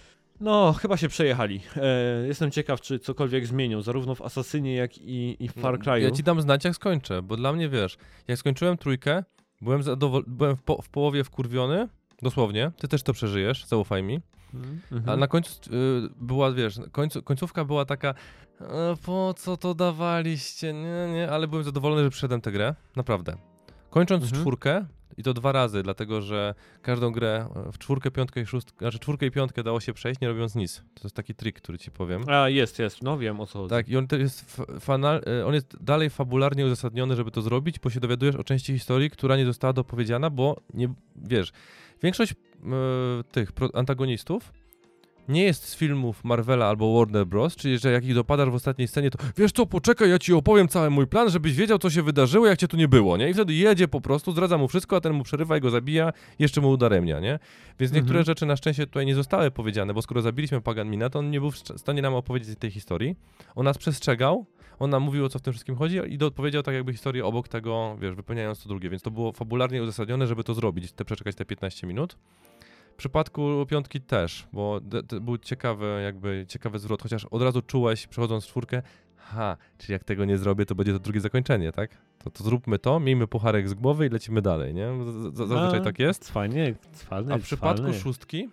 [SPEAKER 1] no, chyba się przejechali. E, jestem ciekaw, czy cokolwiek zmienią, zarówno w Assassinie, jak i, i w Far Cry'u.
[SPEAKER 2] Ja ci dam znać, jak skończę, bo dla mnie, wiesz, jak skończyłem trójkę, byłem, zadowol- byłem w, po- w połowie wkurwiony, dosłownie, ty też to przeżyjesz, zaufaj mi,
[SPEAKER 1] Mhm.
[SPEAKER 2] a na końcu y, była, wiesz, końcu, końcówka była taka, e, po co to dawaliście, nie, nie, ale byłem zadowolony, że przeszedłem tę grę, naprawdę. Kończąc
[SPEAKER 1] Mhm.
[SPEAKER 2] czwórkę, i to dwa razy, dlatego że każdą grę w czwórkę, piątkę i szóstkę, znaczy czwórkę i piątkę dało się przejść, nie robiąc nic. To jest taki trik, który ci powiem.
[SPEAKER 1] A, jest, jest, no wiem o co chodzi.
[SPEAKER 2] Tak, i on to jest f- fanal, y, on jest dalej fabularnie uzasadniony, żeby to zrobić, bo się dowiadujesz o części historii, która nie została dopowiedziana, bo nie, wiesz, większość y, tych pro- antagonistów nie jest z filmów Marvela albo Warner Bros., czyli że jak ich dopadasz w ostatniej scenie, to wiesz co, poczekaj, ja ci opowiem cały mój plan, żebyś wiedział, co się wydarzyło, jak cię tu nie było, nie? I wtedy jedzie po prostu, zdradza mu wszystko, a ten mu przerywa i go zabija, jeszcze mu udaremnia, nie? Więc niektóre
[SPEAKER 1] Mhm.
[SPEAKER 2] rzeczy na szczęście tutaj nie zostały powiedziane, bo skoro zabiliśmy Paganmina, to on nie był w stanie nam opowiedzieć tej historii. On nas przestrzegał, on nam mówił, o co w tym wszystkim chodzi i dopowiedział tak jakby historię obok tego, wiesz, wypełniając to drugie, więc to było fabularnie uzasadnione, żeby to zrobić, te przeczekać te piętnaście minut. W przypadku piątki też, bo de, de, był ciekawy, jakby ciekawy zwrot, chociaż od razu czułeś, przechodząc w czwórkę, ha, czyli jak tego nie zrobię, to będzie to drugie zakończenie, tak? To, to zróbmy to, miejmy pucharek z głowy i lecimy dalej, nie? Z, z, zazwyczaj
[SPEAKER 1] A,
[SPEAKER 2] tak jest.
[SPEAKER 1] Cwalnie, cwalny,
[SPEAKER 2] A w przypadku
[SPEAKER 1] cwalny.
[SPEAKER 2] szóstki,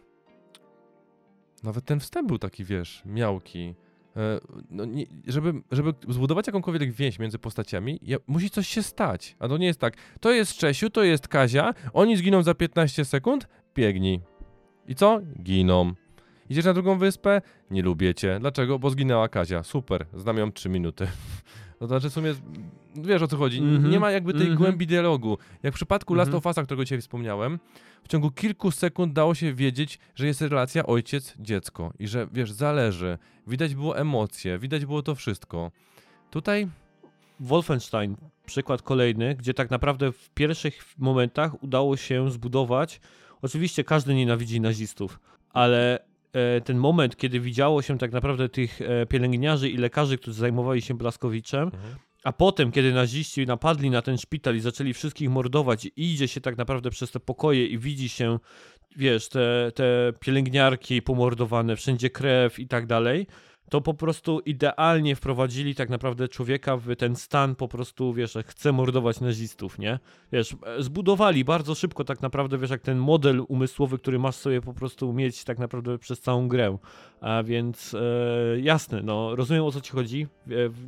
[SPEAKER 2] nawet ten wstęp był taki, wiesz, miałki. E, no nie, żeby, żeby zbudować jakąkolwiek więź między postaciami, ja, musi coś się stać. A to nie jest tak, to jest Czesiu, to jest Kazia, oni zginą za piętnaście sekund, biegnij. I co? Giną. Idziesz na drugą wyspę? Nie lubię cię. Dlaczego? Bo zginęła Kazia. Super, znam ją trzy minuty. To znaczy w sumie, wiesz o co chodzi,
[SPEAKER 1] Mm-hmm.
[SPEAKER 2] nie ma jakby tej
[SPEAKER 1] mm-hmm.
[SPEAKER 2] głębi dialogu. Jak w przypadku Last
[SPEAKER 1] Mm-hmm.
[SPEAKER 2] of Usa, którego dzisiaj wspomniałem, w ciągu kilku sekund dało się wiedzieć, że jest relacja ojciec-dziecko i że, wiesz, zależy. Widać było emocje, widać było to wszystko. Tutaj...
[SPEAKER 1] Wolfenstein, przykład kolejny, gdzie tak naprawdę w pierwszych momentach udało się zbudować, oczywiście każdy nienawidzi nazistów, ale e, ten moment, kiedy widziało się tak naprawdę tych e, pielęgniarzy i lekarzy, którzy zajmowali się Blaskowiczem,
[SPEAKER 2] Mhm.
[SPEAKER 1] a potem, kiedy naziści napadli na ten szpital i zaczęli wszystkich mordować i idzie się tak naprawdę przez te pokoje i widzi się, wiesz, te, te pielęgniarki pomordowane, wszędzie krew i tak dalej, to po prostu idealnie wprowadzili tak naprawdę człowieka w ten stan po prostu, wiesz, że chce mordować nazistów, nie? Wiesz, zbudowali bardzo szybko tak naprawdę, wiesz, jak ten model umysłowy, który masz sobie po prostu mieć tak naprawdę przez całą grę. A więc e, jasne, no, rozumiem, o co ci chodzi. E, w,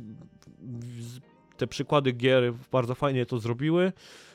[SPEAKER 1] w, te przykłady gier bardzo fajnie to zrobiły.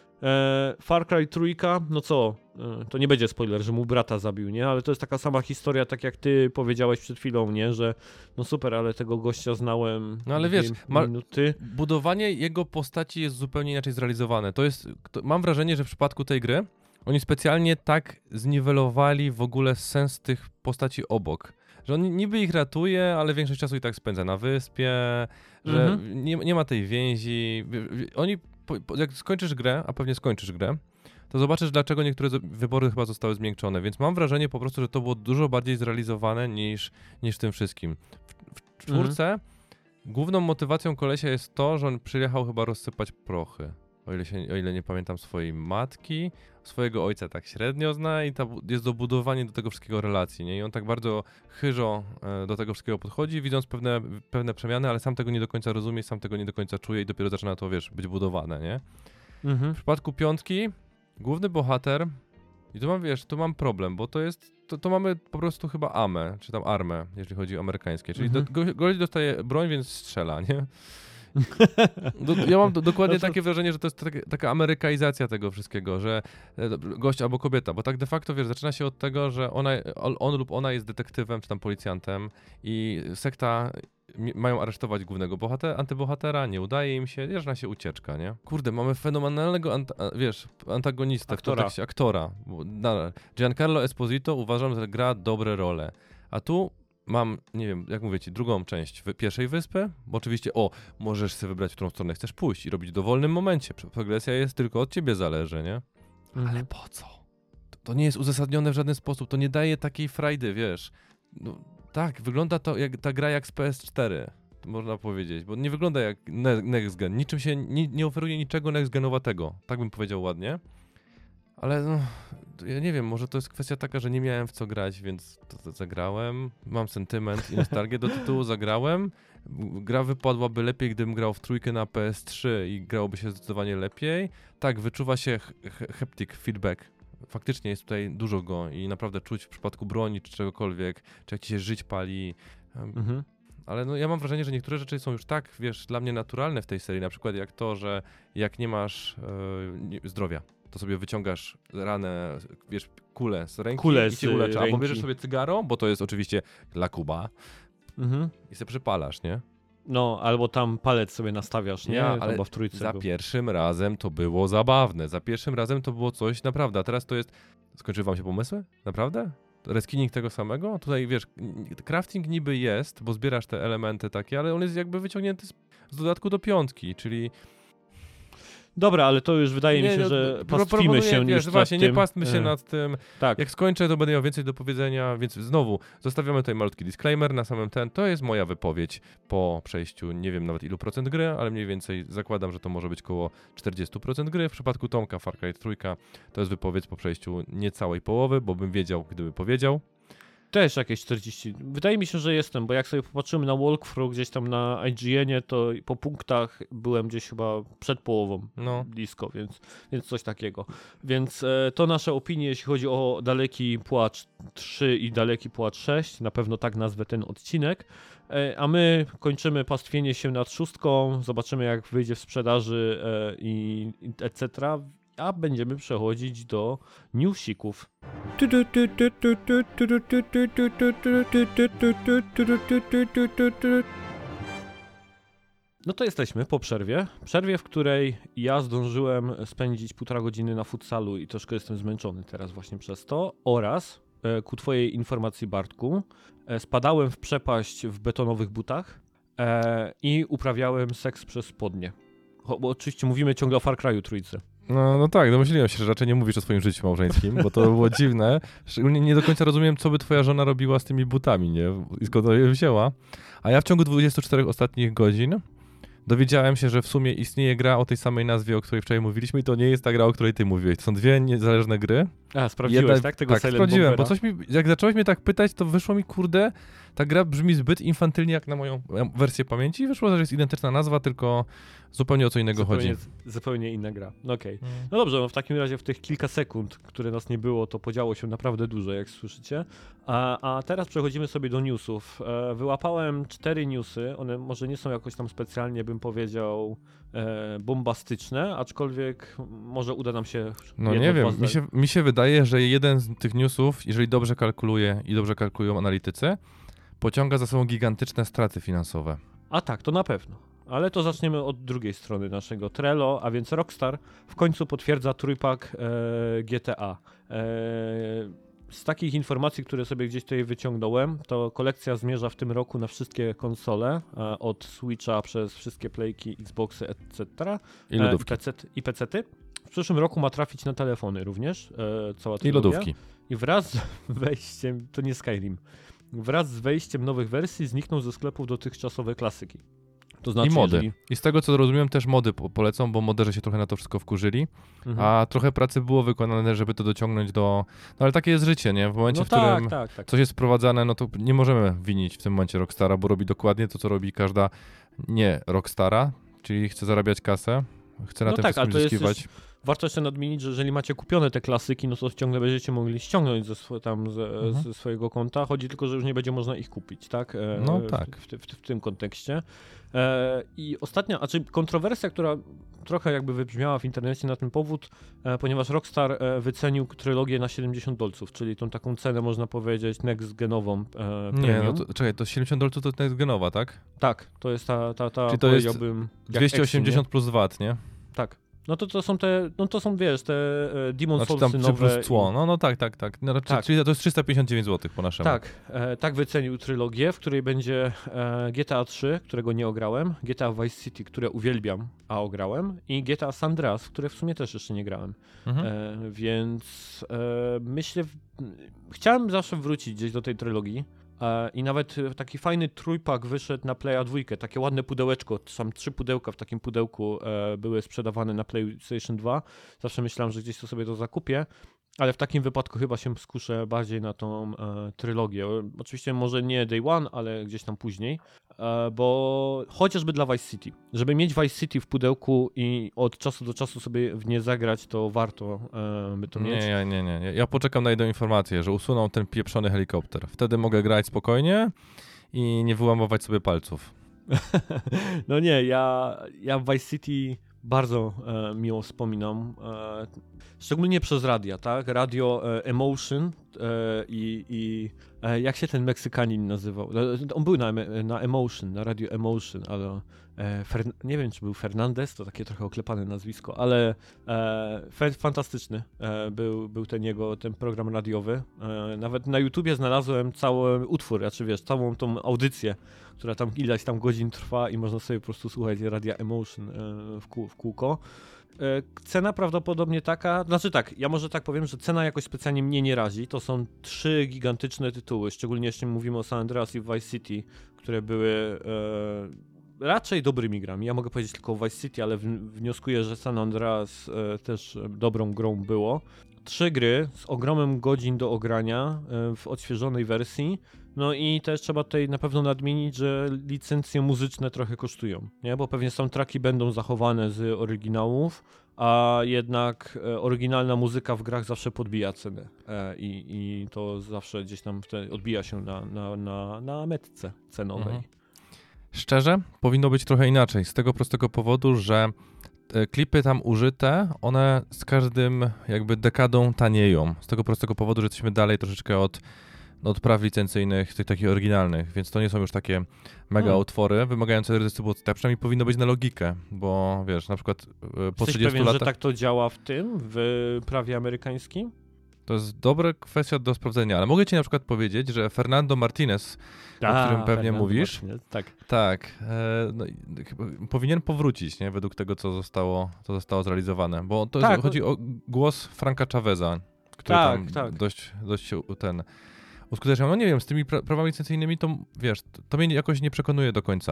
[SPEAKER 1] E, Far Cry trójka, no co, e, to nie będzie spoiler, że mu brata zabił, nie? Ale to jest taka sama historia, tak jak ty powiedziałeś przed chwilą, nie? Że no super, ale tego gościa znałem
[SPEAKER 2] No ale
[SPEAKER 1] dwie
[SPEAKER 2] wiesz, ma-
[SPEAKER 1] minuty.
[SPEAKER 2] budowanie jego postaci jest zupełnie inaczej zrealizowane. To jest, to, mam wrażenie, że w przypadku tej gry oni specjalnie tak zniwelowali w ogóle sens tych postaci obok. Że on niby ich ratuje, ale większość czasu i tak spędza na wyspie, że
[SPEAKER 1] Mhm.
[SPEAKER 2] nie, nie ma tej więzi. Oni, po, po, jak skończysz grę, a pewnie skończysz grę, to zobaczysz, dlaczego niektóre z- wybory chyba zostały zmiękczone. Więc mam wrażenie po prostu, że to było dużo bardziej zrealizowane niż, niż w tym wszystkim. W, w czwórce główną motywacją kolesia jest to, że on przyjechał chyba rozsypać prochy. O ile, się, o ile nie pamiętam swojej matki, swojego ojca tak średnio zna i ta, bu- jest dobudowanie do tego wszystkiego relacji, nie? I on tak bardzo chyżo e, do tego wszystkiego podchodzi, widząc pewne, pewne przemiany, ale sam tego nie do końca rozumie, sam tego nie do końca czuje i dopiero zaczyna to, wiesz, być budowane, nie?
[SPEAKER 1] Mhm.
[SPEAKER 2] W przypadku piątki, główny bohater, i tu mam, wiesz, tu mam problem, bo to jest, to, to mamy po prostu chyba amę, czy tam armę, jeżeli chodzi o amerykańskie, czyli
[SPEAKER 1] Mhm.
[SPEAKER 2] do, go, gość dostaje broń, więc strzela, nie? Do, ja mam do, dokładnie
[SPEAKER 1] No to-
[SPEAKER 2] takie wrażenie, że to jest taka, taka amerykanizacja tego wszystkiego, że e, gość albo kobieta, bo tak de facto, wiesz, zaczyna się od tego, że ona, on, on lub ona jest detektywem, czy tam policjantem i sekta mi- mają aresztować głównego bohatera, antybohatera, nie udaje im się, zaczyna się ucieczka, nie? Kurde, mamy fenomenalnego, anta, a, wiesz, antagonistę
[SPEAKER 1] Aktora.
[SPEAKER 2] w kontekście aktora. Bo, na, Giancarlo Esposito uważam, że gra dobre role, a tu mam, nie wiem, jak mówię ci, drugą część wy- pierwszej wyspy, bo oczywiście, o, możesz sobie wybrać, w którą stronę chcesz pójść i robić w dowolnym momencie. Progresja jest tylko od ciebie zależy, nie?
[SPEAKER 1] Mhm.
[SPEAKER 2] Ale po co? To, to nie jest uzasadnione w żaden sposób, to nie daje takiej frajdy, wiesz. No, tak, wygląda to jak ta gra jak z P S cztery, można powiedzieć, bo nie wygląda jak ne- next gen, niczym się, nie, nie oferuje niczego next genowatego, tak bym powiedział ładnie. Ale no, to ja nie wiem, może to jest kwestia taka, że nie miałem w co grać, więc to, to zagrałem. Mam sentyment i nostalgię do tytułu, zagrałem. Gra wypadłaby lepiej, gdybym grał w trójkę na P S trzy i grałoby się zdecydowanie lepiej. Tak, wyczuwa się h- h- haptic feedback. Faktycznie jest tutaj dużo go i naprawdę czuć w przypadku broni czy czegokolwiek, czy jak ci się żyć pali. Em,
[SPEAKER 1] Mhm.
[SPEAKER 2] Ale no, ja mam wrażenie, że niektóre rzeczy są już tak, wiesz, dla mnie naturalne w tej serii, na przykład jak to, że jak nie masz e, nie, zdrowia, to sobie wyciągasz ranę, wiesz, kulę z ręki
[SPEAKER 1] Kulę
[SPEAKER 2] i
[SPEAKER 1] z,
[SPEAKER 2] cię ulecza, albo
[SPEAKER 1] ręki.
[SPEAKER 2] bierzesz sobie cygaro, bo to jest oczywiście dla Kuba
[SPEAKER 1] Mhm.
[SPEAKER 2] i sobie przypalasz, nie?
[SPEAKER 1] No, albo tam palec sobie nastawiasz, nie?
[SPEAKER 2] Ja, ale
[SPEAKER 1] Chyba w trójce
[SPEAKER 2] Za
[SPEAKER 1] był.
[SPEAKER 2] pierwszym razem to było zabawne, za pierwszym razem to było coś naprawdę, a teraz to jest... Skończyły wam się pomysły? Naprawdę? reskinning tego samego. Tutaj wiesz, crafting niby jest, bo zbierasz te elementy takie, ale on jest jakby wyciągnięty z, z dodatku do piątki, czyli
[SPEAKER 1] Dobra, ale to już wydaje
[SPEAKER 2] nie,
[SPEAKER 1] mi się,
[SPEAKER 2] no,
[SPEAKER 1] że
[SPEAKER 2] pro,
[SPEAKER 1] pastwimy się
[SPEAKER 2] wiesz,
[SPEAKER 1] niż nad
[SPEAKER 2] właśnie,
[SPEAKER 1] tym.
[SPEAKER 2] nie pastmy się
[SPEAKER 1] e,
[SPEAKER 2] nad tym.
[SPEAKER 1] Tak.
[SPEAKER 2] Jak skończę, to będę miał więcej do powiedzenia, więc znowu zostawiamy tutaj malutki disclaimer na samym ten. To jest moja wypowiedź po przejściu, nie wiem nawet ilu procent gry, ale mniej więcej zakładam, że to może być koło czterdzieści procent gry. W przypadku Tomka Far Cry trzy to jest wypowiedź po przejściu niecałej połowy, bo bym wiedział, gdyby powiedział.
[SPEAKER 1] Też jakieś czterdzieści. Wydaje mi się, że jestem, bo jak sobie popatrzymy na walkthrough gdzieś tam na I G N-ie, to po punktach byłem gdzieś chyba przed połową,
[SPEAKER 2] No.
[SPEAKER 1] blisko, więc, więc coś takiego. Więc e, to nasze opinie, jeśli chodzi o Daleki Płacz trzy i Daleki Płacz sześć, na pewno tak nazwę ten odcinek, e, a my kończymy pastwienie się nad szóstką, zobaczymy jak wyjdzie w sprzedaży e, i et cetera, a będziemy przechodzić do newsików. No to jesteśmy po przerwie. Przerwie, w której ja zdążyłem spędzić półtora godziny na futsalu i troszkę jestem zmęczony teraz właśnie przez to. Oraz e, ku twojej informacji, Bartku, e, spadałem w przepaść w betonowych butach e, i uprawiałem seks przez spodnie. Bo oczywiście mówimy ciągle o Far Cry'u trójce.
[SPEAKER 2] No, no tak, domyśliłem się, że raczej nie mówisz o swoim życiu małżeńskim, bo to było dziwne. Szczególnie nie do końca rozumiem, co by twoja żona robiła z tymi butami, nie? I skąd je wzięła. A ja w ciągu dwudziestu czterech ostatnich godzin dowiedziałem się, że w sumie istnieje gra o tej samej nazwie, o której wczoraj mówiliśmy i to nie jest ta gra, o której ty mówiłeś. To są dwie niezależne gry.
[SPEAKER 1] A, sprawdziłeś,
[SPEAKER 2] Jedna,
[SPEAKER 1] tak? Tego
[SPEAKER 2] tak,
[SPEAKER 1] Silent
[SPEAKER 2] sprawdziłem,
[SPEAKER 1] Bombera?
[SPEAKER 2] bo coś mi, jak zacząłeś mnie tak pytać, to wyszło mi, kurde, ta gra brzmi zbyt infantylnie jak na moją wersję pamięci i wyszło, że jest identyczna nazwa, tylko zupełnie o co innego
[SPEAKER 1] zupełnie,
[SPEAKER 2] chodzi.
[SPEAKER 1] Zupełnie inna gra. No okej. Okay.
[SPEAKER 2] Mm.
[SPEAKER 1] No dobrze, no w takim razie w tych kilka sekund, które nas nie było, to podziało się naprawdę dużo, jak słyszycie. A, a teraz przechodzimy sobie do newsów. E, wyłapałem cztery newsy, one może nie są jakoś tam specjalnie, bym powiedział, e, bombastyczne, aczkolwiek może uda nam się...
[SPEAKER 2] No nie wiem, mi się, mi się wydaje, że jeden z tych newsów, jeżeli dobrze kalkuluje i dobrze kalkulują analitycy, pociąga za sobą gigantyczne straty finansowe.
[SPEAKER 1] A tak, to na pewno. Ale to zaczniemy od drugiej strony naszego Trello, a więc Rockstar w końcu potwierdza trójpak e, G T A. E, z takich informacji, które sobie gdzieś tutaj wyciągnąłem, to kolekcja zmierza w tym roku na wszystkie konsole, e, od Switcha przez wszystkie playki, Xboxy, et cetera.
[SPEAKER 2] I lodówki.
[SPEAKER 1] E, I P C ty. W przyszłym roku ma trafić na telefony również, e, cała
[SPEAKER 2] I
[SPEAKER 1] trylogia.
[SPEAKER 2] lodówki.
[SPEAKER 1] I wraz z wejściem, to nie Skyrim, wraz z wejściem nowych wersji znikną ze sklepów dotychczasowe klasyki. To znaczy,
[SPEAKER 2] I mody.
[SPEAKER 1] Jeżeli...
[SPEAKER 2] I z tego co rozumiem też mody po- polecą, bo moderzy się trochę na to wszystko wkurzyli,
[SPEAKER 1] Mhm.
[SPEAKER 2] a trochę pracy było wykonane, żeby to dociągnąć do... No ale takie jest życie, nie? W momencie,
[SPEAKER 1] No
[SPEAKER 2] w
[SPEAKER 1] tak,
[SPEAKER 2] którym
[SPEAKER 1] tak, tak.
[SPEAKER 2] coś jest wprowadzane, no to nie możemy winić w tym momencie Rockstara, bo robi dokładnie to, co robi każda nie Rockstara, czyli chce zarabiać kasę, chce na
[SPEAKER 1] No
[SPEAKER 2] tym
[SPEAKER 1] tak, ale
[SPEAKER 2] wszystkim
[SPEAKER 1] to jest
[SPEAKER 2] zyskiwać.
[SPEAKER 1] też- Warto jeszcze nadmienić, że jeżeli macie kupione te klasyki, no to ciągle będziecie mogli ściągnąć ze, swo- tam ze,
[SPEAKER 2] Mhm.
[SPEAKER 1] ze swojego konta. Chodzi tylko, że już nie będzie można ich kupić, tak? E,
[SPEAKER 2] No
[SPEAKER 1] w,
[SPEAKER 2] tak.
[SPEAKER 1] W, w, w, w tym kontekście. E, I ostatnia, znaczy kontrowersja, która trochę jakby wybrzmiała w internecie na ten powód, e, ponieważ Rockstar e, wycenił trylogię na siedemdziesiąt dolców, czyli tą taką cenę, można powiedzieć, next-genową e,
[SPEAKER 2] Nie,
[SPEAKER 1] premium.
[SPEAKER 2] no to, czekaj, to siedemdziesiąt dolców to jest genowa, tak?
[SPEAKER 1] Tak, to jest ta, ta, ta
[SPEAKER 2] Czyli to jest
[SPEAKER 1] powiedziałbym, jak
[SPEAKER 2] dwieście osiemdziesiąt
[SPEAKER 1] Exy,
[SPEAKER 2] plus V A T, nie?
[SPEAKER 1] nie? Tak. No to, to są te, no to są, wiesz, te e, Demon
[SPEAKER 2] Znaczy
[SPEAKER 1] Soulsy
[SPEAKER 2] tam czy
[SPEAKER 1] nowe.
[SPEAKER 2] plus cło,
[SPEAKER 1] i-
[SPEAKER 2] no, no tak, tak, tak. No,
[SPEAKER 1] Tak.
[SPEAKER 2] Czyli to jest trzysta pięćdziesiąt dziewięć złotych po naszemu.
[SPEAKER 1] Tak, e, tak wycenił trylogię, w której będzie e, G T A trzy, którego nie ograłem, G T A Vice City, które uwielbiam, a ograłem, i G T A San Andreas, w które w sumie też jeszcze nie grałem.
[SPEAKER 2] Mhm.
[SPEAKER 1] E, więc e, myślę, w, chciałem zawsze wrócić gdzieś do tej trylogii. E, I nawet taki fajny trójpak wyszedł na Playa dwa, takie ładne pudełeczko, tam trzy pudełka w takim pudełku e, były sprzedawane na PlayStation dwa. Zawsze myślałem, że gdzieś to sobie to zakupię, ale w takim wypadku chyba się skuszę bardziej na tą e, trylogię. O, Oczywiście może nie Day One, ale gdzieś tam później, e, bo chociażby dla Vice City. Żeby mieć Vice City w pudełku i od czasu do czasu sobie w nie zagrać, to warto e, by to
[SPEAKER 2] Nie,
[SPEAKER 1] mieć.
[SPEAKER 2] nie, nie, nie. Ja poczekam na jedną informację, że usuną ten pieprzony helikopter. Wtedy mogę grać spokojnie i nie wyłamować sobie palców.
[SPEAKER 1] No nie, ja, ja Vice City bardzo e, miło wspominam, e, szczególnie przez radia, tak? Radio e, Emotion i, i e, jak się ten Meksykanin nazywał? On był na, na Emotion, na Radio Emotion, ale e, Fer, nie wiem, czy był Fernandez, to takie trochę oklepane nazwisko, ale e, fantastyczny e, był, był ten jego, ten program radiowy. E, nawet na YouTubie znalazłem cały utwór, znaczy wiesz, całą tą audycję, która tam ileś tam godzin trwa i można sobie po prostu słuchać Radia Emotion e, w, kół, w kółko. Cena prawdopodobnie taka, znaczy tak, ja może tak powiem, że cena jakoś specjalnie mnie nie razi. To są trzy gigantyczne tytuły, szczególnie jeśli mówimy o San Andreas i Vice City, które były e, raczej dobrymi grami. Ja mogę powiedzieć tylko o Vice City, ale w, wnioskuję, że San Andreas e, też dobrą grą było. Trzy gry z ogromem godzin do ogrania e, w odświeżonej wersji. No i też trzeba tutaj na pewno nadmienić, że licencje muzyczne trochę kosztują, nie? Bo pewnie soundtracki będą zachowane z oryginałów, a jednak e, oryginalna muzyka w grach zawsze podbija cenę e, i, i to zawsze gdzieś tam odbija się na, na, na, na metce cenowej.
[SPEAKER 2] Mhm. Szczerze, powinno być trochę inaczej, z tego prostego powodu, że te klipy tam użyte, one z każdym jakby dekadą tanieją, z tego prostego powodu, że jesteśmy dalej troszeczkę od od praw licencyjnych, tych takich oryginalnych, więc to nie są już takie mega hmm. utwory wymagające redystrybucji. Tak przynajmniej powinno być na logikę, bo wiesz, na przykład po
[SPEAKER 1] Jesteś
[SPEAKER 2] trzydziestu
[SPEAKER 1] pewien,
[SPEAKER 2] latach...
[SPEAKER 1] że tak to działa w tym, w prawie amerykańskim?
[SPEAKER 2] To jest dobra kwestia do sprawdzenia, ale mogę ci na przykład powiedzieć, że Fernando Martinez, A, o którym pewnie Fernando mówisz,
[SPEAKER 1] Martinez, tak,
[SPEAKER 2] tak e, no, powinien powrócić, nie, według tego, co zostało, co zostało zrealizowane, bo to tak, jest, chodzi o głos Franka Chaveza, który tak, tam tak. dość, dość ten... uskuteczniał. No nie wiem, z tymi pra- prawami licencyjnymi to, wiesz, to, to mnie jakoś nie przekonuje do końca.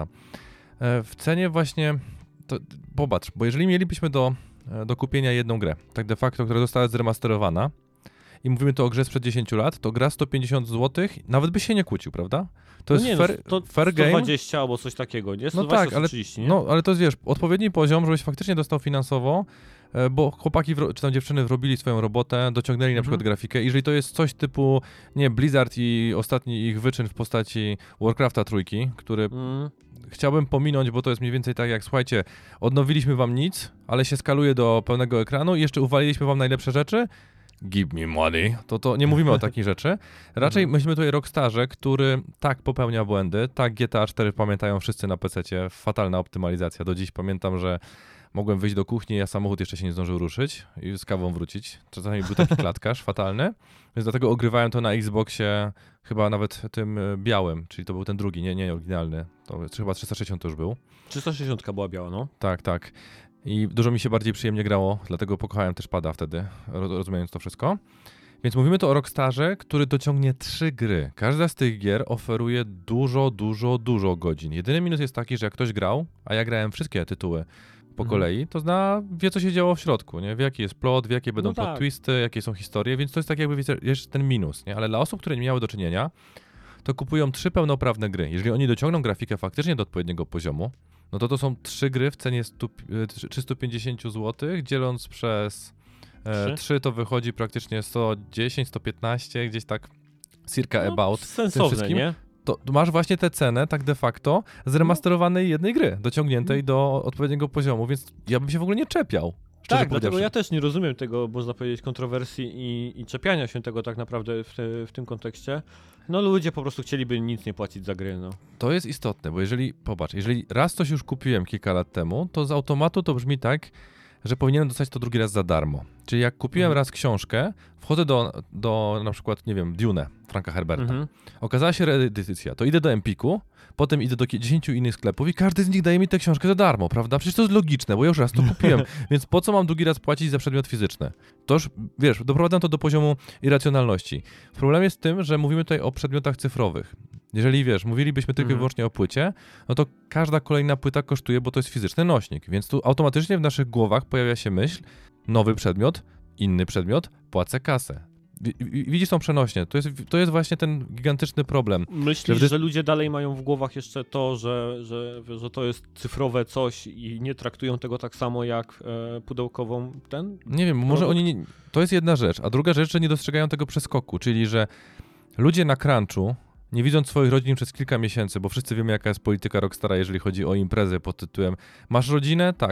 [SPEAKER 2] E, w cenie właśnie, to, popatrz, bo jeżeli mielibyśmy do, do kupienia jedną grę, tak de facto, która została zremasterowana i mówimy tu o grze sprzed dziesięciu lat, to gra sto pięćdziesiąt złotych nawet by się nie kłócił, prawda? To
[SPEAKER 1] no
[SPEAKER 2] jest
[SPEAKER 1] nie,
[SPEAKER 2] fair,
[SPEAKER 1] no, to
[SPEAKER 2] fair game.
[SPEAKER 1] sto dwadzieścia albo coś takiego, nie?
[SPEAKER 2] No tak, ale,
[SPEAKER 1] trzydzieści, nie?
[SPEAKER 2] No, ale to jest, wiesz, odpowiedni poziom, żebyś faktycznie dostał finansowo, bo chłopaki wro- czy tam dziewczyny wrobili swoją robotę, dociągnęli na
[SPEAKER 1] mhm.
[SPEAKER 2] przykład grafikę. Jeżeli to jest coś typu, nie, Blizzard i ostatni ich wyczyn w postaci Warcrafta trójki, który mm. chciałbym pominąć, bo to jest mniej więcej tak jak, słuchajcie, odnowiliśmy wam nic, ale się skaluje do pełnego ekranu i jeszcze uwaliliśmy wam najlepsze rzeczy, give me money, to, to nie mówimy o takich rzeczy. Raczej mhm. myślimy tutaj o Rockstarze, który tak popełnia błędy, tak G T A cztery pamiętają wszyscy na pececie, fatalna optymalizacja. Do dziś pamiętam, że mogłem wyjść do kuchni, a samochód jeszcze się nie zdążył ruszyć i z kawą wrócić. Czasami był taki klatkarz fatalny, więc dlatego ogrywałem to na Xboxie chyba nawet tym białym, czyli to był ten drugi, nie, nie oryginalny. To chyba trzysta sześćdziesiąt to już był.
[SPEAKER 1] trzysta sześćdziesiąt była biała, no.
[SPEAKER 2] Tak, tak. I dużo mi się bardziej przyjemnie grało, dlatego pokochałem też pada wtedy, rozumiejąc to wszystko. Więc mówimy tu o Rockstarze, który dociągnie trzy gry. Każda z tych gier oferuje dużo, dużo, dużo godzin. Jedyny minus jest taki, że jak ktoś grał, a ja grałem wszystkie tytuły po mhm. kolei, to zna, wie co się działo w środku, nie? Wie jaki jest plot, wie jakie będą no plot tak. twisty, jakie są historie, więc to jest tak jakby jeszcze ten minus, nie? Ale dla osób, które nie miały do czynienia, to kupują trzy pełnoprawne gry. Jeżeli oni dociągną grafikę faktycznie do odpowiedniego poziomu, no to to są trzy gry w cenie stu, trzysta pięćdziesiąt złotych, dzieląc przez e, trzy to wychodzi praktycznie sto dziesięć, sto piętnaście, gdzieś tak circa no, about.
[SPEAKER 1] Sensowne, nie?
[SPEAKER 2] To masz właśnie tę cenę, tak de facto, zremasterowanej jednej gry, dociągniętej do odpowiedniego poziomu, więc ja bym się w ogóle nie czepiał.
[SPEAKER 1] Tak, dlatego ja też nie rozumiem tego, można powiedzieć, kontrowersji i, i czepiania się tego tak naprawdę w, te, w tym kontekście. No ludzie po prostu chcieliby nic nie płacić za gry, no.
[SPEAKER 2] To jest istotne, bo jeżeli, popatrz, jeżeli raz coś już kupiłem kilka lat temu, to z automatu to brzmi tak, że powinienem dostać to drugi raz za darmo. Czyli jak kupiłem mhm. raz książkę, wchodzę do, do na przykład, nie wiem, Dune, Franka Herberta. Mhm. Okazała się reedycja, to idę do Empiku, potem idę do dziesięciu innych sklepów i każdy z nich daje mi tę książkę za darmo, prawda? Przecież to jest logiczne, bo ja już raz to kupiłem, więc po co mam drugi raz płacić za przedmiot fizyczny? To już, wiesz, doprowadzam to do poziomu irracjonalności. Problem jest w tym, że mówimy tutaj o przedmiotach cyfrowych. Jeżeli, wiesz, mówilibyśmy tylko i
[SPEAKER 1] mhm.
[SPEAKER 2] wyłącznie o płycie, no to każda kolejna płyta kosztuje, bo to jest fizyczny nośnik, więc tu automatycznie w naszych głowach pojawia się myśl, nowy przedmiot, inny przedmiot, płacę kasę. Widzisz tą przenośnie, to jest, to jest właśnie ten gigantyczny problem.
[SPEAKER 1] Myślisz, że, że ludzie dalej mają w głowach jeszcze to, że, że, że to jest cyfrowe coś i nie traktują tego tak samo jak e, pudełkową ten?
[SPEAKER 2] Nie wiem,
[SPEAKER 1] produkt?
[SPEAKER 2] może oni, nie, to jest jedna rzecz, a druga rzecz, że nie dostrzegają tego przeskoku, czyli że ludzie na crunchu, nie widząc swoich rodzin przez kilka miesięcy, bo wszyscy wiemy jaka jest polityka Rockstara, jeżeli chodzi o imprezę pod tytułem masz rodzinę? Tak.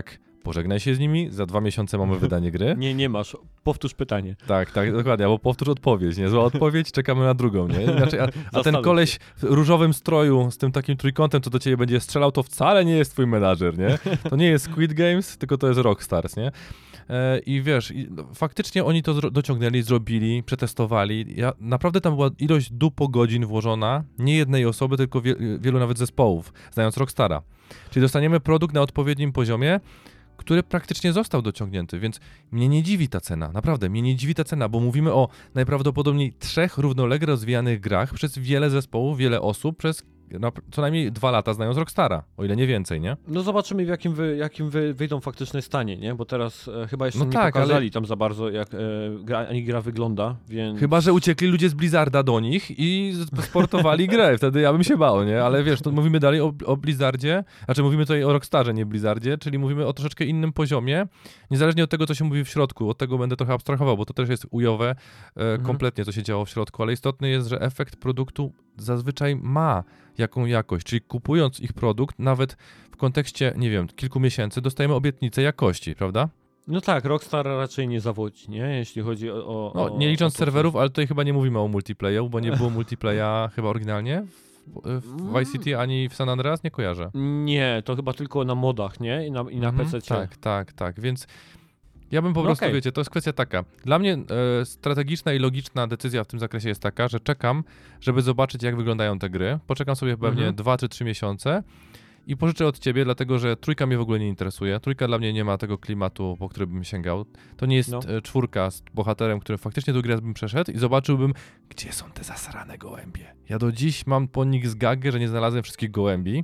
[SPEAKER 2] pożegnaj się z nimi, za dwa miesiące mamy wydanie gry.
[SPEAKER 1] Nie, nie masz. Powtórz pytanie.
[SPEAKER 2] Tak, tak, dokładnie, albo powtórz odpowiedź, nie? Zła odpowiedź, czekamy na drugą, nie? Inaczej, a, a ten koleś w różowym stroju z tym takim trójkątem, co do ciebie będzie strzelał, to wcale nie jest twój menadżer, nie? To nie jest Squid Games, tylko to jest Rockstars, nie? E, I wiesz, i, no, faktycznie oni to zro- dociągnęli, zrobili, przetestowali. Ja, naprawdę tam była ilość dupo godzin włożona, nie jednej osoby, tylko wie, wielu nawet zespołów, znając Rockstara. Czyli dostaniemy produkt na odpowiednim poziomie, który praktycznie został dociągnięty, więc mnie nie dziwi ta cena, naprawdę, mnie nie dziwi ta cena, bo mówimy o najprawdopodobniej trzech równolegle rozwijanych grach przez wiele zespołów, wiele osób, przez no, co najmniej dwa lata znając Rockstara, o ile nie więcej, nie?
[SPEAKER 1] No zobaczymy w jakim, wy, jakim wy, wyjdą faktyczne stanie, nie? Bo teraz e, chyba jeszcze
[SPEAKER 2] no
[SPEAKER 1] nie
[SPEAKER 2] tak,
[SPEAKER 1] pokazali
[SPEAKER 2] ale...
[SPEAKER 1] tam za bardzo, jak e, gra, ani gra wygląda, więc...
[SPEAKER 2] Chyba że uciekli ludzie z Blizzarda do nich i sportowali grę, wtedy ja bym się bał, nie? Ale wiesz, to mówimy dalej o, o Blizzardzie, znaczy mówimy tutaj o Rockstarze, nie Blizzardzie, czyli mówimy o troszeczkę innym poziomie, niezależnie od tego, co się mówi w środku, od tego będę trochę abstrahował, bo to też jest ujowe e, mhm. kompletnie, co się działo w środku, ale istotne jest, że efekt produktu zazwyczaj ma jaką jakość, czyli kupując ich produkt, nawet w kontekście, nie wiem, kilku miesięcy, dostajemy obietnicę jakości, prawda?
[SPEAKER 1] No tak, Rockstar raczej nie zawodzi, nie? Jeśli chodzi o... o
[SPEAKER 2] no, nie licząc
[SPEAKER 1] o to,
[SPEAKER 2] serwerów,
[SPEAKER 1] co...
[SPEAKER 2] ale tutaj chyba nie mówimy o multiplayeru, bo nie było multiplaya chyba oryginalnie w, w Vice City ani w San Andreas, nie kojarzę.
[SPEAKER 1] Nie, to chyba tylko na modach, nie? I na, i na mhm, P C.
[SPEAKER 2] Tak, tak, tak, więc ja bym po no prostu, okay. wiecie, to jest kwestia taka. Dla mnie e, strategiczna i logiczna decyzja w tym zakresie jest taka, że czekam, żeby zobaczyć, jak wyglądają te gry. Poczekam sobie pewnie mhm. dwa czy trzy miesiące i pożyczę od ciebie, dlatego że trójka mnie w ogóle nie interesuje. Trójka dla mnie nie ma tego klimatu, po który bym sięgał. To nie jest no. czwórka z bohaterem, który faktycznie do gry bym przeszedł i zobaczyłbym, gdzie są te zasrane gołębie. Ja do dziś mam po nich zgagę, że nie znalazłem wszystkich gołębi.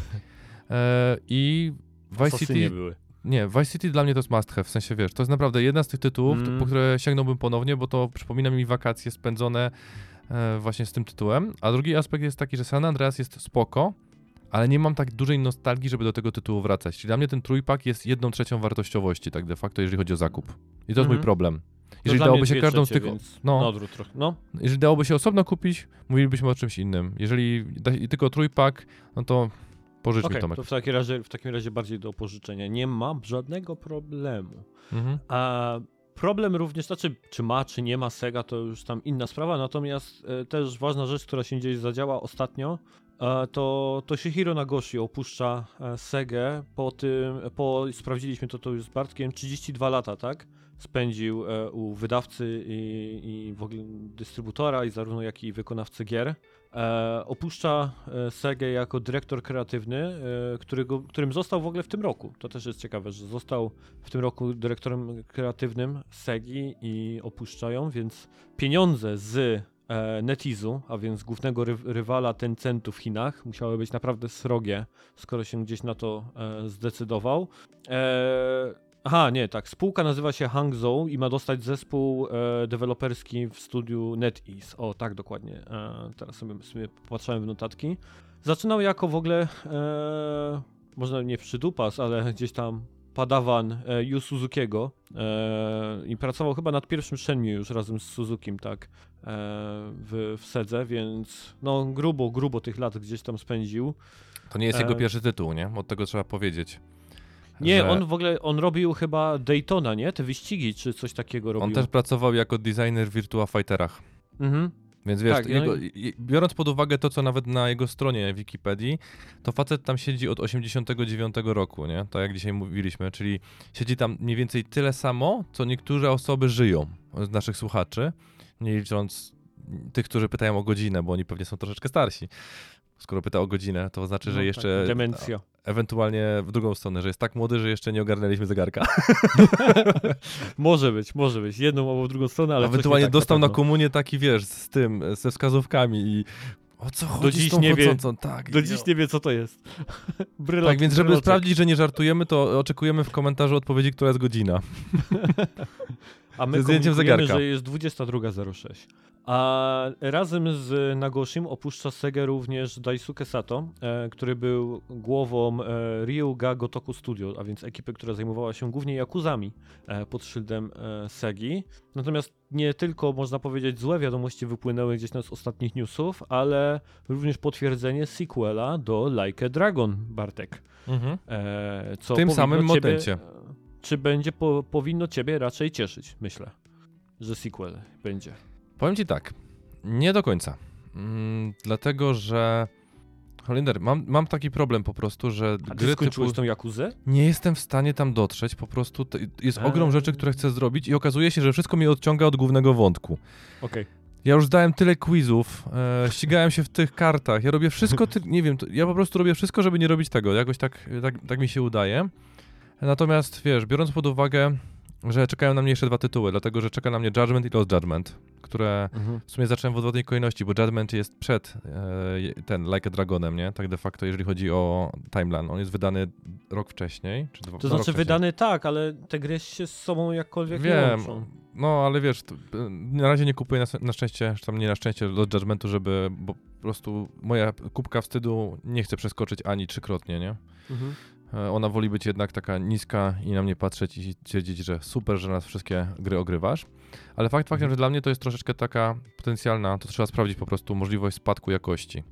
[SPEAKER 2] e, I Vice City...
[SPEAKER 1] nie były.
[SPEAKER 2] Nie, Vice City dla mnie to jest must have, w sensie wiesz, to jest naprawdę jedna z tych tytułów, mm. po które sięgnąłbym ponownie, bo to przypomina mi wakacje spędzone e, właśnie z tym tytułem, a drugi aspekt jest taki, że San Andreas jest spoko, ale nie mam tak dużej nostalgii, żeby do tego tytułu wracać, czyli dla mnie ten trójpak jest jedną trzecią wartościowości tak de facto, jeżeli chodzi o zakup. I to jest mm-hmm. mój problem. Jeżeli dałoby się każdą trzecie, z tych... No,
[SPEAKER 1] no, trochę, no.
[SPEAKER 2] Jeżeli dałoby się osobno kupić, mówilibyśmy o czymś innym. Jeżeli da, tylko trójpak, no to... Pożycz okay, mi, Tomek.
[SPEAKER 1] To w takim, razie, w takim razie bardziej do pożyczenia. Nie mam żadnego problemu. Mhm. A problem również, znaczy czy ma, czy nie ma Sega, to już tam inna sprawa, natomiast e, też ważna rzecz, która się gdzieś zadziała ostatnio, e, to Toshihiro Nagoshi opuszcza e, Segę po tym, po, sprawdziliśmy to, to już z Bartkiem, trzydzieści dwa lata, tak? Spędził e, u wydawcy i, i w ogóle dystrybutora, i zarówno jak i wykonawcy gier. E, opuszcza e, Segę jako dyrektor kreatywny, e, którego, którym został w ogóle w tym roku. To też jest ciekawe, że został w tym roku dyrektorem kreatywnym Segi i opuszcza ją, więc pieniądze z e, NetEase'u, a więc głównego ry- rywala Tencentu w Chinach, musiały być naprawdę srogie, skoro się gdzieś na to e, zdecydował. E, Aha, nie, tak. Spółka nazywa się Hangzhou i ma dostać zespół e, deweloperski w studiu NetEase. O, tak, dokładnie. E, teraz sobie, sobie patrzyłem w notatki. Zaczynał jako w ogóle, e, może nie przydupas, ale gdzieś tam padawan e, Yu Suzukiego e, i pracował chyba nad pierwszym Shenmue już razem z Suzukim, tak, e, w, w Sedze, więc no grubo, grubo tych lat gdzieś tam spędził.
[SPEAKER 2] To nie jest
[SPEAKER 1] e,
[SPEAKER 2] jego pierwszy tytuł, nie? Od tego trzeba powiedzieć.
[SPEAKER 1] Nie,
[SPEAKER 2] że...
[SPEAKER 1] on w ogóle, on robił chyba Daytona, nie? Te wyścigi, czy coś takiego robił.
[SPEAKER 2] On też pracował jako designer w Virtua Fighterach. Mhm. Więc wiesz, tak, jego, ja... biorąc pod uwagę to, co nawet na jego stronie Wikipedii, to facet tam siedzi od osiemdziesiątego dziewiątego roku, nie? To jak dzisiaj mówiliśmy, czyli siedzi tam mniej więcej tyle samo, co niektóre osoby żyją z naszych słuchaczy, nie licząc tych, którzy pytają o godzinę, bo oni pewnie są troszeczkę starsi. Skoro pyta o godzinę, to znaczy, że no, jeszcze...
[SPEAKER 1] Tak, demencja.
[SPEAKER 2] Ewentualnie w drugą stronę, że jest tak młody, że jeszcze nie ogarnęliśmy zegarka.
[SPEAKER 1] Może być, może być. Jedną albo w drugą stronę, ale
[SPEAKER 2] ewentualnie
[SPEAKER 1] tak
[SPEAKER 2] dostał
[SPEAKER 1] na,
[SPEAKER 2] na komunię taki, wiesz, z tym, ze wskazówkami i o co chodzi
[SPEAKER 1] do dziś
[SPEAKER 2] z tą
[SPEAKER 1] nie wie,
[SPEAKER 2] tak,
[SPEAKER 1] Do dziś nie wie, co to jest.
[SPEAKER 2] Brylot, tak, więc żeby bryloczek. sprawdzić, że nie żartujemy, to oczekujemy w komentarzu odpowiedzi, która jest godzina.
[SPEAKER 1] A my zdjęciem zegarka, że jest dwudziesta druga zero sześć. A razem z Nagoshim opuszcza Segę również Daisuke Sato, e, który był głową e, Ryuga Gotoku Studio, a więc ekipy, która zajmowała się głównie Yakuzami e, pod szyldem e, Segi. Natomiast nie tylko, można powiedzieć, złe wiadomości wypłynęły gdzieś z ostatnich newsów, ale również potwierdzenie sequela do Like a Dragon, Bartek. Mhm.
[SPEAKER 2] E, co w tym samym
[SPEAKER 1] ciebie...
[SPEAKER 2] momencie.
[SPEAKER 1] czy będzie po, powinno ciebie raczej cieszyć, myślę, że sequel będzie.
[SPEAKER 2] Powiem ci tak, nie do końca. Mm, dlatego, że Holender, mam, mam taki problem po prostu, że
[SPEAKER 1] A ty
[SPEAKER 2] gry
[SPEAKER 1] skończyłeś
[SPEAKER 2] typu...
[SPEAKER 1] tą Jakuzę?
[SPEAKER 2] Nie jestem w stanie tam dotrzeć, po prostu t- jest
[SPEAKER 1] eee.
[SPEAKER 2] ogrom rzeczy, które chcę zrobić i okazuje się, że wszystko mnie odciąga od głównego wątku.
[SPEAKER 1] Okej. Okay.
[SPEAKER 2] Ja już zdałem tyle quizów, e, ścigałem się w tych kartach, ja robię wszystko, ty, nie wiem, to, ja po prostu robię wszystko, żeby nie robić tego, jakoś tak, tak, tak mi się udaje. Natomiast wiesz, biorąc pod uwagę, że czekają na mnie jeszcze dwa tytuły, dlatego, że czeka na mnie Judgment i Lost Judgment, które mhm. w sumie zacząłem w odwrotnej kolejności, bo Judgment jest przed e, ten Like a Dragonem, nie? Tak de facto, jeżeli chodzi o timeline. On jest wydany rok wcześniej, czy dwa
[SPEAKER 1] To znaczy wydany tak, ale te gry się z sobą jakkolwiek
[SPEAKER 2] Wiem,
[SPEAKER 1] nie łączą.
[SPEAKER 2] No ale wiesz, to, na razie nie kupuję na, na szczęście, czy tam nie na szczęście Lost Judgmentu, żeby, bo po prostu moja kubka wstydu nie chce przeskoczyć ani trzykrotnie, nie? Mhm. Ona woli być jednak taka niska i na mnie patrzeć i twierdzić, że super, że nas wszystkie gry ogrywasz. Ale fakt faktem, że dla mnie to jest troszeczkę taka potencjalna, to trzeba sprawdzić po prostu możliwość spadku jakości.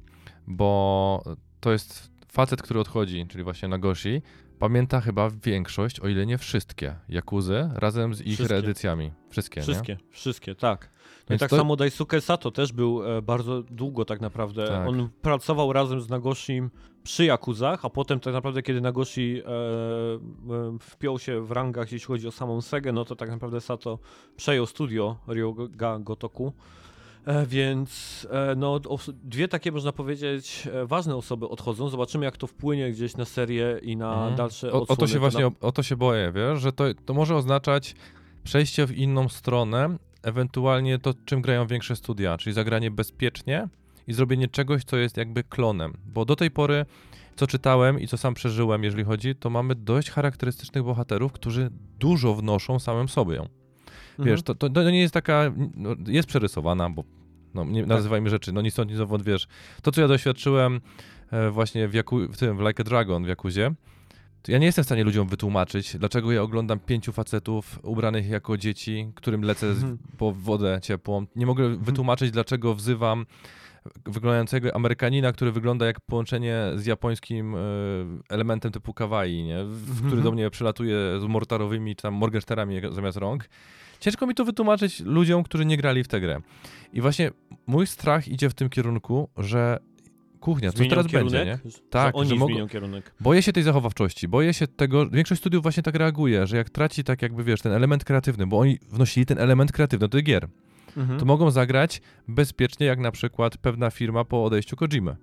[SPEAKER 2] Bo to jest facet, który odchodzi, czyli właśnie Nagoshi, pamięta chyba większość, o ile nie wszystkie Yakuzy razem z ich
[SPEAKER 1] wszystkie.
[SPEAKER 2] reedycjami. Wszystkie,
[SPEAKER 1] Wszystkie,
[SPEAKER 2] nie?
[SPEAKER 1] wszystkie, tak. No i tak
[SPEAKER 2] to...
[SPEAKER 1] samo Daisuke Sato też był e, bardzo długo tak naprawdę. Tak. On pracował razem z Nagoshim przy Yakuzach, a potem tak naprawdę kiedy Nagoshi e, e, wpiął się w rangach, jeśli chodzi o samą Segę, no to tak naprawdę Sato przejął studio Ryoga Gotoku. E, więc e, no, os- dwie takie, można powiedzieć, e, ważne osoby odchodzą. Zobaczymy, jak to wpłynie gdzieś na serię i na mm. dalsze
[SPEAKER 2] o,
[SPEAKER 1] odsłony.
[SPEAKER 2] o to się właśnie,
[SPEAKER 1] na...
[SPEAKER 2] o, o to się boję, wiesz, że to, to może oznaczać przejście w inną stronę, ewentualnie to, czym grają większe studia, czyli zagranie bezpiecznie i zrobienie czegoś, co jest jakby klonem. Bo do tej pory, co czytałem i co sam przeżyłem, jeżeli chodzi, to mamy dość charakterystycznych bohaterów, którzy dużo wnoszą samym sobie. Mhm. Wiesz, to, to, to nie jest taka, no, jest przerysowana, bo no, nie nazywajmy tak. rzeczy, no ni stąd, ni zowąd, wiesz. To, co ja doświadczyłem e, właśnie w, Yaku, w tym, w Like a Dragon, w Yakuzie, to ja nie jestem w stanie ludziom wytłumaczyć, dlaczego ja oglądam pięciu facetów ubranych jako dzieci, którym lecę mhm. po wodę ciepłą. Nie mogę mhm. wytłumaczyć, dlaczego wzywam wyglądającego Amerykanina, który wygląda jak połączenie z japońskim y, elementem typu kawaii, nie? W, który mm-hmm. do mnie przylatuje z mortarowymi czy tam morgensterami zamiast rąk. Ciężko mi to wytłumaczyć ludziom, którzy nie grali w tę grę. I właśnie mój strach idzie w tym kierunku, że kuchnia,
[SPEAKER 1] zmienią
[SPEAKER 2] co teraz
[SPEAKER 1] kierunek?
[SPEAKER 2] będzie, nie?
[SPEAKER 1] Tak, że oni że mogą... zmienią kierunek.
[SPEAKER 2] Boję się tej zachowawczości, boję się tego, większość studiów właśnie tak reaguje, że jak traci tak jakby, wiesz, ten element kreatywny, bo oni wnosili ten element kreatywny do gier. Mhm. To mogą zagrać bezpiecznie, jak na przykład pewna firma po odejściu Kojimy.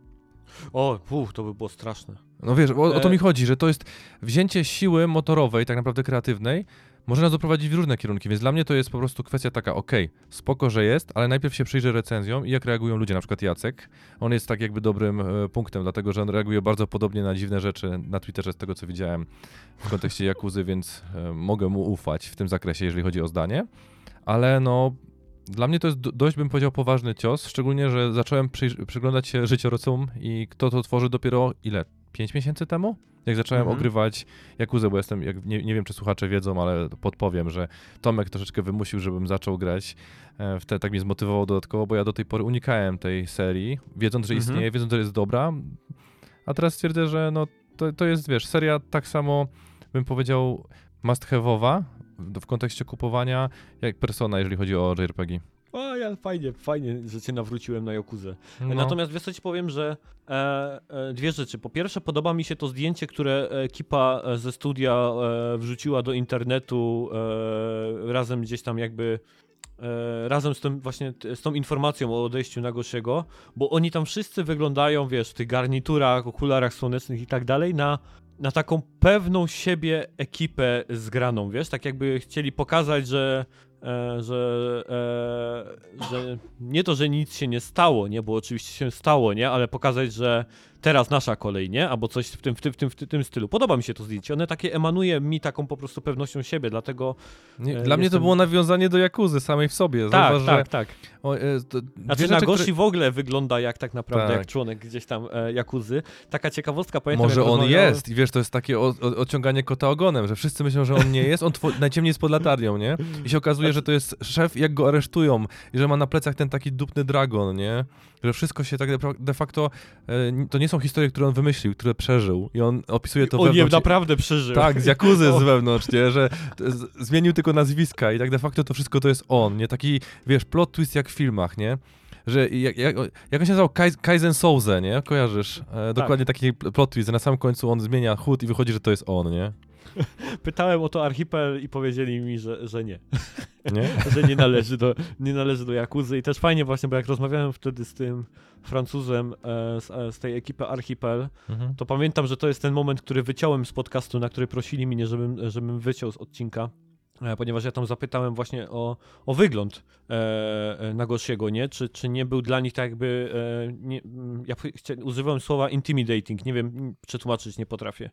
[SPEAKER 1] O, uf, to by było straszne.
[SPEAKER 2] No wiesz, o, o to mi chodzi, że to jest wzięcie siły motorowej, tak naprawdę kreatywnej, może nas doprowadzić w różne kierunki, więc dla mnie to jest po prostu kwestia taka, okej, okay, spoko, że jest, ale najpierw się przyjrzę recenzjom i jak reagują ludzie, na przykład Jacek. On jest tak jakby dobrym e, punktem, dlatego że on reaguje bardzo podobnie na dziwne rzeczy na Twitterze z tego, co widziałem w kontekście Yakuzy, więc e, mogę mu ufać w tym zakresie, jeżeli chodzi o zdanie, ale no... Dla mnie to jest dość, bym powiedział, poważny cios, szczególnie, że zacząłem przy, przyglądać się życiorysom i kto to tworzy dopiero, ile? Pięć miesięcy temu? Jak zacząłem mhm. ogrywać Yakuzę, bo jestem, jak, nie, nie wiem, czy słuchacze wiedzą, ale podpowiem, że Tomek troszeczkę wymusił, żebym zaczął grać. E, wtedy tak mnie zmotywował dodatkowo, bo ja do tej pory unikałem tej serii, wiedząc, że istnieje, mhm. wiedząc, że jest dobra, a teraz stwierdzę, że no, to, to jest, wiesz, seria tak samo, bym powiedział, must have'owa, w kontekście kupowania, jak Persona, jeżeli chodzi o J R P G.
[SPEAKER 1] O, ja, fajnie, fajnie, że cię nawróciłem na Yakuzę. No. Natomiast wiesz co ci powiem, że e, e, dwie rzeczy. Po pierwsze, podoba mi się to zdjęcie, które ekipa ze studia e, wrzuciła do internetu e, razem gdzieś tam jakby e, razem z tym właśnie z tą informacją o odejściu Nagoshiego, bo oni tam wszyscy wyglądają, wiesz, w tych garniturach, okularach słonecznych i tak dalej, na na taką pewną siebie ekipę zgraną, wiesz, tak jakby chcieli pokazać, że, e, że, e, że nie to, że nic się nie stało, nie, bo oczywiście się stało, nie, ale pokazać, że teraz nasza kolej, nie, albo coś w tym, w tym, w tym, w tym stylu. Podoba mi się to zdjęcie, one takie emanuje mi taką po prostu pewnością siebie, dlatego...
[SPEAKER 2] Nie, e, dla
[SPEAKER 1] jestem...
[SPEAKER 2] mnie to było nawiązanie do Yakuzy samej w sobie.
[SPEAKER 1] Tak,
[SPEAKER 2] Zauważ,
[SPEAKER 1] tak,
[SPEAKER 2] że...
[SPEAKER 1] tak.
[SPEAKER 2] O, e, to
[SPEAKER 1] znaczy
[SPEAKER 2] rzeczy,
[SPEAKER 1] Nagoshi
[SPEAKER 2] które...
[SPEAKER 1] w ogóle wygląda jak tak naprawdę,
[SPEAKER 2] tak.
[SPEAKER 1] jak członek gdzieś tam e, Yakuzy. Taka ciekawostka, pamiętam...
[SPEAKER 2] Może on
[SPEAKER 1] rozmawiałem...
[SPEAKER 2] jest i wiesz wiesz, to jest takie o, o, odciąganie kota ogonem, że wszyscy myślą, że on nie jest, on two, najciemniej jest pod latarnią, nie? I się okazuje, że to jest szef, jak go aresztują i że ma na plecach ten taki dupny dragon, nie? Że wszystko się tak de facto, e, to nie są historie, które on wymyślił, które przeżył i on opisuje to
[SPEAKER 1] on
[SPEAKER 2] wewnątrz.
[SPEAKER 1] On je naprawdę przeżył.
[SPEAKER 2] Tak, z Jakuzy z wewnątrz, nie? Że z, zmienił tylko nazwiska i tak de facto to wszystko to jest on, nie? Taki, wiesz, plot twist jak w filmach, nie? Że jak, jak, jak on się nazywał? Kaiz, Kaizen Soze, nie? Kojarzysz? E, dokładnie tak. Taki plot twist, że na samym końcu on zmienia chód i wychodzi, że to jest on, nie?
[SPEAKER 1] Pytałem o to Archipel i powiedzieli mi, że, że nie.
[SPEAKER 2] Nie?
[SPEAKER 1] że nie należy do, nie należy do Jakuzy i też fajnie właśnie, bo jak rozmawiałem wtedy z tym Francuzem e, z, z tej ekipy Archipel, mhm. to pamiętam, że to jest ten moment, który wyciąłem z podcastu, na który prosili mnie, żebym, żebym wyciął z odcinka. Ponieważ ja tam zapytałem właśnie o, o wygląd e, Nagosiego, nie? Czy, czy nie był dla nich tak jakby, e, nie, ja chcia, używałem słowa intimidating, nie wiem, przetłumaczyć nie potrafię.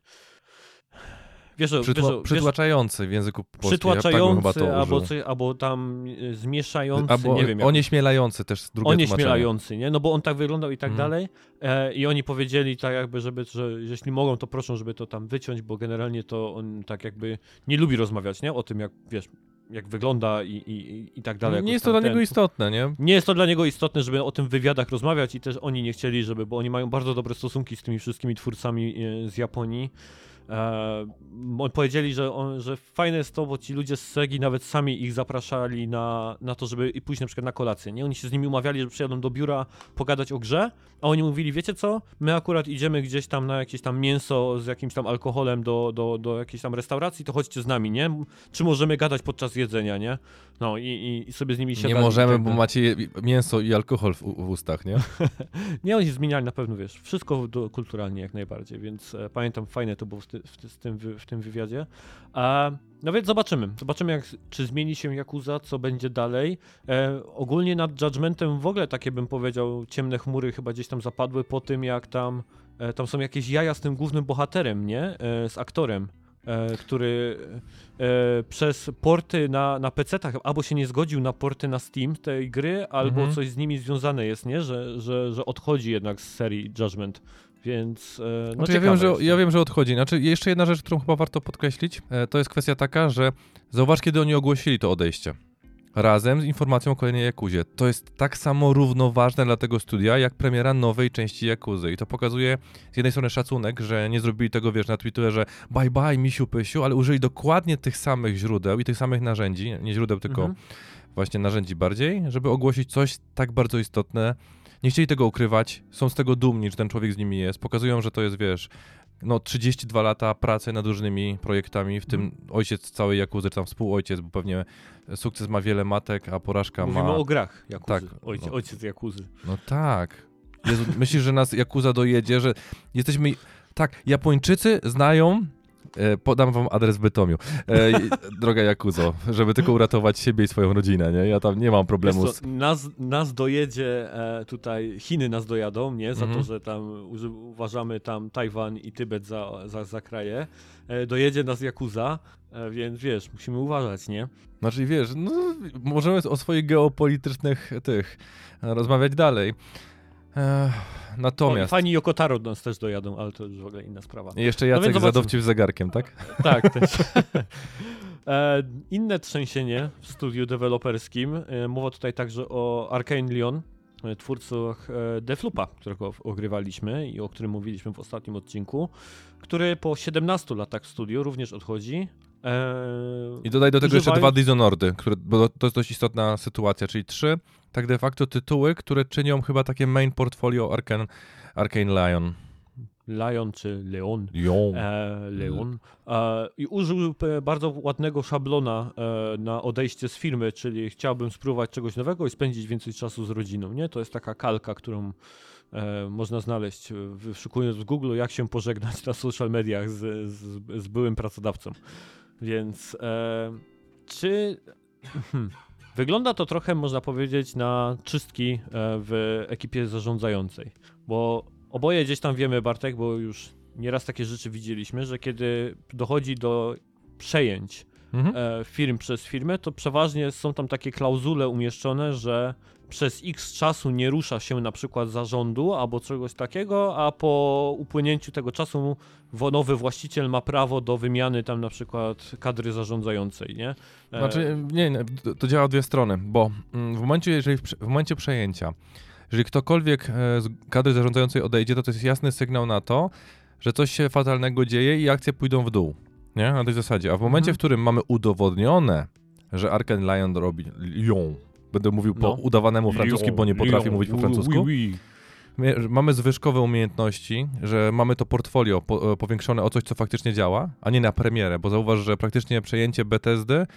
[SPEAKER 1] Wiesz,
[SPEAKER 2] Przytła-
[SPEAKER 1] wiesz,
[SPEAKER 2] przytłaczający wiesz, w języku polskim.
[SPEAKER 1] Przytłaczający,
[SPEAKER 2] ja tak
[SPEAKER 1] albo, albo tam zmieszający,
[SPEAKER 2] albo
[SPEAKER 1] nie wiem. Jak...
[SPEAKER 2] Onieśmielający też drugie tłumaczenie.
[SPEAKER 1] Onieśmielający, nie? No bo on tak wyglądał i tak
[SPEAKER 2] mm.
[SPEAKER 1] dalej. E, I oni powiedzieli tak jakby, żeby, że jeśli mogą, to proszą, żeby to tam wyciąć, bo generalnie to on tak jakby nie lubi rozmawiać, nie? O tym, jak, wiesz, jak wygląda i, i, i tak dalej.
[SPEAKER 2] Nie jest to dla ten... niego istotne, nie?
[SPEAKER 1] Nie jest to dla niego istotne, żeby o tym w wywiadach rozmawiać i też oni nie chcieli, żeby, bo oni mają bardzo dobre stosunki z tymi wszystkimi twórcami z Japonii. E, powiedzieli, że, on, że fajne jest to, bo ci ludzie z Segi nawet sami ich zapraszali na, na to, żeby pójść na przykład na kolację, nie? Oni się z nimi umawiali, że przyjadą do biura pogadać o grze, a oni mówili, wiecie co, my akurat idziemy gdzieś tam na jakieś tam mięso z jakimś tam alkoholem do, do, do jakiejś tam restauracji, to chodźcie z nami, nie? Czy możemy gadać podczas jedzenia, nie? No i, i, i sobie z nimi siadali.
[SPEAKER 2] Nie możemy,
[SPEAKER 1] tak,
[SPEAKER 2] bo
[SPEAKER 1] tak.
[SPEAKER 2] macie mięso i alkohol w, w ustach, nie?
[SPEAKER 1] Nie, oni zmieniali na pewno, wiesz, wszystko do, kulturalnie jak najbardziej, więc e, pamiętam, fajne to było w, ty, w, ty, w, tym, w, w tym wywiadzie. A, no więc zobaczymy. Zobaczymy, jak, czy zmieni się Yakuza, co będzie dalej. E, ogólnie nad Judgmentem w ogóle takie, bym powiedział, ciemne chmury chyba gdzieś tam zapadły po tym, jak tam, e, tam są jakieś jaja z tym głównym bohaterem, nie? E, z aktorem. E, który e, przez porty na, na pecetach albo się nie zgodził na porty na Steam tej gry, albo mhm. coś z nimi związane jest, nie? Że, że, że odchodzi jednak z serii Judgment. Więc e, no
[SPEAKER 2] znaczy, ja, wiem, że, ja wiem, że odchodzi. Znaczy, jeszcze jedna rzecz, którą chyba warto podkreślić, e, to jest kwestia taka, że zauważ, kiedy oni ogłosili to odejście. Razem z informacją o kolejnej Jakuzie. To jest tak samo równoważne dla tego studia, jak premiera nowej części Jakuzy. I to pokazuje z jednej strony szacunek, że nie zrobili tego, wiesz, na Twitterze bye bye, misiu pysiu, ale użyli dokładnie tych samych źródeł i tych samych narzędzi, nie źródeł, tylko mhm. właśnie narzędzi bardziej, żeby ogłosić coś tak bardzo istotne. Nie chcieli tego ukrywać, są z tego dumni, że ten człowiek z nimi jest. Pokazują, że to jest, wiesz, no trzydzieści dwa lata pracy nad różnymi projektami, w tym mm. ojciec całej Jakuzy, czy tam współojciec, bo pewnie sukces ma wiele matek, a porażka
[SPEAKER 1] Mówimy
[SPEAKER 2] ma...
[SPEAKER 1] Mówimy o grach Jakuzy,
[SPEAKER 2] tak,
[SPEAKER 1] ojciec,
[SPEAKER 2] no.
[SPEAKER 1] ojciec Jakuzy.
[SPEAKER 2] No tak. Jezu, myślisz, że nas Jakuza dojedzie, że jesteśmy... Tak, Japończycy znają... E, podam wam adres w Bytomiu. E, droga Jakuzo, żeby tylko uratować siebie i swoją rodzinę, nie? Ja tam nie mam problemu z...
[SPEAKER 1] Nas, nas dojedzie e, tutaj, Chiny nas dojadą, nie? Za mm-hmm. to, że tam uży, uważamy tam Tajwan i Tybet za, za, za kraje. E, dojedzie nas Jakuza, e, więc wiesz, musimy uważać, nie?
[SPEAKER 2] Znaczy wiesz, no możemy o swoich geopolitycznych tych rozmawiać dalej. E, natomiast...
[SPEAKER 1] O, fani Yokotaro nas też dojadą, ale to już w ogóle inna sprawa.
[SPEAKER 2] I jeszcze Jacek no zadowcił z zegarkiem, tak?
[SPEAKER 1] Tak, też. e, inne trzęsienie w studiu deweloperskim. E, mowa tutaj także o Arcane Lyon, e, twórcach e, Deathloopa, którego ogrywaliśmy i o którym mówiliśmy w ostatnim odcinku, który po siedemnastu latach w studiu również odchodzi. E,
[SPEAKER 2] I dodaj do tego
[SPEAKER 1] używając...
[SPEAKER 2] jeszcze dwa Dishonoredy, które, bo to jest dość istotna sytuacja, czyli trzy tak de facto tytuły, które czynią chyba takie main portfolio Arcane, Arcane Lion.
[SPEAKER 1] Lion czy Leon.
[SPEAKER 2] Leon.
[SPEAKER 1] E, Leon. E, I użył bardzo ładnego szablona e, na odejście z firmy, czyli chciałbym spróbować czegoś nowego i spędzić więcej czasu z rodziną. Nie? To jest taka kalka, którą e, można znaleźć, wyszukując w Google, jak się pożegnać na social mediach z, z, z byłym pracodawcą. Więc e, czy... Hmm. Wygląda to trochę, można powiedzieć, na czystki w ekipie zarządzającej, bo oboje gdzieś tam wiemy, Bartek, bo już nieraz takie rzeczy widzieliśmy, że kiedy dochodzi do przejęć mhm. e, firm przez firmę, to przeważnie są tam takie klauzule umieszczone, że przez x czasu nie rusza się na przykład zarządu albo czegoś takiego, a po upłynięciu tego czasu nowy właściciel ma prawo do wymiany tam na przykład kadry zarządzającej, nie? E...
[SPEAKER 2] Znaczy, nie, nie, to działa w dwie strony, bo w momencie, jeżeli w, w momencie przejęcia, jeżeli ktokolwiek z kadry zarządzającej odejdzie, to to jest jasny sygnał na to, że coś się fatalnego dzieje i akcje pójdą w dół, nie? Na tej zasadzie. A w momencie, mhm. w którym mamy udowodnione, że Arkane Lyon robi ją, będę mówił no. po udawanemu francusku, bo nie potrafię Lyon. mówić po francusku. Oui, oui. My, mamy zwyżkowe umiejętności, że mamy to portfolio po, powiększone o coś, co faktycznie działa, a nie na premierę, bo zauważ, że praktycznie przejęcie Bethesdy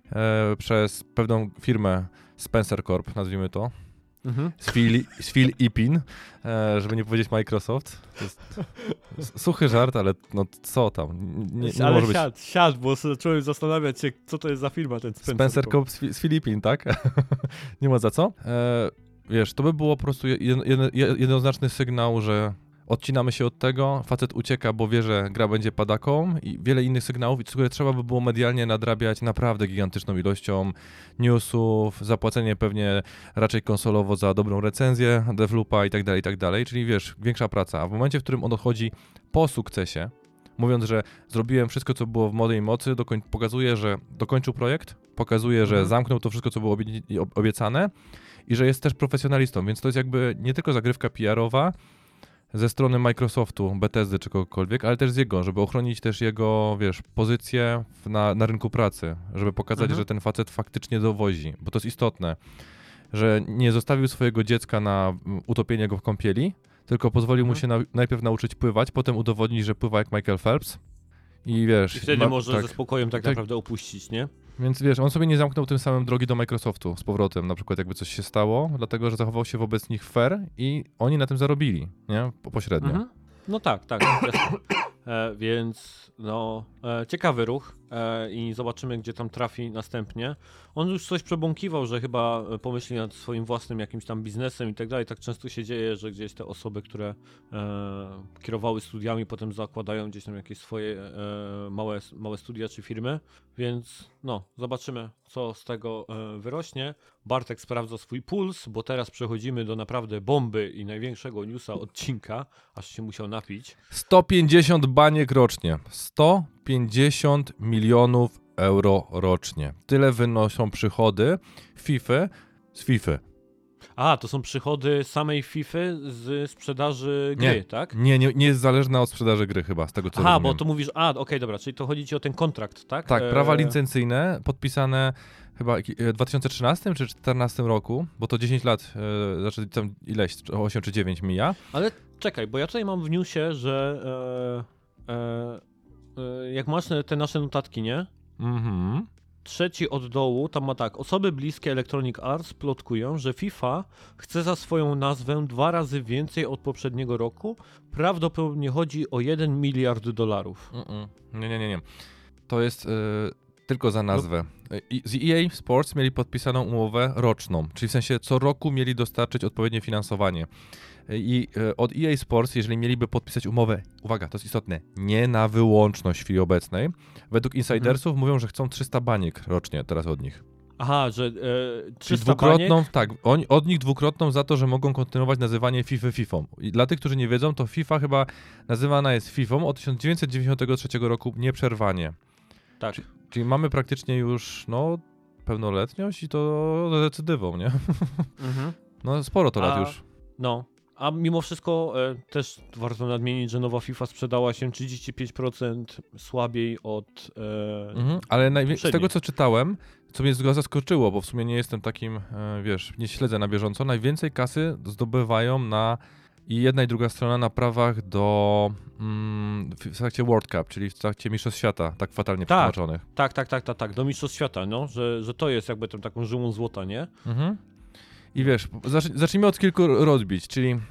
[SPEAKER 2] e, przez pewną firmę Spencer Corp, nazwijmy to, mhm. z, Phil, z Phil Ipin, e, żeby nie powiedzieć Microsoft. To jest suchy żart, ale no co tam? Nie, nie
[SPEAKER 1] ale
[SPEAKER 2] może
[SPEAKER 1] siad,
[SPEAKER 2] być...
[SPEAKER 1] siad, bo zacząłem zastanawiać się, co to jest za firma ten Spencer,
[SPEAKER 2] Spencer Corp z, z Filipin, tak? Nie ma za co. E, wiesz, to by było po prostu jed, jed, jednoznaczny sygnał, że odcinamy się od tego, facet ucieka, bo wie, że gra będzie padaką i wiele innych sygnałów, które trzeba by było medialnie nadrabiać naprawdę gigantyczną ilością newsów, zapłacenie pewnie raczej konsolowo za dobrą recenzję, devloopa i tak dalej, i tak dalej, czyli wiesz, większa praca. A w momencie, w którym on odchodzi po sukcesie, mówiąc, że zrobiłem wszystko, co było w mojej mocy, dokoń- pokazuje, że dokończył projekt, pokazuje, że mhm. zamknął to wszystko, co było obie- obiecane i że jest też profesjonalistą, więc to jest jakby nie tylko zagrywka P R-owa, ze strony Microsoftu, Bethesdy czy kogokolwiek, ale też z jego, żeby ochronić też jego, wiesz, pozycję w, na, na rynku pracy, żeby pokazać, mhm. że ten facet faktycznie dowozi, bo to jest istotne, że nie zostawił swojego dziecka na utopienie go w kąpieli, tylko pozwolił mhm. mu się na, najpierw nauczyć pływać, potem udowodnić, że pływa jak Michael Phelps i wiesz...
[SPEAKER 1] I wtedy
[SPEAKER 2] ma,
[SPEAKER 1] może
[SPEAKER 2] tak,
[SPEAKER 1] ze spokojem tak, tak naprawdę opuścić, nie?
[SPEAKER 2] Więc wiesz, on sobie nie zamknął tym samym drogi do Microsoftu z powrotem, na przykład jakby coś się stało, dlatego, że zachował się wobec nich fair i oni na tym zarobili, nie? Pośrednio. Mhm.
[SPEAKER 1] No tak, tak, jasne. E, więc no, e, ciekawy ruch e, i zobaczymy, gdzie tam trafi następnie. On już coś przebąkiwał, że chyba pomyśli nad swoim własnym jakimś tam biznesem i tak dalej. Tak często się dzieje, że gdzieś te osoby, które e, kierowały studiami, potem zakładają gdzieś tam jakieś swoje e, małe, małe studia czy firmy, więc no, zobaczymy, co z tego e, wyrośnie. Bartek sprawdza swój puls, bo teraz przechodzimy do naprawdę bomby i największego newsa odcinka, aż się musiał napić.
[SPEAKER 2] sto pięćdziesiąt baniek rocznie. sto pięćdziesiąt milionów euro rocznie. Tyle wynoszą przychody FIFA z FIFA.
[SPEAKER 1] A, to są przychody samej FIFA z sprzedaży gry,
[SPEAKER 2] nie,
[SPEAKER 1] tak?
[SPEAKER 2] Nie, nie, nie jest zależna od sprzedaży gry chyba, z tego co
[SPEAKER 1] Aha,
[SPEAKER 2] rozumiem.
[SPEAKER 1] bo to mówisz, a, okej, okay, dobra, czyli to chodzi ci o ten kontrakt, tak?
[SPEAKER 2] Tak, prawa licencyjne podpisane chyba w dwa tysiące trzynastym czy dwa tysiące czternastym roku, bo to dziesięć lat, e, znaczy tam ileś, osiem czy dziewięć mija.
[SPEAKER 1] Ale czekaj, bo ja tutaj mam w newsie, że e, e, e, jak masz te nasze notatki, nie?
[SPEAKER 2] Mhm.
[SPEAKER 1] Trzeci od dołu, tam ma tak, osoby bliskie Electronic Arts plotkują, że FIFA chce za swoją nazwę dwa razy więcej od poprzedniego roku. Prawdopodobnie chodzi o jeden miliard dolarów.
[SPEAKER 2] Mm-mm. Nie, nie, nie, nie. To jest... Y- Tylko za nazwę. I z E A Sports mieli podpisaną umowę roczną, czyli w sensie co roku mieli dostarczyć odpowiednie finansowanie. I od E A Sports, jeżeli mieliby podpisać umowę, uwaga, to jest istotne, nie na wyłączność w chwili obecnej, według insidersów mhm. mówią, że chcą trzysta baniek rocznie teraz od nich.
[SPEAKER 1] Aha, że e, trzysta
[SPEAKER 2] dwukrotną,
[SPEAKER 1] baniek?
[SPEAKER 2] Tak, oni, od nich dwukrotną za to, że mogą kontynuować nazywanie FIFA Fifą. I dla tych, którzy nie wiedzą, to FIFA chyba nazywana jest Fifą od tysiąc dziewięćset dziewięćdziesiątego trzeciego roku nieprzerwanie.
[SPEAKER 1] Tak.
[SPEAKER 2] Czyli, czyli mamy praktycznie już, no, pełnoletność i to z recydywą, nie? Mhm. No, sporo to lat
[SPEAKER 1] A,
[SPEAKER 2] już.
[SPEAKER 1] No, a mimo wszystko e, też warto nadmienić, że nowa FIFA sprzedała się trzydzieści pięć procent słabiej od e,
[SPEAKER 2] mhm. Ale najwie- z tego, co czytałem, co mnie zaskoczyło, bo w sumie nie jestem takim, e, wiesz, nie śledzę na bieżąco, najwięcej kasy zdobywają na i jedna i druga strona na prawach do mm, w trakcie World Cup, czyli w trakcie Mistrzostw Świata, tak fatalnie
[SPEAKER 1] tak,
[SPEAKER 2] przetłumaczonych.
[SPEAKER 1] Tak, tak, tak, tak, tak, do Mistrzostw Świata, no, że, że to jest jakby tam taką żyłą złota, nie?
[SPEAKER 2] Mhm. I wiesz, zacz- zacznijmy od kilku rozbić, czyli e,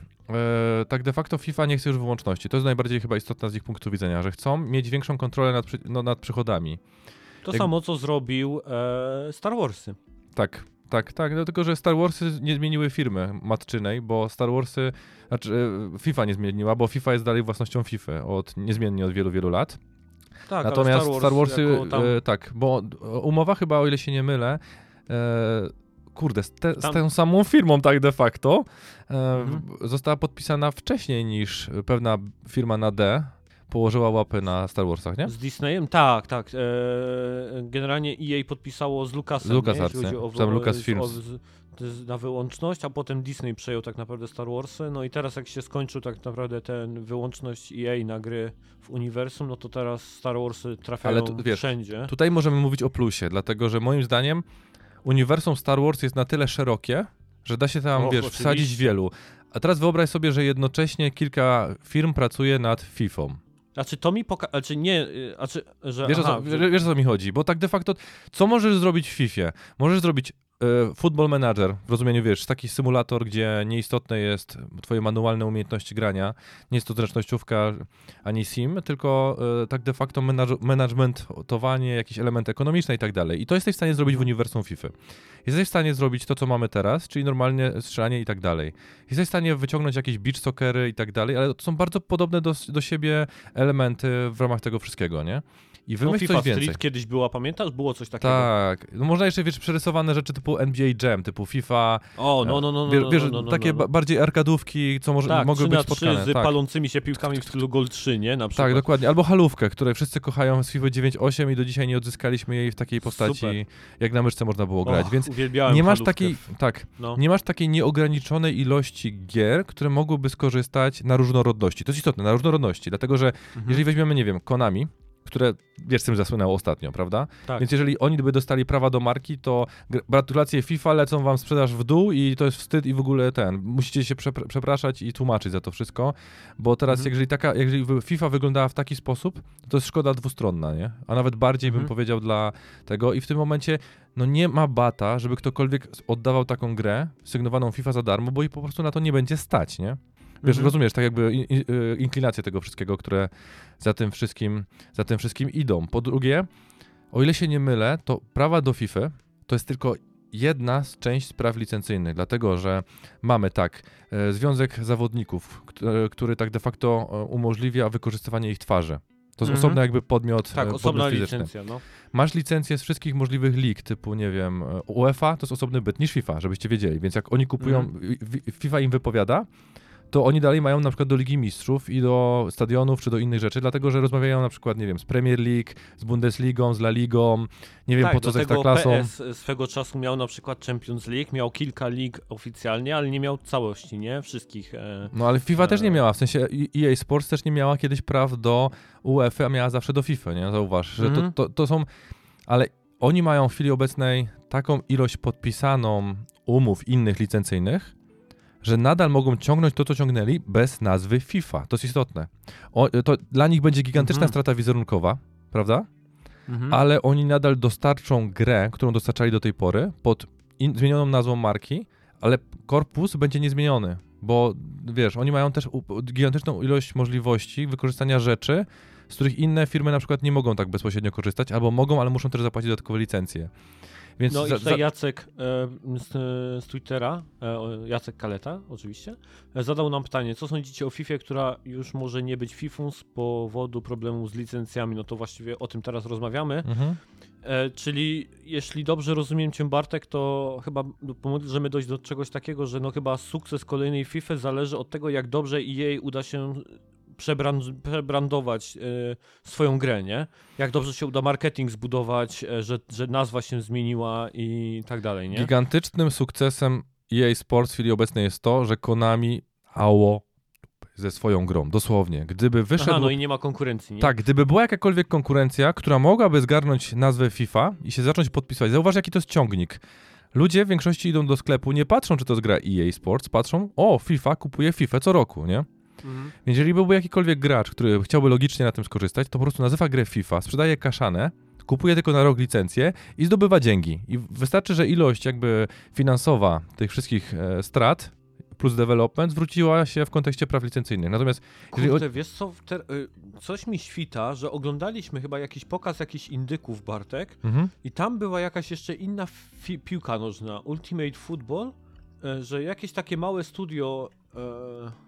[SPEAKER 2] tak de facto FIFA nie chce już wyłączności. To jest najbardziej chyba istotna z ich punktu widzenia, że chcą mieć większą kontrolę nad, przy, no, nad przychodami.
[SPEAKER 1] To
[SPEAKER 2] Jak...
[SPEAKER 1] samo, co zrobił e, Star Warsy.
[SPEAKER 2] Tak, tak, tak, dlatego, że Star Warsy nie zmieniły firmy matczynej, bo Star Warsy, znaczy FIFA nie zmieniła, bo FIFA jest dalej własnością FIFA, od, niezmiennie od wielu, wielu lat.
[SPEAKER 1] Tak,
[SPEAKER 2] Natomiast
[SPEAKER 1] Star, Wars
[SPEAKER 2] Star Warsy,
[SPEAKER 1] tam...
[SPEAKER 2] e, tak, bo umowa chyba, o ile się nie mylę, e, kurde, z, te, tam... z tą samą firmą tak de facto e, mhm. została podpisana wcześniej niż pewna firma na D położyła łapy na Star Warsach, nie?
[SPEAKER 1] Z Disneyem? Tak, tak. E, generalnie E A podpisało z Lucasem,
[SPEAKER 2] z LucasArts, nie? O, Tam Lucasfilms.
[SPEAKER 1] Na wyłączność, a potem Disney przejął tak naprawdę Star Warsy, no i teraz jak się skończył tak naprawdę ten wyłączność E A na gry w uniwersum, no to teraz Star Warsy trafiają
[SPEAKER 2] Ale tu, wiesz,
[SPEAKER 1] wszędzie.
[SPEAKER 2] Tutaj możemy mówić o plusie, dlatego że moim zdaniem uniwersum Star Wars jest na tyle szerokie, że da się tam, o, wiesz, oczywiście. wsadzić wielu. A teraz wyobraź sobie, że jednocześnie kilka firm pracuje nad Fifą.
[SPEAKER 1] Znaczy to mi pokaże, znaczy nie, znaczy, że...
[SPEAKER 2] Wiesz, aha, o co, że... wiesz o co mi chodzi, bo tak de facto, co możesz zrobić w Fifie? Możesz zrobić y, Football Manager, w rozumieniu, wiesz, taki symulator, gdzie nieistotne jest twoje manualne umiejętności grania, nie jest to zręcznościówka ani sim, tylko y, tak de facto menadż- managementowanie, jakiś element ekonomiczny i tak dalej. I to jesteś w stanie zrobić w uniwersum Fify. Jesteś w stanie zrobić to, co mamy teraz, czyli normalnie strzelanie i tak dalej. Jesteś w stanie wyciągnąć jakieś beach soccery i tak dalej, ale to są bardzo podobne do, do siebie elementy w ramach tego wszystkiego, nie? I wymyśl
[SPEAKER 1] no, FIFA
[SPEAKER 2] coś więcej.
[SPEAKER 1] Street kiedyś była, pamiętasz? Było coś takiego.
[SPEAKER 2] Tak. No można jeszcze, wiesz, przerysowane rzeczy typu N B A Jam, typu FIFA.
[SPEAKER 1] O, no, no, no.
[SPEAKER 2] Wiesz,
[SPEAKER 1] no,
[SPEAKER 2] wiesz
[SPEAKER 1] no, no, no,
[SPEAKER 2] takie
[SPEAKER 1] no.
[SPEAKER 2] bardziej arkadówki, co może,
[SPEAKER 1] tak,
[SPEAKER 2] mogły być spotkane.
[SPEAKER 1] Tak, z
[SPEAKER 2] tak.
[SPEAKER 1] palącymi się piłkami w stylu Gold trzy, nie? Na przykład.
[SPEAKER 2] Tak, dokładnie. Albo halówkę, które wszyscy kochają z FIFA dziewięć osiem i do dzisiaj nie odzyskaliśmy jej w takiej postaci, Super. jak na myszce można było grać.
[SPEAKER 1] Och,
[SPEAKER 2] Więc
[SPEAKER 1] nie
[SPEAKER 2] masz takiej, tak,
[SPEAKER 1] no.
[SPEAKER 2] nie masz takiej nieograniczonej ilości gier, które mogłyby skorzystać na różnorodności. To jest istotne, na różnorodności, dlatego że mhm. jeżeli weźmiemy, nie wiem, Konami, które, wiesz, z tym zasłynęło ostatnio, prawda?
[SPEAKER 1] Tak.
[SPEAKER 2] Więc jeżeli oni by dostali prawa do marki, to gratulacje FIFA, lecą wam sprzedaż w dół i to jest wstyd i w ogóle ten, musicie się przepra- przepraszać i tłumaczyć za to wszystko, bo teraz mhm. jeżeli taka, jeżeli FIFA wyglądała w taki sposób, to jest szkoda dwustronna, nie? A nawet bardziej mhm. bym powiedział dla tego i w tym momencie no nie ma bata, żeby ktokolwiek oddawał taką grę sygnowaną FIFA za darmo, bo i po prostu na to nie będzie stać, nie? Wiesz, mhm. rozumiesz, tak jakby in, in, inklinacje tego wszystkiego, które za tym wszystkim, za tym wszystkim idą. Po drugie, o ile się nie mylę, to prawa do FIFA to jest tylko jedna z część spraw licencyjnych, dlatego że mamy tak, e, Związek Zawodników, który, który tak de facto umożliwia wykorzystywanie ich twarzy. To jest mhm. osobny jakby podmiot
[SPEAKER 1] Tak,
[SPEAKER 2] podmiot
[SPEAKER 1] osobna
[SPEAKER 2] fizyczny.
[SPEAKER 1] licencja, no.
[SPEAKER 2] Masz licencję z wszystkich możliwych lig, typu, nie wiem, UEFA, to jest osobny byt niż FIFA, żebyście wiedzieli, więc jak oni kupują, mhm. FIFA im wypowiada, to oni dalej mają na przykład do Ligi Mistrzów i do stadionów, czy do innych rzeczy, dlatego, że rozmawiają na przykład, nie wiem, z Premier League, z Bundesligą, z La Ligą, nie wiem
[SPEAKER 1] tak,
[SPEAKER 2] po co z Ekstraklasą.
[SPEAKER 1] P S swego czasu miał na przykład Champions League, miał kilka lig oficjalnie, ale nie miał całości, nie? Wszystkich. E,
[SPEAKER 2] no ale FIFA
[SPEAKER 1] e...
[SPEAKER 2] też nie miała, w sensie E A Sports też nie miała kiedyś praw do UEFA, a miała zawsze do FIFA, nie? Zauważ, że mm-hmm. to, to, to są, ale oni mają w chwili obecnej taką ilość podpisaną umów innych licencyjnych, że nadal mogą ciągnąć to, co ciągnęli bez nazwy FIFA. To jest istotne. O, to dla nich będzie gigantyczna mm-hmm. strata wizerunkowa, prawda? Mm-hmm. Ale oni nadal dostarczą grę, którą dostarczali do tej pory, pod in- zmienioną nazwą marki, ale korpus będzie niezmieniony, bo wiesz, oni mają też u- gigantyczną ilość możliwości wykorzystania rzeczy, z których inne firmy na przykład nie mogą tak bezpośrednio korzystać, albo mogą, ale muszą też zapłacić dodatkowe licencje. Więc
[SPEAKER 1] no
[SPEAKER 2] za,
[SPEAKER 1] i tutaj
[SPEAKER 2] za...
[SPEAKER 1] Jacek e, z, z Twittera, e, Jacek Kaleta oczywiście, e, zadał nam pytanie, co sądzicie o Fifie, która już może nie być Fifą z powodu problemu z licencjami, no to właściwie o tym teraz rozmawiamy, mhm. e, czyli jeśli dobrze rozumiem cię, Bartek, to chyba możemy dojść do czegoś takiego, że no chyba sukces kolejnej Fify zależy od tego, jak dobrze jej uda się Przebrand- przebrandować y, swoją grę, nie? Jak dobrze się uda marketing zbudować, y, że, że nazwa się zmieniła i tak dalej, nie?
[SPEAKER 2] Gigantycznym sukcesem E A Sports w chwili obecnej jest to, że Konami ało ze swoją grą, dosłownie. Gdyby wyszedł...
[SPEAKER 1] Aha, no i nie ma konkurencji, nie?
[SPEAKER 2] Tak, gdyby była jakakolwiek konkurencja, która mogłaby zgarnąć nazwę FIFA i się zacząć podpisywać. Zauważ, jaki to jest ciągnik. Ludzie w większości idą do sklepu, nie patrzą, czy to jest gra E A Sports, patrzą, o, FIFA kupuje FIFA co roku, nie? Mhm. Więc jeżeli byłby jakikolwiek gracz, który chciałby logicznie na tym skorzystać, to po prostu nazywa grę FIFA, sprzedaje kaszanę, kupuje tylko na rok licencję i zdobywa dzięki. I wystarczy, że ilość jakby finansowa tych wszystkich e, strat plus development zwróciła się w kontekście praw licencyjnych. Natomiast...
[SPEAKER 1] Kurde,
[SPEAKER 2] jeżeli...
[SPEAKER 1] wiesz co, te, y, coś mi świta, że oglądaliśmy chyba jakiś pokaz jakichś indyków, Bartek, mhm. i tam była jakaś jeszcze inna fi- piłka nożna, Ultimate Football, y, że jakieś takie małe studio... Y,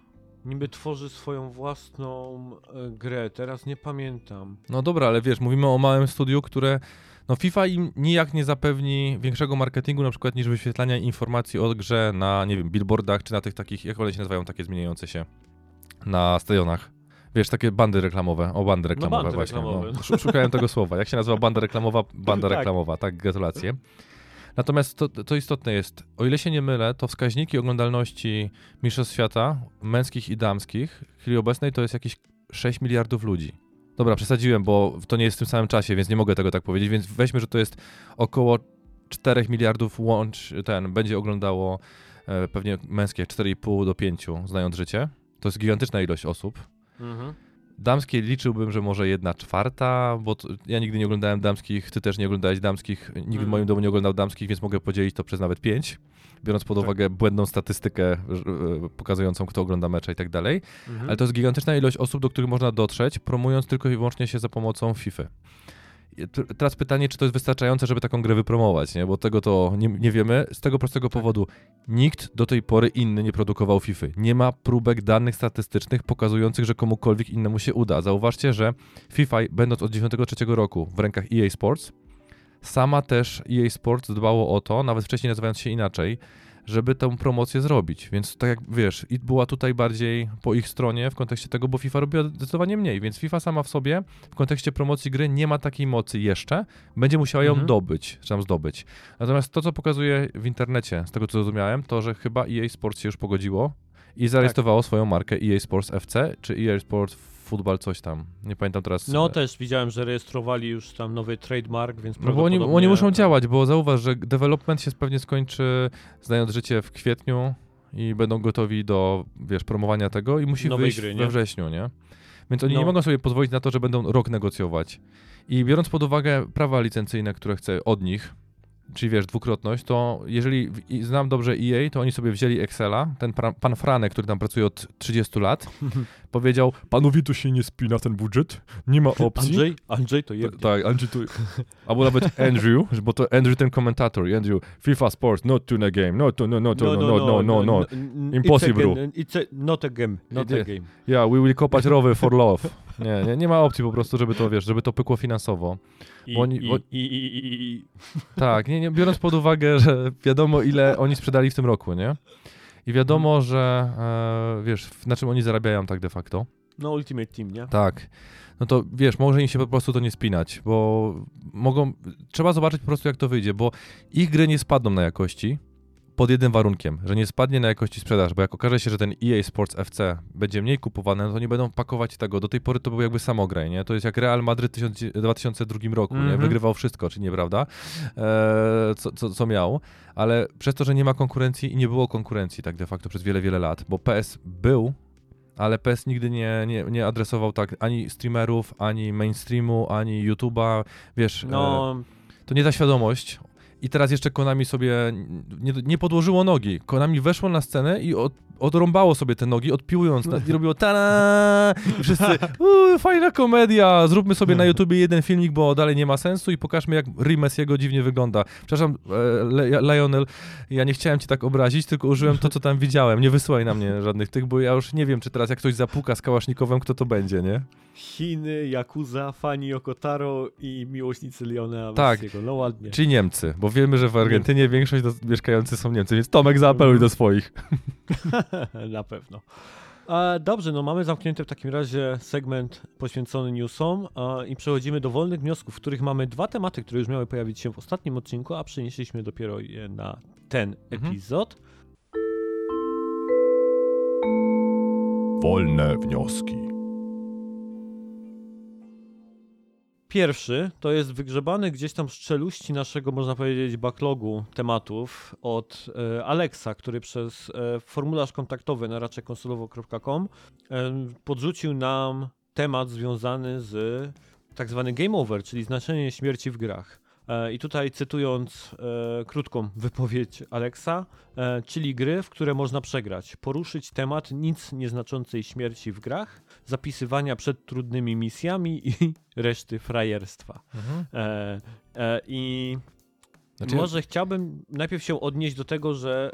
[SPEAKER 1] niby tworzy swoją własną e, grę, teraz nie pamiętam.
[SPEAKER 2] No dobra, ale wiesz, mówimy o małym studiu, które... No FIFA im nijak nie zapewni większego marketingu, na przykład niż wyświetlania informacji o grze na, nie wiem, billboardach, czy na tych takich, jak one się nazywają, takie zmieniające się na stadionach. Wiesz, takie bandy reklamowe, o bandy reklamowe
[SPEAKER 1] no bandy
[SPEAKER 2] właśnie.
[SPEAKER 1] Reklamowe.
[SPEAKER 2] No, szukałem tego słowa. Jak się nazywa banda reklamowa? Banda
[SPEAKER 1] Tak.
[SPEAKER 2] reklamowa, tak, gratulacje. Natomiast to, to istotne jest, o ile się nie mylę, to wskaźniki oglądalności Mistrzostw Świata, męskich i damskich, w chwili obecnej to jest jakieś sześć miliardów ludzi. Dobra, przesadziłem, bo to nie jest w tym samym czasie, więc nie mogę tego tak powiedzieć, więc weźmy, że to jest około czterech miliardów łącz, ten, będzie oglądało e, pewnie męskie cztery i pół do pięciu, znając życie. To jest gigantyczna ilość osób. Mhm. Damskie liczyłbym, że może jedna czwarta, bo to, ja nigdy nie oglądałem damskich, ty też nie oglądałeś damskich, nikt mm. w moim domu nie oglądał damskich, więc mogę podzielić to przez nawet pięć, biorąc pod tak. uwagę błędną statystykę y, y, pokazującą, kto ogląda mecze i tak dalej. Mm-hmm. Ale to jest gigantyczna ilość osób, do których można dotrzeć, promując tylko i wyłącznie się za pomocą FIFA. Teraz pytanie, czy to jest wystarczające, żeby taką grę wypromować, nie? Bo tego to nie, nie wiemy. Z tego prostego tak. powodu nikt do tej pory inny nie produkował FIFA. Nie ma próbek danych statystycznych pokazujących, że komukolwiek innemu się uda. Zauważcie, że FIFA, będąc od dziewięćdziesiątego trzeciego roku w rękach E A Sports, sama też E A Sports dbało o to, nawet wcześniej nazywając się inaczej, żeby tę promocję zrobić, więc tak jak wiesz, i była tutaj bardziej po ich stronie w kontekście tego, bo FIFA robiła zdecydowanie mniej, więc FIFA sama w sobie w kontekście promocji gry nie ma takiej mocy jeszcze, będzie musiała ją mhm. dobyć, czy tam zdobyć. Natomiast to, co pokazuje w internecie, z tego co zrozumiałem, to, że chyba E A Sports się już pogodziło i zarejestrowało tak. swoją markę E A Sports F C, czy E A Sports Football coś tam, nie pamiętam teraz.
[SPEAKER 1] No też widziałem, że rejestrowali już tam nowy trademark, więc
[SPEAKER 2] no bo oni, oni muszą działać, bo zauważ, że development się pewnie skończy, znając życie, w kwietniu i będą gotowi do, wiesz, promowania tego i musi
[SPEAKER 1] nowej
[SPEAKER 2] wyjść
[SPEAKER 1] gry,
[SPEAKER 2] we
[SPEAKER 1] nie?
[SPEAKER 2] wrześniu, nie? Więc oni
[SPEAKER 1] no.
[SPEAKER 2] nie mogą sobie pozwolić na to, że będą rok negocjować. I biorąc pod uwagę prawa licencyjne, które chce od nich, czyli wiesz, dwukrotność, to jeżeli znam dobrze E A, to oni sobie wzięli Excela, ten pra, pan Franek, który tam pracuje od trzydziestu lat, powiedział, panowie, to się nie spina ten budżet, nie ma opcji.
[SPEAKER 1] Andrzej, Andrzej to jest.
[SPEAKER 2] Tak, Andrzej to albo nawet Andrew, bo to Andrew ten komentator, Andrew, FIFA Sports, not tuna game, no to, no, no, no, no, no, no, no, impossible.
[SPEAKER 1] It's a, not a game, not a game.
[SPEAKER 2] Yeah, we will kopać rowy for love. Nie, nie, nie ma opcji po prostu, żeby to, wiesz, żeby to pykło finansowo.
[SPEAKER 1] I,
[SPEAKER 2] bo oni,
[SPEAKER 1] i,
[SPEAKER 2] bo...
[SPEAKER 1] i, i, i, i.
[SPEAKER 2] Tak, nie, nie, biorąc pod uwagę, że wiadomo, ile oni sprzedali w tym roku, nie? I wiadomo, hmm. że e, wiesz, na czym oni zarabiają tak de facto.
[SPEAKER 1] No Ultimate Team, nie?
[SPEAKER 2] Tak. No to wiesz, może im się po prostu to nie spinać, bo mogą, trzeba zobaczyć po prostu jak to wyjdzie, bo ich gry nie spadną na jakości, pod jednym warunkiem, że nie spadnie na jakości sprzedaż, bo jak okaże się, że ten E A Sports F C będzie mniej kupowany, no to nie będą pakować tego. Do tej pory to był jakby samograj, nie? To jest jak Real Madryt w dwa tysiące drugim roku, mm-hmm. nie? Wygrywał wszystko, czy nieprawda? Eee, co, co, co miał, ale przez to, że nie ma konkurencji i nie było konkurencji tak de facto przez wiele, wiele lat, bo P S był, ale P S nigdy nie, nie, nie adresował tak ani streamerów, ani mainstreamu, ani YouTube'a, wiesz, no. e, to nie ta świadomość. I teraz jeszcze Konami sobie nie, nie podłożyło nogi. Konami weszło na scenę i od, odrąbało sobie te nogi, odpiłując na, i robiło ta i wszyscy, uuu, fajna komedia, zróbmy sobie na YouTubie jeden filmik, bo dalej nie ma sensu i pokażmy, jak Rimes jego dziwnie wygląda. Przepraszam, Le- Lionel, ja nie chciałem cię tak obrazić, tylko użyłem to, co tam widziałem. Nie wysyłaj na mnie żadnych tych, bo ja już nie wiem, czy teraz jak ktoś zapuka z kałasznikowem, kto to będzie, nie?
[SPEAKER 1] Chiny, Yakuza, fani Yokotaro i miłośnicy Leona
[SPEAKER 2] tak,
[SPEAKER 1] Messiego. No ładnie.
[SPEAKER 2] Czyli Niemcy, bo wiemy, że w Argentynie większość do, mieszkający są Niemcy, więc Tomek, zaapeluj do swoich.
[SPEAKER 1] Na pewno. A, dobrze, no mamy zamknięty w takim razie segment poświęcony newsom a, i przechodzimy do wolnych wniosków, w których mamy dwa tematy, które już miały pojawić się w ostatnim odcinku, a przenieśliśmy dopiero je na ten mhm. epizod.
[SPEAKER 2] Wolne wnioski.
[SPEAKER 1] Pierwszy to jest wygrzebany gdzieś tam z czeluści naszego, można powiedzieć, backlogu tematów od e, Alexa, który przez e, formularz kontaktowy na raczej konsolowo kropka com e, podrzucił nam temat związany z tak zwany game over, czyli znaczenie śmierci w grach. E, I tutaj cytując e, krótką wypowiedź Alexa, e, czyli gry, w które można przegrać, poruszyć temat nic nieznaczącej śmierci w grach, zapisywania przed trudnymi misjami i reszty frajerstwa. Mhm. E, e, I Znaczy... Może chciałbym najpierw się odnieść do tego, że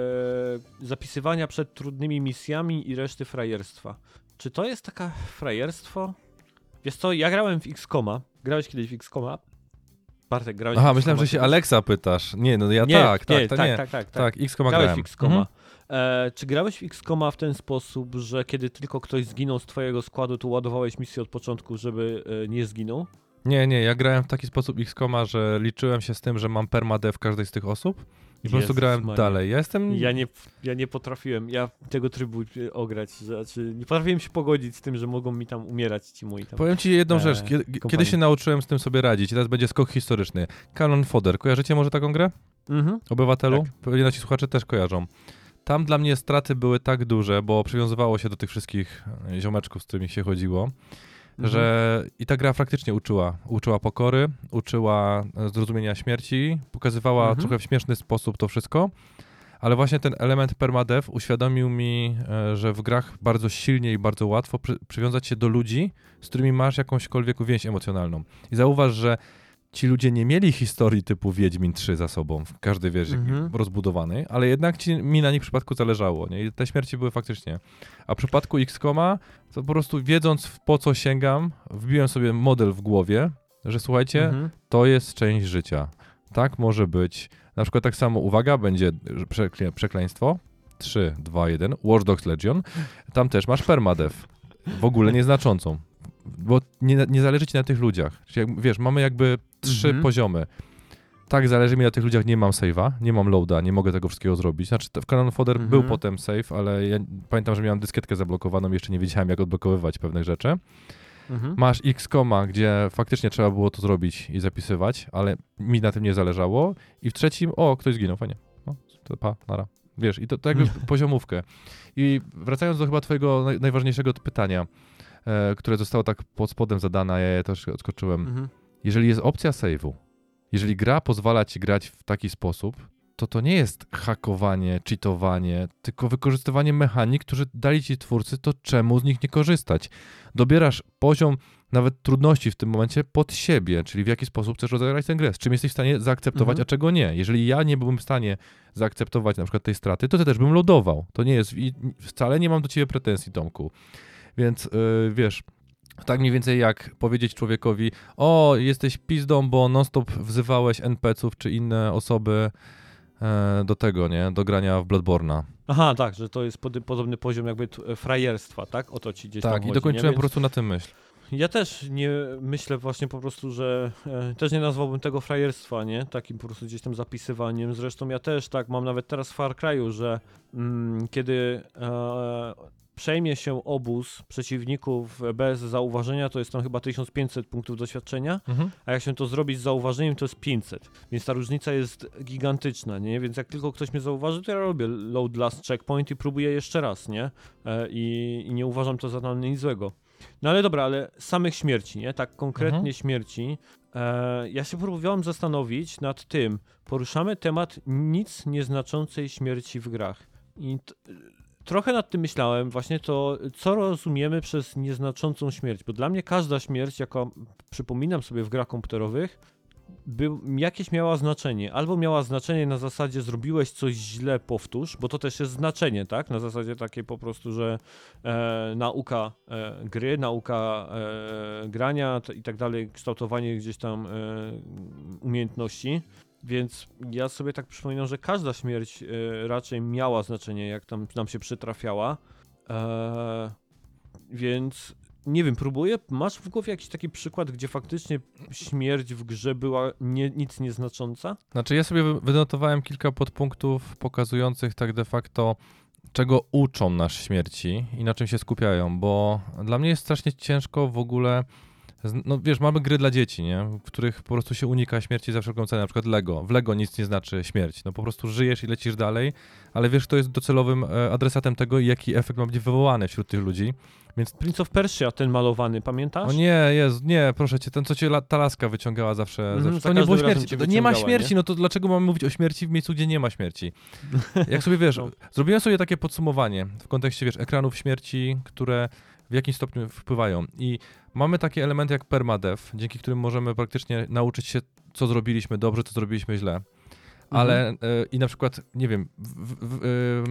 [SPEAKER 1] e, zapisywania przed trudnymi misjami i reszty frajerstwa. Czy to jest taka frajerstwo? Wiesz co, ja grałem w X COMa. Grałeś kiedyś w X COMa? Bartek, grałeś
[SPEAKER 2] Aha,
[SPEAKER 1] w
[SPEAKER 2] myślałem, że się Alexa pytasz. Nie, no ja
[SPEAKER 1] nie,
[SPEAKER 2] tak,
[SPEAKER 1] nie,
[SPEAKER 2] tak,
[SPEAKER 1] tak,
[SPEAKER 2] nie.
[SPEAKER 1] tak, tak, tak,
[SPEAKER 2] tak. X COMa
[SPEAKER 1] grałeś
[SPEAKER 2] grałem.
[SPEAKER 1] w X COMa.
[SPEAKER 2] Mhm.
[SPEAKER 1] E, czy grałeś w X COMa w ten sposób, że kiedy tylko ktoś zginął z twojego składu, to ładowałeś misję od początku, żeby e, nie zginął?
[SPEAKER 2] Nie, nie, ja grałem w taki sposób X COMa, że liczyłem się z tym, że mam permadeath każdej z tych osób i po prostu
[SPEAKER 1] Jezus
[SPEAKER 2] grałem
[SPEAKER 1] Maria.
[SPEAKER 2] dalej. Ja jestem...
[SPEAKER 1] Ja nie, ja nie potrafiłem, ja tego trybu e, ograć, znaczy nie potrafiłem się pogodzić z tym, że mogą mi tam umierać ci moi tam.
[SPEAKER 2] Powiem ci jedną
[SPEAKER 1] e,
[SPEAKER 2] rzecz, kiedy,
[SPEAKER 1] kompanii.
[SPEAKER 2] kiedy się nauczyłem z tym sobie radzić i teraz będzie skok historyczny. Cannon Fodder, kojarzycie może taką grę?
[SPEAKER 1] Mhm.
[SPEAKER 2] Obywatelu?
[SPEAKER 1] Tak.
[SPEAKER 2] Pewnie nasi słuchacze też kojarzą. Tam dla mnie straty były tak duże, bo przywiązywało się do tych wszystkich ziomeczków, z którymi się chodziło, mhm. że i ta gra faktycznie uczyła. Uczyła pokory, uczyła zrozumienia śmierci, pokazywała
[SPEAKER 1] mhm.
[SPEAKER 2] trochę w śmieszny sposób to wszystko, ale właśnie ten element permadeath uświadomił mi, że w grach bardzo silnie i bardzo łatwo przy, przywiązać się do ludzi, z którymi masz jakąśkolwiek więź emocjonalną. I zauważ, że ci ludzie nie mieli historii typu Wiedźmin trzy za sobą, każdy wiesz, mhm. rozbudowany, ale jednak ci, mi na nich w przypadku zależało, nie? I te śmierci były faktycznie. A w przypadku X COMa, to po prostu wiedząc po co sięgam, wbiłem sobie model w głowie, że słuchajcie, mhm. to jest część życia. Tak może być. Na przykład tak samo, uwaga, będzie przekle- przekleństwo. trzy, dwa, jeden. Watch Dogs Legion. Tam też masz permadeath. W ogóle nieznaczącą. Bo nie, nie zależy ci na tych ludziach. Czyli jak, wiesz, mamy jakby trzy mhm. poziomy. Tak, zależy mi na tych ludziach, nie mam save'a, nie mam loada, nie mogę tego wszystkiego zrobić. Znaczy w Cannon Fodder mhm. był potem save, ale ja pamiętam, że miałem dyskietkę zablokowaną, jeszcze nie wiedziałem jak odblokowywać pewnych rzeczy. Mhm. Masz X COMa, gdzie faktycznie trzeba było to zrobić i zapisywać, ale mi na tym nie zależało. I w trzecim, o, ktoś zginął, fajnie. No, to pa, nara. Wiesz, i to, to jakby poziomówkę. I wracając do chyba twojego naj, najważniejszego pytania, e, które zostało tak pod spodem zadane, a ja je też odskoczyłem. Mhm. Jeżeli jest opcja save'u, jeżeli gra pozwala ci grać w taki sposób, to to nie jest hakowanie, cheatowanie, tylko wykorzystywanie mechanik, które dali ci twórcy, to czemu z nich nie korzystać? Dobierasz poziom nawet trudności w tym momencie pod siebie, czyli w jaki sposób chcesz rozegrać tę grę, z czym jesteś w stanie zaakceptować, mhm. a czego nie. Jeżeli ja nie byłbym w stanie zaakceptować na przykład tej straty, to ty też bym loadował. To nie jest, i wcale nie mam do ciebie pretensji, Tomku. Więc yy, wiesz... Tak mniej więcej jak powiedzieć człowiekowi, o, jesteś pizdą, bo non-stop wzywałeś en pe ce ów czy inne osoby e, do tego, nie? Do grania w Bloodborne'a.
[SPEAKER 1] Aha, tak, że to jest pod, podobny poziom jakby t- frajerstwa, tak? O to ci gdzieś
[SPEAKER 2] tak,
[SPEAKER 1] tam chodzi.
[SPEAKER 2] Tak, i dokończyłem
[SPEAKER 1] nie?
[SPEAKER 2] po prostu na tym myśl.
[SPEAKER 1] Ja też nie myślę właśnie po prostu, że e, też nie nazwałbym tego frajerstwa, nie? Takim po prostu gdzieś tam zapisywaniem. Zresztą ja też tak mam nawet teraz w Far Cry'u, że mm, kiedy... E, przejmie się obóz przeciwników bez zauważenia, to jest tam chyba tysiąc pięćset punktów doświadczenia, mhm. a jak się to zrobi z zauważeniem, to jest pięćset. Więc ta różnica jest gigantyczna, nie? Więc jak tylko ktoś mnie zauważy, to ja robię load last checkpoint i próbuję jeszcze raz, nie? E, i, I nie uważam to za nic złego. No ale dobra, ale samych śmierci, nie? Tak konkretnie mhm. śmierci. E, ja się próbowałem zastanowić nad tym. Poruszamy temat nic nieznaczącej śmierci w grach. I t- Trochę nad tym myślałem, właśnie to, co rozumiemy przez nieznaczącą śmierć, bo dla mnie każda śmierć, jaka przypominam sobie w grach komputerowych, był, jakieś miała znaczenie. Albo miała znaczenie na zasadzie zrobiłeś coś źle, powtórz, bo to też jest znaczenie, tak? Na zasadzie takiej po prostu, że e, nauka e, gry, nauka e, grania t- i tak dalej, kształtowanie gdzieś tam e, umiejętności. Więc ja sobie tak przypominam, że każda śmierć e, raczej miała znaczenie, jak tam nam się przytrafiała. E, więc nie wiem, próbuję. Masz w głowie jakiś taki przykład, gdzie faktycznie śmierć w grze była nie, nic nieznacząca?
[SPEAKER 2] Znaczy ja sobie wynotowałem kilka podpunktów pokazujących tak de facto, czego uczą nas śmierci i na czym się skupiają, bo dla mnie jest strasznie ciężko w ogóle... No wiesz, mamy gry dla dzieci, nie? W których po prostu się unika śmierci za wszelką cenę, na przykład Lego. W Lego nic nie znaczy śmierć, no po prostu żyjesz i lecisz dalej, ale wiesz, kto jest docelowym adresatem tego i jaki efekt ma być wywołany wśród tych ludzi. Więc...
[SPEAKER 1] Prince of Persia, ten malowany, pamiętasz?
[SPEAKER 2] O nie, jest, nie, proszę cię, ten co cię la, ta laska wyciągała zawsze. Mm, zawsze. To nie było śmierci, to nie ma śmierci, nie? No to dlaczego mamy mówić o śmierci w miejscu, gdzie nie ma śmierci? Jak sobie wiesz, no. Zrobiłem sobie takie podsumowanie w kontekście, wiesz, ekranów śmierci, które w jakim stopniu wpływają. I mamy takie elementy jak permadev, dzięki którym możemy praktycznie nauczyć się, co zrobiliśmy dobrze, co zrobiliśmy źle. Ale mhm. y, i na przykład, nie wiem, w, w,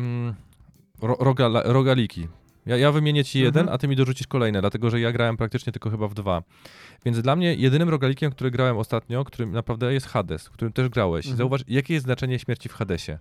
[SPEAKER 2] y, ro, rogala, rogaliki. Ja, ja wymienię ci jeden, mhm. a ty mi dorzucisz kolejne, dlatego że ja grałem praktycznie tylko chyba w dwa. Więc dla mnie jedynym rogalikiem, który grałem ostatnio, którym naprawdę jest Hades, w którym też grałeś. Mhm. Zauważ, jakie jest znaczenie śmierci w Hadesie.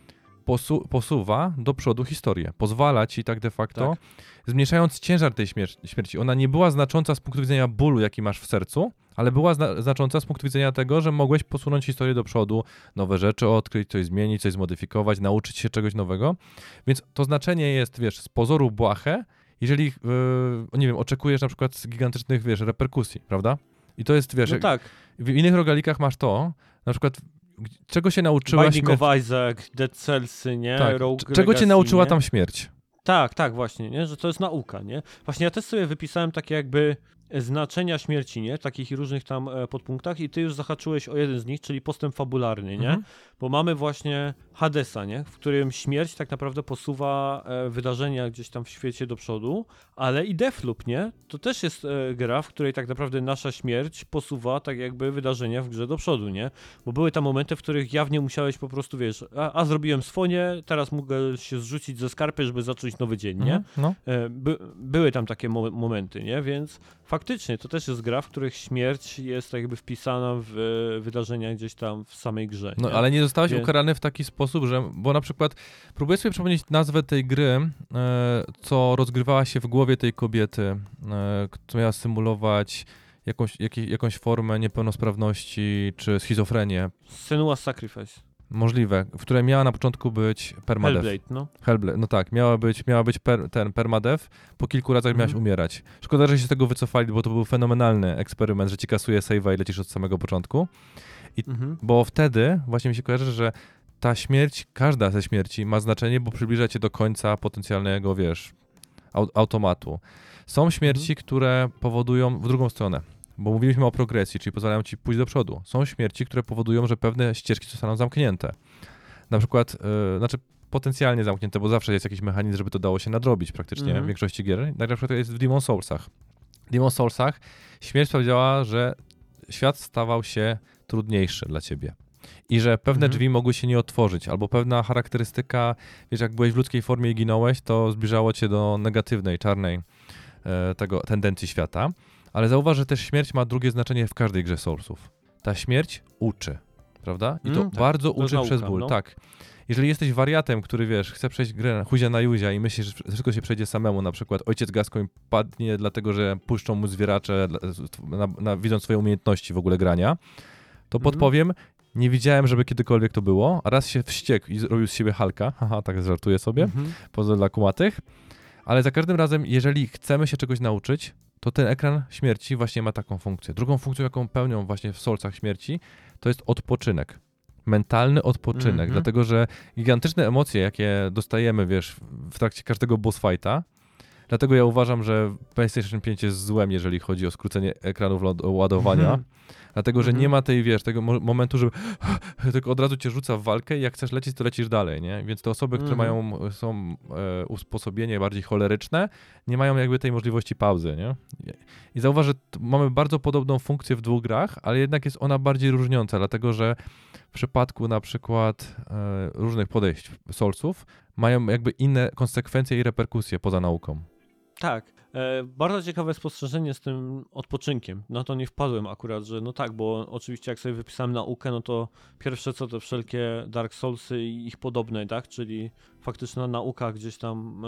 [SPEAKER 2] Posu, posuwa do przodu historię. Pozwala ci tak de facto, tak. zmniejszając ciężar tej śmier- śmierci. Ona nie była znacząca z punktu widzenia bólu, jaki masz w sercu, ale była zna- znacząca z punktu widzenia tego, że mogłeś posunąć historię do przodu, nowe rzeczy odkryć, coś zmienić, coś zmodyfikować, nauczyć się czegoś nowego. Więc to znaczenie jest, wiesz, z pozoru błahe, jeżeli, yy, nie wiem, oczekujesz na przykład gigantycznych, wiesz, reperkusji, prawda? I to jest, wiesz,
[SPEAKER 1] no tak.
[SPEAKER 2] w innych rogalikach masz to, na przykład czego się nauczyła
[SPEAKER 1] Binding
[SPEAKER 2] śmierć?
[SPEAKER 1] of Isaac, Dead Cellsy, nie?
[SPEAKER 2] Tak.
[SPEAKER 1] Rogue
[SPEAKER 2] Czego
[SPEAKER 1] Legacy,
[SPEAKER 2] cię nauczyła
[SPEAKER 1] nie?
[SPEAKER 2] tam śmierć?
[SPEAKER 1] Tak, tak, właśnie, nie? Że to jest nauka, nie? Właśnie ja też sobie wypisałem takie jakby znaczenia śmierci, nie? W takich różnych tam e, podpunktach i ty już zahaczyłeś o jeden z nich, czyli postęp fabularny, nie?
[SPEAKER 2] Mhm.
[SPEAKER 1] Bo mamy właśnie Hadesa, nie? W którym śmierć tak naprawdę posuwa e, wydarzenia gdzieś tam w świecie do przodu, ale i Deathloop, nie? To też jest e, gra, w której tak naprawdę nasza śmierć posuwa tak jakby wydarzenia w grze do przodu, nie? Bo były tam momenty, w których jawnie musiałeś po prostu, wiesz, a, a zrobiłem swoje, teraz mogę się zrzucić ze skarpy, żeby zacząć nowy dzień, nie?
[SPEAKER 2] Mhm. No.
[SPEAKER 1] E, by, były tam takie mo- momenty, nie? Więc faktycznie to też jest gra, w których śmierć jest tak jakby wpisana w wydarzenia gdzieś tam w samej grze.
[SPEAKER 2] No
[SPEAKER 1] nie?
[SPEAKER 2] ale nie zostałeś
[SPEAKER 1] Więc...
[SPEAKER 2] ukarany w taki sposób, że, bo na przykład próbuję sobie przypomnieć nazwę tej gry, e, co rozgrywała się w głowie tej kobiety, e, która miała symulować jakąś, jak, jakąś formę niepełnosprawności czy schizofrenię.
[SPEAKER 1] Senua's Sacrifice.
[SPEAKER 2] Możliwe, w której miała na początku być permadev.
[SPEAKER 1] Hellblade, no.
[SPEAKER 2] Hellblade, no tak, miała być, miała być per, ten permadev, po kilku razach
[SPEAKER 1] Mhm.
[SPEAKER 2] miałaś umierać. Szkoda, że się z tego wycofali, bo to był fenomenalny eksperyment, że ci kasuje save'a i lecisz od samego początku. I,
[SPEAKER 1] Mhm.
[SPEAKER 2] Bo wtedy właśnie mi się kojarzy, że ta śmierć, każda ze śmierci ma znaczenie, bo przybliża cię do końca potencjalnego, wiesz, au, automatu. Są śmierci,
[SPEAKER 1] Mhm. które
[SPEAKER 2] które powodują w drugą stronę. Bo mówiliśmy o progresji, czyli pozwalają ci pójść do przodu. Są śmierci, które powodują, że pewne ścieżki zostaną zamknięte. Na przykład, yy, znaczy potencjalnie zamknięte, bo zawsze jest jakiś mechanizm, żeby to dało się nadrobić praktycznie
[SPEAKER 1] Mhm.
[SPEAKER 2] w większości gier. Tak na przykład jest w Demon's Soulsach. W Demon's Soulsach śmierć powiedziała, że świat stawał się trudniejszy dla ciebie. I że pewne
[SPEAKER 1] Mhm.
[SPEAKER 2] drzwi mogły się nie otworzyć, albo pewna charakterystyka, wiesz, jak byłeś w ludzkiej formie i ginąłeś, to zbliżało cię do negatywnej, czarnej e, tego tendencji świata. Ale zauważ, że też śmierć ma drugie znaczenie w każdej grze Soulsów. Ta śmierć uczy, prawda? I to
[SPEAKER 1] Mm, tak.
[SPEAKER 2] bardzo
[SPEAKER 1] To jest
[SPEAKER 2] uczy
[SPEAKER 1] nauka,
[SPEAKER 2] przez ból,
[SPEAKER 1] no.
[SPEAKER 2] tak. Jeżeli jesteś wariatem, który, wiesz, chce przejść grę huzia na juzia i myślisz, że wszystko się przejdzie samemu, na przykład ojciec Gascoigne padnie dlatego, że puszczą mu zwieracze, na, na, widząc swoje umiejętności w ogóle grania, to
[SPEAKER 1] Mhm.
[SPEAKER 2] podpowiem, nie widziałem, żeby kiedykolwiek to było, a raz się wściekł i zrobił z siebie Hulka, haha, tak żartuję sobie,
[SPEAKER 1] Mhm.
[SPEAKER 2] poza dla kumatych, ale za każdym razem, jeżeli chcemy się czegoś nauczyć, to ten ekran śmierci właśnie ma taką funkcję. Drugą funkcją, jaką pełnią właśnie w Soulsach śmierci, to jest odpoczynek. Mentalny odpoczynek,
[SPEAKER 1] Mhm.
[SPEAKER 2] dlatego że gigantyczne emocje, jakie dostajemy, wiesz, w trakcie każdego boss fighta, dlatego ja uważam, że PlayStation pięć jest złem, jeżeli chodzi o skrócenie ekranów lod- ładowania,
[SPEAKER 1] Mhm.
[SPEAKER 2] dlatego że
[SPEAKER 1] Mhm.
[SPEAKER 2] nie ma tej, wiesz, tego mo- momentu, że tylko od razu cię rzuca w walkę i jak chcesz lecieć, to lecisz dalej, nie? Więc te osoby, które
[SPEAKER 1] Mhm.
[SPEAKER 2] mają, są e, usposobienie bardziej choleryczne, nie mają jakby tej możliwości pauzy, nie? I zauważ, że t- mamy bardzo podobną funkcję w dwóch grach, ale jednak jest ona bardziej różniąca, dlatego że w przypadku na przykład e, różnych podejść Soulsów mają jakby inne konsekwencje i reperkusje poza nauką.
[SPEAKER 1] Tak. E, bardzo ciekawe spostrzeżenie z tym odpoczynkiem. Na to nie wpadłem akurat, że no tak, bo oczywiście jak sobie wypisałem naukę, no to pierwsze co to wszelkie Dark Soulsy i ich podobne, tak? Czyli faktyczna nauka gdzieś tam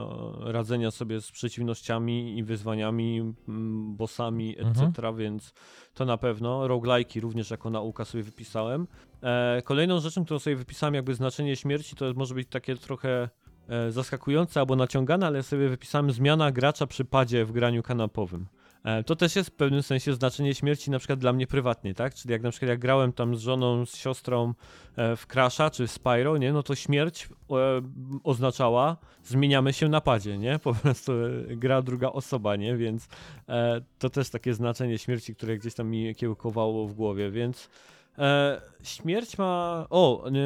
[SPEAKER 1] e, radzenia sobie z przeciwnościami i wyzwaniami, m, bossami, et cetera.
[SPEAKER 2] Mhm.
[SPEAKER 1] Więc to na pewno. Roguelike'i również jako nauka sobie wypisałem. E, kolejną rzeczą, którą sobie wypisałem jakby znaczenie śmierci, to może być takie trochę e, zaskakujące albo naciągane, ale sobie wypisałem zmiana gracza przy padzie w graniu kanapowym. E, to też jest w pewnym sensie znaczenie śmierci na przykład dla mnie prywatnie, tak? Czyli jak na przykład jak grałem tam z żoną, z siostrą e, w Crasha czy w Spyro, nie? No to śmierć e, oznaczała zmieniamy się na padzie, nie? Po prostu e, gra druga osoba, nie? Więc e, to też takie znaczenie śmierci, które gdzieś tam mi kiełkowało w głowie, więc E, śmierć ma... O, y,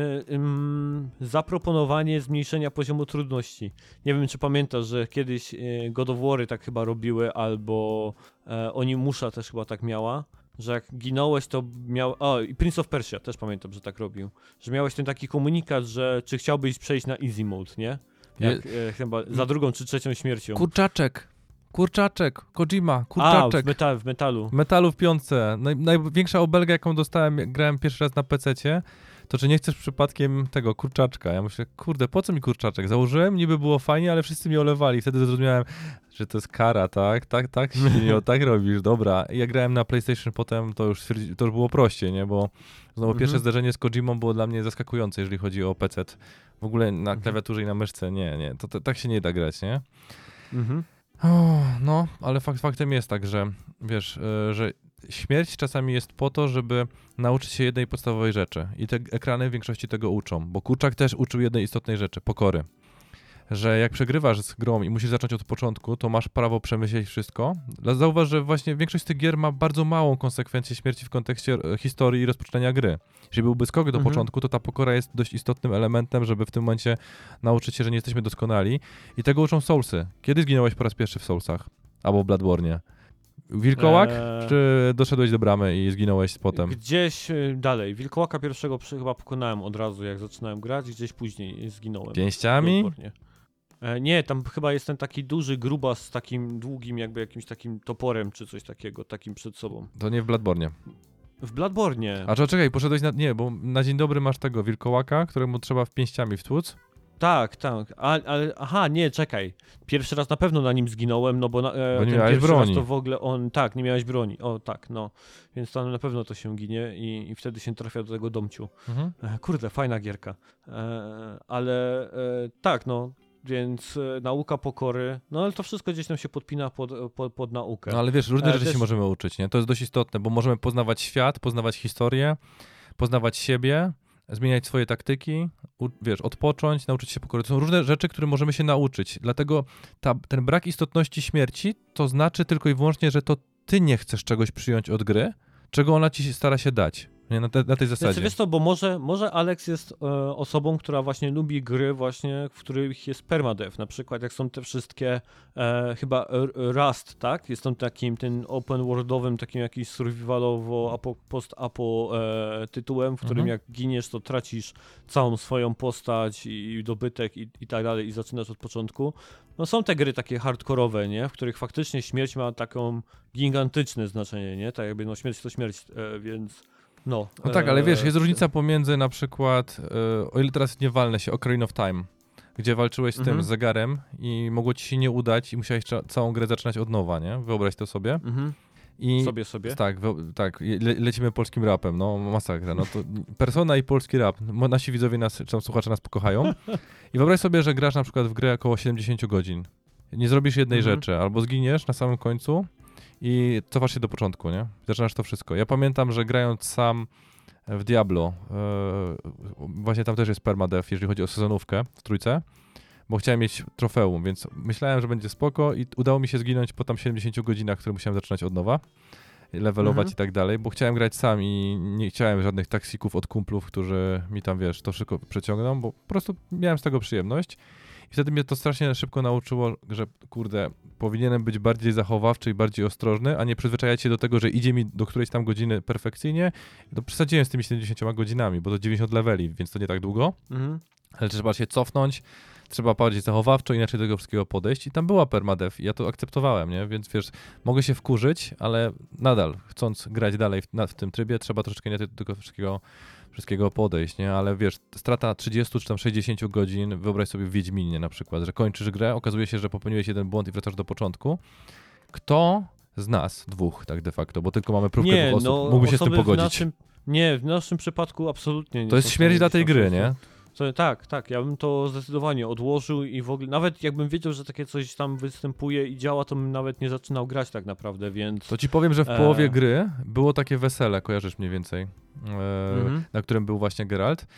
[SPEAKER 1] y, zaproponowanie zmniejszenia poziomu trudności. Nie wiem, czy pamiętasz, że kiedyś y, God of War'y tak chyba robiły, albo e, Onimusha też chyba tak miała, że jak ginąłeś, to miał... O, i Prince of Persia też pamiętam, że tak robił. Że miałeś ten taki komunikat, że czy chciałbyś przejść na easy mode, nie? Jak, Je... e, chyba za drugą czy trzecią śmiercią.
[SPEAKER 2] Kurczaczek. Kurczaczek, Kojima, kurczaczek.
[SPEAKER 1] A, w, meta- w metalu.
[SPEAKER 2] Metalu w piątce. Naj, największa obelga, jaką dostałem, jak grałem pierwszy raz na pececie, to czy nie chcesz przypadkiem tego kurczaczka? Ja myślę, kurde, po co mi kurczaczek? Założyłem, niby było fajnie, ale wszyscy mi olewali. Wtedy zrozumiałem, że to jest kara, tak? Tak, tak, świnio, tak robisz, dobra. I jak grałem na PlayStation potem, to już, stwierdzi- to już było prościej, nie? Bo znowu mhm. pierwsze zderzenie z Kojimą było dla mnie zaskakujące, jeżeli chodzi o pecet. W ogóle na mhm. klawiaturze i na myszce, nie, nie. To, to tak się nie da grać, nie? Mhm. O, no, ale fakt, faktem jest tak, że wiesz, yy, że śmierć czasami jest po to, żeby nauczyć się jednej podstawowej rzeczy i te ekrany w większości tego uczą, bo Kurczak też uczył jednej istotnej rzeczy, pokory. Że jak przegrywasz z grą i musisz zacząć od początku, to masz prawo przemyśleć wszystko. Zauważ, że właśnie większość z tych gier ma bardzo małą konsekwencję śmierci w kontekście historii i rozpoczynania gry. Jeżeli byłby skok do mhm. początku, to ta pokora jest dość istotnym elementem, żeby w tym momencie nauczyć się, że nie jesteśmy doskonali. I tego uczą Soulsy. Kiedy zginąłeś po raz pierwszy w Soulsach? Albo w Bloodborne'ie? Wilkołak? Eee... Czy doszedłeś do bramy i zginąłeś potem?
[SPEAKER 1] Gdzieś dalej. Wilkołaka pierwszego chyba pokonałem od razu, jak zaczynałem grać, gdzieś później zginąłem.
[SPEAKER 2] Pięściami?
[SPEAKER 1] Nie, tam chyba jest ten taki duży grubas z takim długim jakby jakimś takim toporem czy coś takiego, takim przed sobą.
[SPEAKER 2] To nie w Bloodborne'ie.
[SPEAKER 1] W Bloodborne'ie.
[SPEAKER 2] A czy czekaj, poszedłeś na... Nie, bo na dzień dobry masz tego wilkołaka, któremu trzeba w pięściami wtłuc.
[SPEAKER 1] Tak, tak, ale, ale aha, nie, czekaj. Pierwszy raz na pewno na nim zginąłem, no bo, na, e,
[SPEAKER 2] bo nie
[SPEAKER 1] ten
[SPEAKER 2] miałeś
[SPEAKER 1] pierwszy
[SPEAKER 2] broni.
[SPEAKER 1] raz to w ogóle on, tak, nie miałeś broni, o tak, no. Więc tam na pewno to się ginie i, i wtedy się trafia do tego domciu. Mhm. E, kurde, fajna gierka. E, ale e, tak, no. Więc e, nauka pokory, no ale to wszystko gdzieś tam się podpina pod, pod, pod naukę.
[SPEAKER 2] No ale wiesz, różne
[SPEAKER 1] e,
[SPEAKER 2] rzeczy
[SPEAKER 1] też...
[SPEAKER 2] się możemy uczyć, nie? To jest dość istotne, bo możemy poznawać świat, poznawać historię, poznawać siebie, zmieniać swoje taktyki, u, wiesz, odpocząć, nauczyć się pokory. To są różne rzeczy, które możemy się nauczyć. Dlatego ta, ten brak istotności śmierci to znaczy tylko i wyłącznie, że to ty nie chcesz czegoś przyjąć od gry, czego ona ci stara się dać. Nie, na, te, na tej zasadzie.
[SPEAKER 1] Znaczy, wiesz to, bo może, może Alex jest e, osobą, która właśnie lubi gry właśnie, w których jest permadeath, na przykład jak są te wszystkie e, chyba Rust, tak? Jest on takim tym open worldowym, takim jakimś survivalowo, post-apo e, tytułem, w którym mhm. jak giniesz, to tracisz całą swoją postać i dobytek i, i tak dalej i zaczynasz od początku. No są te gry takie hardkorowe, nie? W których faktycznie śmierć ma taką gigantyczne znaczenie, nie? Tak jakby no śmierć to śmierć, e, więc... No,
[SPEAKER 2] no tak, ale wiesz, jest różnica pomiędzy na przykład, e, o ile teraz nie walnę się, Ocarina of Time, gdzie walczyłeś z mhm. tym zegarem i mogło ci się nie udać i musiałeś cza- całą grę zaczynać od nowa, nie? Wyobraź to sobie. Mhm. I
[SPEAKER 1] sobie, sobie.
[SPEAKER 2] Tak, we, tak le, lecimy polskim rapem, no masakra. No to Persona i polski rap, nasi widzowie nas, czy tam słuchacze nas pokochają. I wyobraź sobie, że grasz na przykład w grę około siedemdziesiąt godzin. Nie zrobisz jednej mhm. rzeczy, albo zginiesz na samym końcu, i cofasz się do początku, nie? Zaczynasz to wszystko. Ja pamiętam, że grając sam w Diablo, yy, właśnie tam też jest permadeath, jeżeli chodzi o sezonówkę w trójce, bo chciałem mieć trofeum, więc myślałem, że będzie spoko i udało mi się zginąć po tam siedemdziesięciu godzinach, które musiałem zaczynać od nowa, levelować mhm. i tak dalej, bo chciałem grać sam i nie chciałem żadnych taksików od kumplów, którzy mi tam, wiesz, to szybko przeciągną, bo po prostu miałem z tego przyjemność. I wtedy mnie to strasznie szybko nauczyło, że kurde, powinienem być bardziej zachowawczy i bardziej ostrożny, a nie przyzwyczajać się do tego, że idzie mi do którejś tam godziny perfekcyjnie. To przesadziłem z tymi siedemdziesięcioma godzinami, bo to dziewięćdziesiąt leveli, więc to nie tak długo. Mhm. Ale trzeba się cofnąć, trzeba bardziej zachowawczo, inaczej do tego wszystkiego podejść i tam była permadeath i ja to akceptowałem, nie? Więc wiesz, mogę się wkurzyć, ale nadal, chcąc grać dalej w, na, w tym trybie, trzeba troszeczkę nie do tego wszystkiego wszystkiego podejść, nie? Ale wiesz, strata trzydzieści czy tam sześćdziesiąt godzin, wyobraź sobie w Wiedźminie na przykład, że kończysz grę, okazuje się, że popełniłeś jeden błąd i wracasz do początku. Kto z nas, dwóch tak de facto, bo tylko mamy próbkę
[SPEAKER 1] nie,
[SPEAKER 2] dwóch osób,
[SPEAKER 1] no,
[SPEAKER 2] mógłby się z tym pogodzić?
[SPEAKER 1] W naszym, nie, w naszym przypadku absolutnie nie.
[SPEAKER 2] To jest śmierć dla tej gry, nie?
[SPEAKER 1] To, tak, tak, ja bym to zdecydowanie odłożył i w ogóle, nawet jakbym wiedział, że takie coś tam występuje i działa, to bym nawet nie zaczynał grać tak naprawdę, więc...
[SPEAKER 2] To ci powiem, że w e... połowie gry było takie wesele, kojarzysz mniej więcej, e, mhm. na którym był właśnie Geralt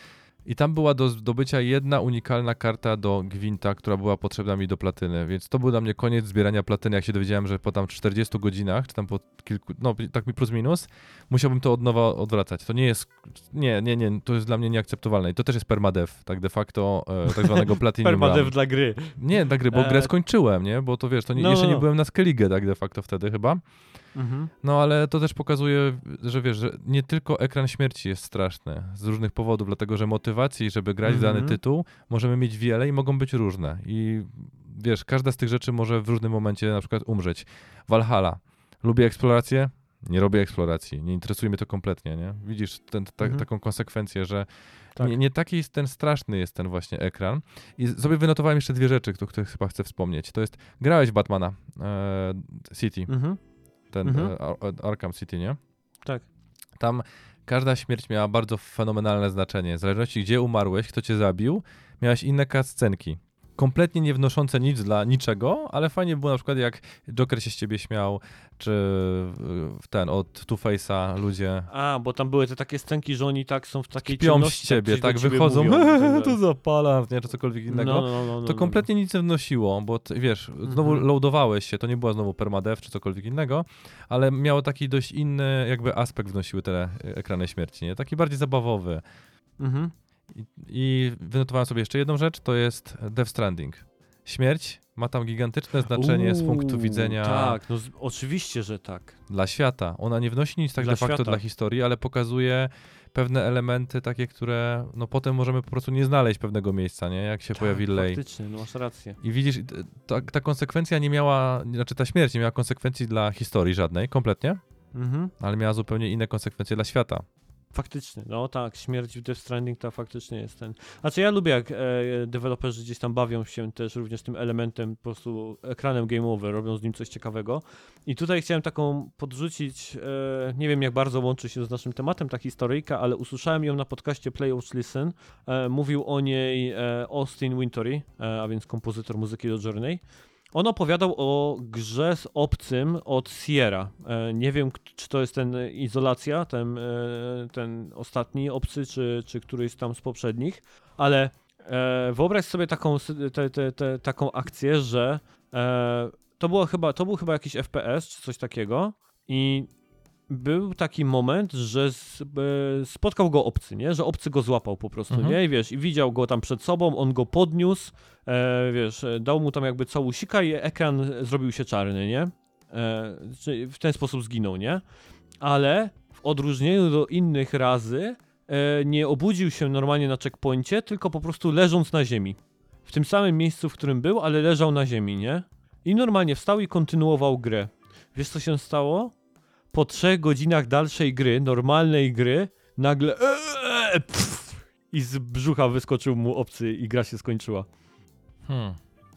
[SPEAKER 2] I tam była do zdobycia jedna unikalna karta do Gwinta, która była potrzebna mi do platyny, więc to był dla mnie koniec zbierania platyny, jak się dowiedziałem, że po tam czterdziestu godzinach, czy tam po kilku, no tak mi plus minus, musiałbym to od nowa odwracać. To nie jest, nie, nie, nie, to jest dla mnie nieakceptowalne i to też jest permadev, tak de facto, e, tak zwanego platinum.
[SPEAKER 1] Permadev dla gry.
[SPEAKER 2] Nie, dla gry, bo
[SPEAKER 1] e...
[SPEAKER 2] grę skończyłem, nie, bo to wiesz, to nie,
[SPEAKER 1] no,
[SPEAKER 2] jeszcze
[SPEAKER 1] no.
[SPEAKER 2] nie byłem na Skellige tak de facto wtedy chyba.
[SPEAKER 1] Mhm.
[SPEAKER 2] No ale to też pokazuje, że wiesz, że nie tylko ekran śmierci jest straszny z różnych powodów, dlatego że motywacji, żeby grać w dany
[SPEAKER 1] Mhm.
[SPEAKER 2] tytuł możemy mieć wiele i mogą być różne i wiesz, każda z tych rzeczy może w różnym momencie na przykład umrzeć. Valhalla. Lubię eksplorację? Nie robię eksploracji. Nie interesuje mnie to kompletnie, nie? Widzisz ten, ta,
[SPEAKER 1] Mhm.
[SPEAKER 2] taką konsekwencję, że
[SPEAKER 1] Tak.
[SPEAKER 2] nie, nie taki jest ten straszny jest ten właśnie ekran. I sobie wynotowałem jeszcze dwie rzeczy, o których chyba chcę wspomnieć. To jest, grałeś w Batmana e, City.
[SPEAKER 1] Mhm.
[SPEAKER 2] Ten
[SPEAKER 1] Mhm.
[SPEAKER 2] e, Ar- Arkham City, nie?
[SPEAKER 1] Tak.
[SPEAKER 2] Tam każda śmierć miała bardzo fenomenalne znaczenie. W zależności gdzie umarłeś, kto cię zabił, miałeś inne cutscenki. Kompletnie nie wnoszące nic dla niczego, ale fajnie było na przykład jak Joker się z ciebie śmiał, czy w ten od Two-Face'a ludzie
[SPEAKER 1] A, bo tam były te takie scenki, że oni tak są w takiej
[SPEAKER 2] śpią z
[SPEAKER 1] ciemności.
[SPEAKER 2] ciebie,
[SPEAKER 1] coś do
[SPEAKER 2] tak
[SPEAKER 1] ciebie
[SPEAKER 2] wychodzą,
[SPEAKER 1] mówią, tak
[SPEAKER 2] to
[SPEAKER 1] dalej.
[SPEAKER 2] zapala, nie, czy cokolwiek innego.
[SPEAKER 1] No, no, no, no,
[SPEAKER 2] To
[SPEAKER 1] no,
[SPEAKER 2] kompletnie nic nie wnosiło, bo ty, wiesz, znowu
[SPEAKER 1] Mhm.
[SPEAKER 2] loadowałeś się, to nie była znowu permadev czy cokolwiek innego, ale miało taki dość inny jakby aspekt wnosiły te e, ekrany śmierci, nie? Taki bardziej zabawowy.
[SPEAKER 1] no. Mhm.
[SPEAKER 2] I, I wynotowałem sobie jeszcze jedną rzecz, to jest Death Stranding. Śmierć ma tam gigantyczne znaczenie z punktu
[SPEAKER 1] Uuu,
[SPEAKER 2] widzenia
[SPEAKER 1] Tak, no z, oczywiście, że tak.
[SPEAKER 2] dla świata. Ona nie wnosi nic tak
[SPEAKER 1] Dla
[SPEAKER 2] de facto
[SPEAKER 1] świata.
[SPEAKER 2] dla historii, ale pokazuje pewne elementy takie, które no potem możemy po prostu nie znaleźć pewnego miejsca, nie? Jak się
[SPEAKER 1] Tak,
[SPEAKER 2] pojawi Lej.
[SPEAKER 1] faktycznie, no masz rację.
[SPEAKER 2] I widzisz, ta, ta konsekwencja nie miała, znaczy ta śmierć nie miała konsekwencji dla historii żadnej, kompletnie,
[SPEAKER 1] Mhm.
[SPEAKER 2] ale miała zupełnie inne konsekwencje dla świata.
[SPEAKER 1] Faktycznie, no tak, śmierć w Death Stranding to faktycznie jest ten... Znaczy ja lubię jak e, deweloperzy gdzieś tam bawią się też również tym elementem, po prostu ekranem game over, robią z nim coś ciekawego. I tutaj chciałem taką podrzucić, e, nie wiem jak bardzo łączy się z naszym tematem ta historyjka, ale usłyszałem ją na podcaście Play Watch Listen. E, mówił o niej e, Austin Wintory, e, a więc kompozytor muzyki do Journey. On opowiadał o grze z obcym od Sierra. E, nie wiem, k- czy to jest ten e, Izolacja, ten, e, ten ostatni obcy, czy, czy któryś tam z poprzednich, ale e, wyobraź sobie taką, sy- te, te, te, taką akcję, że e, to, było chyba, to był chyba jakiś F P S, czy coś takiego i był taki moment, że z, e, spotkał go obcy, nie? Że obcy go złapał po prostu,
[SPEAKER 2] Mhm.
[SPEAKER 1] nie? I wiesz, i widział go tam przed sobą, on go podniósł, e, wiesz, e, dał mu tam jakby całusika i ekran zrobił się czarny, nie? E, czyli w ten sposób zginął, nie? Ale w odróżnieniu do innych razy e, nie obudził się normalnie na checkpoincie, tylko po prostu leżąc na ziemi. W tym samym miejscu, w którym był, ale leżał na ziemi, nie? I normalnie wstał i kontynuował grę. Wiesz, co się stało? Po trzech godzinach dalszej gry, normalnej gry, nagle eee, pff, i z brzucha wyskoczył mu obcy i gra się skończyła.
[SPEAKER 2] Hmm.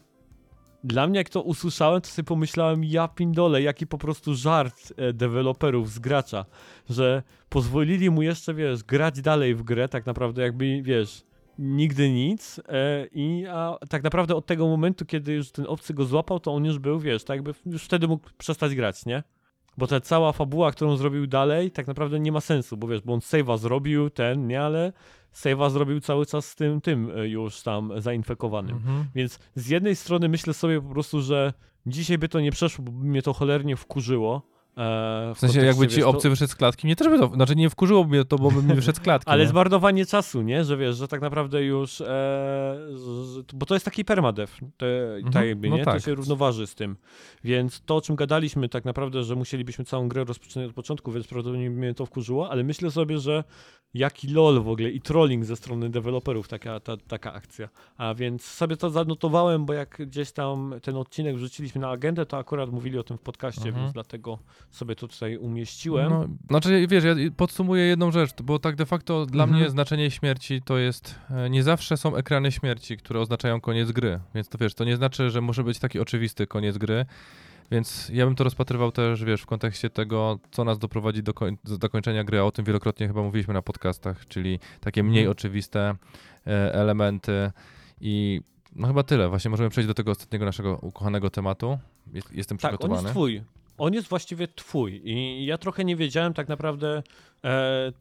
[SPEAKER 1] Dla mnie jak to usłyszałem, to sobie pomyślałem, ja pindole, jaki po prostu żart e, deweloperów z gracza, że pozwolili mu jeszcze, wiesz, grać dalej w grę, tak naprawdę jakby, wiesz, nigdy nic e, i a tak naprawdę od tego momentu, kiedy już ten obcy go złapał, to on już był, wiesz, tak jakby już wtedy mógł przestać grać, nie? Bo ta cała fabuła, którą zrobił dalej, tak naprawdę nie ma sensu, bo wiesz, bo on save'a zrobił, ten, nie, ale save'a zrobił cały czas z tym, tym e, już tam zainfekowanym.
[SPEAKER 2] Mhm.
[SPEAKER 1] Więc z jednej strony myślę sobie po prostu, że dzisiaj by to nie przeszło, bo by mnie to cholernie wkurzyło. E,
[SPEAKER 2] W sensie
[SPEAKER 1] kontekście,
[SPEAKER 2] jakby ci
[SPEAKER 1] wiesz,
[SPEAKER 2] obcy
[SPEAKER 1] to,
[SPEAKER 2] wyszedł z klatki, mnie też by to, znaczy nie wkurzyłoby mnie to, bo bym nie wyszedł z klatki.
[SPEAKER 1] ale
[SPEAKER 2] nie?
[SPEAKER 1] zmarnowanie czasu, nie? Że wiesz, że tak naprawdę już, e, że, bo to jest taki permadev, to,
[SPEAKER 2] Mhm,
[SPEAKER 1] tak jakby,
[SPEAKER 2] no
[SPEAKER 1] nie?
[SPEAKER 2] tak.
[SPEAKER 1] To się równoważy z tym. Więc to, o czym gadaliśmy tak naprawdę, że musielibyśmy całą grę rozpoczynać od początku, więc prawdopodobnie mnie to wkurzyło, ale myślę sobie, że jaki lol w ogóle i trolling ze strony deweloperów taka, ta, taka akcja. A więc sobie to zanotowałem, bo jak gdzieś tam ten odcinek wrzuciliśmy na agendę, to akurat mówili o tym w podcaście,
[SPEAKER 2] Mhm.
[SPEAKER 1] więc dlatego sobie to tutaj umieściłem.
[SPEAKER 2] No, znaczy, wiesz, ja podsumuję jedną rzecz, bo tak de facto dla
[SPEAKER 1] Mhm.
[SPEAKER 2] mnie znaczenie śmierci to jest, e, nie zawsze są ekrany śmierci, które oznaczają koniec gry, więc to wiesz, to nie znaczy, że może być taki oczywisty koniec gry, więc ja bym to rozpatrywał też, wiesz, w kontekście tego, co nas doprowadzi do, koń- do kończenia gry, a o tym wielokrotnie chyba mówiliśmy na podcastach, czyli takie mniej
[SPEAKER 1] Mhm.
[SPEAKER 2] oczywiste e, elementy i no chyba tyle, właśnie możemy przejść do tego ostatniego naszego ukochanego tematu. Jest, jestem
[SPEAKER 1] Tak, on
[SPEAKER 2] przygotowany.
[SPEAKER 1] jest twój. on jest właściwie twój i ja trochę nie wiedziałem tak naprawdę, e,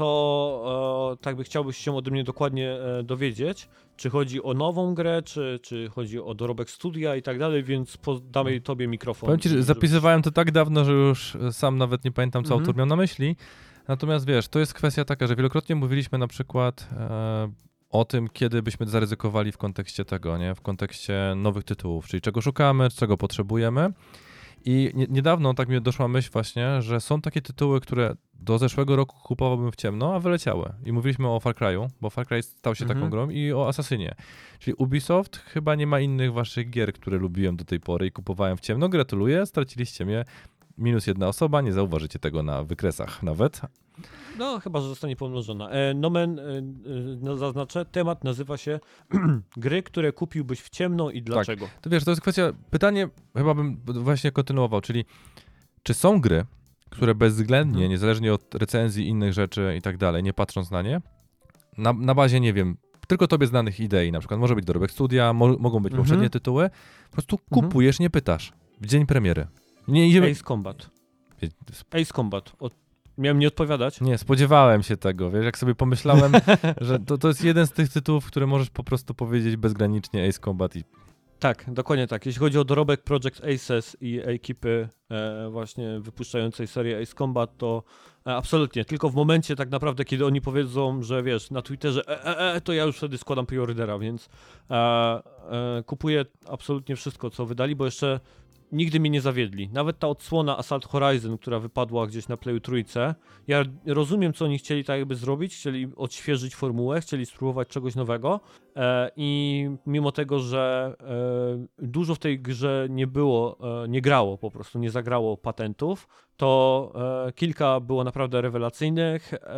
[SPEAKER 1] co e, tak by chciałbyś się ode mnie dokładnie e, dowiedzieć, czy chodzi o nową grę, czy, czy chodzi o dorobek studia i tak dalej, więc poddamy tobie mikrofon.
[SPEAKER 2] Powiem ci, że zapisywałem to tak dawno, że już sam nawet nie pamiętam, co
[SPEAKER 1] Mhm.
[SPEAKER 2] autor miał na myśli. Natomiast wiesz, to jest kwestia taka, że wielokrotnie mówiliśmy na przykład e, o tym, kiedy byśmy zaryzykowali w kontekście tego, nie? W kontekście nowych tytułów, czyli czego szukamy, czego potrzebujemy. I nie, niedawno tak mi doszła myśl właśnie, że są takie tytuły, które do zeszłego roku kupowałbym w ciemno, a wyleciały. I mówiliśmy o Far Cry'u, bo Far Cry stał się
[SPEAKER 1] Mhm.
[SPEAKER 2] taką grą, i o Assassinie. Czyli Ubisoft chyba nie ma innych waszych gier, które lubiłem do tej pory i kupowałem w ciemno. Gratuluję, straciliście mnie. Minus jedna osoba, nie zauważycie tego na wykresach nawet.
[SPEAKER 1] No, chyba, że zostanie pomnożona. E, nomen, e, e, no, zaznaczę, temat nazywa się gry, które kupiłbyś w ciemno i dlaczego.
[SPEAKER 2] Tak. To wiesz, to jest kwestia, pytanie chyba bym właśnie kontynuował, czyli czy są gry, które bezwzględnie,
[SPEAKER 1] Mhm.
[SPEAKER 2] niezależnie od recenzji, innych rzeczy i tak dalej, nie patrząc na nie, na, na bazie, nie wiem, tylko tobie znanych idei, na przykład może być dorobek studia, mo, mogą być
[SPEAKER 1] Mhm.
[SPEAKER 2] poprzednie tytuły, po prostu
[SPEAKER 1] Mhm.
[SPEAKER 2] kupujesz, nie pytasz, w dzień premiery. Nie idziemy...
[SPEAKER 1] Ace Combat. Ace Combat. O, miałem nie odpowiadać?
[SPEAKER 2] Nie, spodziewałem się tego, wiesz, jak sobie pomyślałem, że to, to jest jeden z tych tytułów, które możesz po prostu powiedzieć bezgranicznie Ace Combat i
[SPEAKER 1] Tak, dokładnie tak. Jeśli chodzi o dorobek Project Aces i ekipy e, właśnie wypuszczającej serię Ace Combat, to e, absolutnie. Tylko w momencie tak naprawdę, kiedy oni powiedzą, że wiesz, na Twitterze e, e, e, to ja już wtedy składam preordera, więc e, e, kupuję absolutnie wszystko, co wydali, bo jeszcze nigdy mnie nie zawiedli. Nawet ta odsłona Assault Horizon, która wypadła gdzieś na Playu Trójce, ja rozumiem, co oni chcieli tak jakby zrobić, chcieli odświeżyć formułę, chcieli spróbować czegoś nowego e, i mimo tego, że e, dużo w tej grze nie było, e, nie grało po prostu, nie zagrało patentów, to e, kilka było naprawdę rewelacyjnych e,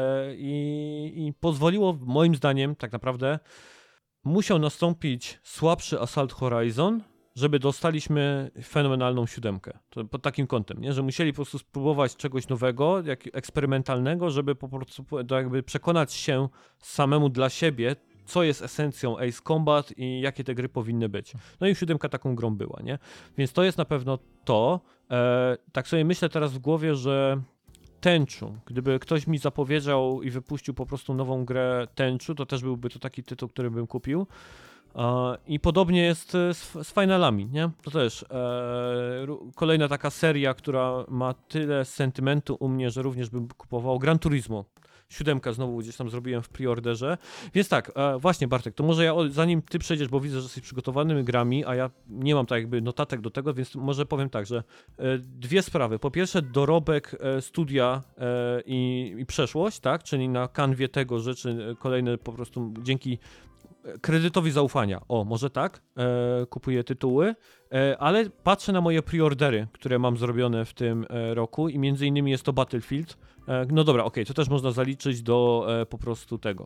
[SPEAKER 1] i, i pozwoliło, moim zdaniem, tak naprawdę musiał nastąpić słabszy Assault Horizon, żeby dostaliśmy fenomenalną siódemkę. To pod takim kątem, nie? Że musieli po prostu spróbować czegoś nowego, jak eksperymentalnego, żeby po prostu to jakby przekonać się samemu dla siebie, co jest esencją Ace Combat i jakie te gry powinny być. No i siódemka taką grą była, nie? Więc to jest na pewno to. E, tak sobie myślę teraz w głowie, że Tenchu, gdyby ktoś mi zapowiedział i wypuścił po prostu nową grę Tenchu, to też byłby to taki tytuł, który bym kupił. Uh, I podobnie jest z, z Finalami, nie? To też e, kolejna taka seria, która ma tyle sentymentu u mnie, że również bym kupował. Gran Turismo. Siódemka znowu gdzieś tam zrobiłem w preorderze. Więc tak, e, właśnie Bartek, to może ja o, zanim ty przejdziesz, bo widzę, że jesteś przygotowanymi grami, a ja nie mam tak jakby notatek do tego, więc może powiem tak, że e, dwie sprawy. Po pierwsze dorobek e, studia e, i, i przeszłość, tak? Czyli na kanwie tego rzeczy kolejne po prostu dzięki kredytowi zaufania, o, może tak, e, kupuję tytuły, e, ale patrzę na moje preordery, które mam zrobione w tym e, roku i między innymi jest to Battlefield. E, no dobra, okej, okay, to też można zaliczyć do e, po prostu tego,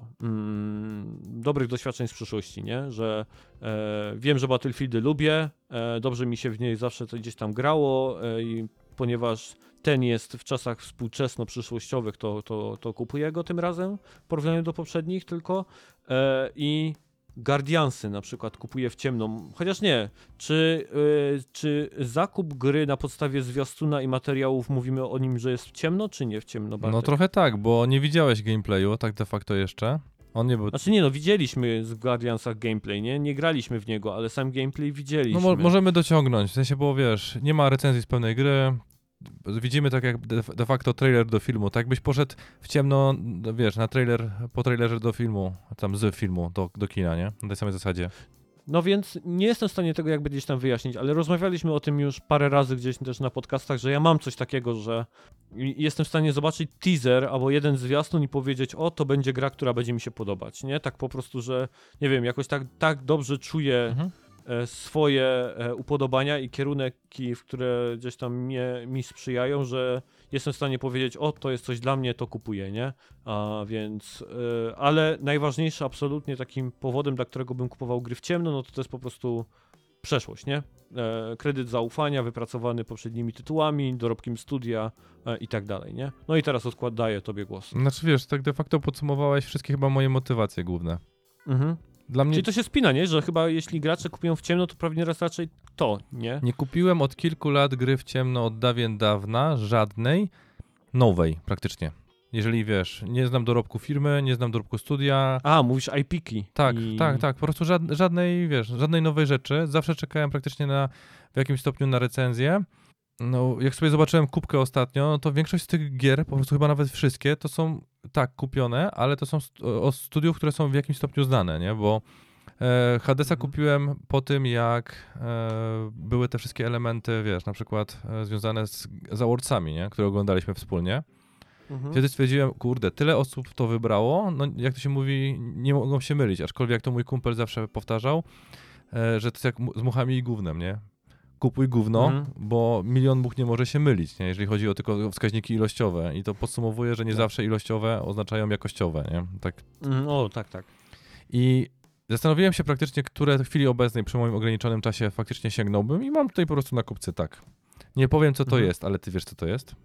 [SPEAKER 1] mm, dobrych doświadczeń z przeszłości, nie, że e, wiem, że Battlefieldy lubię, e, dobrze mi się w niej zawsze to gdzieś tam grało e, i ponieważ ten jest w czasach współczesno-przyszłościowych, to, to, to kupuję go tym razem w porównaniu do poprzednich tylko e, i Guardiansy na przykład kupuję w ciemno, chociaż nie, czy, yy, czy zakup gry na podstawie zwiastuna i materiałów mówimy o nim, że jest w ciemno, czy nie w ciemno, Bartek?
[SPEAKER 2] No trochę tak, bo nie widziałeś gameplayu, tak de facto jeszcze. On nie był...
[SPEAKER 1] Znaczy nie no, widzieliśmy w Guardiansach gameplay, nie? Nie graliśmy w niego, ale sam gameplay widzieliśmy.
[SPEAKER 2] No mo- możemy dociągnąć, w sensie było, wiesz, nie ma recenzji z pełnej gry, widzimy tak jak de, de facto trailer do filmu, tak jakbyś poszedł w ciemno, wiesz, na trailer, po trailerze do filmu, tam z filmu do, do kina, nie? Na tej samej zasadzie.
[SPEAKER 1] No więc nie jestem w stanie tego jakby gdzieś tam wyjaśnić, ale rozmawialiśmy o tym już parę razy gdzieś też na podcastach, że ja mam coś takiego, że jestem w stanie zobaczyć teaser albo jeden zwiastun i powiedzieć, o, to będzie gra, która będzie mi się podobać, nie? Tak po prostu, że nie wiem, jakoś tak, tak dobrze czuję mhm. swoje upodobania i kierunki, w które gdzieś tam mnie, mi sprzyjają, że jestem w stanie powiedzieć, o, to jest coś dla mnie, to kupuję, nie? A więc, yy, ale najważniejsze absolutnie takim powodem, dla którego bym kupował gry w ciemno, no to to jest po prostu przeszłość, nie? E, kredyt zaufania wypracowany poprzednimi tytułami, dorobkiem studia e, i tak dalej, nie? No i teraz oddaję tobie głos.
[SPEAKER 2] Znaczy wiesz, tak de facto podsumowałeś wszystkie chyba moje motywacje główne.
[SPEAKER 1] Mhm.
[SPEAKER 2] Dla mnie...
[SPEAKER 1] Czyli to się spina, nie? Że chyba jeśli gracze kupią w ciemno, to pewnie raz raczej to, nie?
[SPEAKER 2] Nie kupiłem od kilku lat gry w ciemno od dawien dawna, żadnej nowej praktycznie. Jeżeli wiesz, nie znam dorobku firmy, nie znam dorobku studia.
[SPEAKER 1] A, mówisz I P-ki.
[SPEAKER 2] Tak,
[SPEAKER 1] i...
[SPEAKER 2] tak, tak. Po prostu żad, żadnej, wiesz, żadnej nowej rzeczy. Zawsze czekałem praktycznie na, w jakimś stopniu na recenzję. No, jak sobie zobaczyłem kubkę ostatnio, no to większość z tych gier, po prostu chyba nawet wszystkie, to są tak kupione, ale to są st- od studiów, które są w jakimś stopniu znane, nie? Bo e, Hadesa
[SPEAKER 1] Mhm.
[SPEAKER 2] kupiłem po tym, jak e, były te wszystkie elementy, wiesz, na przykład e, związane z, z Awardsami, nie? Które oglądaliśmy wspólnie.
[SPEAKER 1] Mhm.
[SPEAKER 2] Wtedy stwierdziłem, kurde, tyle osób to wybrało, no jak to się mówi, nie mogą się mylić, aczkolwiek jak to mój kumpel zawsze powtarzał, e, że to jest jak mu- z muchami i gównem, nie? Kupuj gówno,
[SPEAKER 1] Mhm.
[SPEAKER 2] bo milion much nie może się mylić, nie? Jeżeli chodzi o tylko wskaźniki ilościowe. I to podsumowuje, że nie
[SPEAKER 1] Tak.
[SPEAKER 2] zawsze ilościowe oznaczają jakościowe, nie? Tak.
[SPEAKER 1] Mhm. O, tak, tak.
[SPEAKER 2] I zastanowiłem się praktycznie, które w chwili obecnej przy moim ograniczonym czasie faktycznie sięgnąłbym i mam tutaj po prostu na kupce tak. Nie powiem, co to
[SPEAKER 1] Mhm.
[SPEAKER 2] jest, ale ty wiesz, co to jest?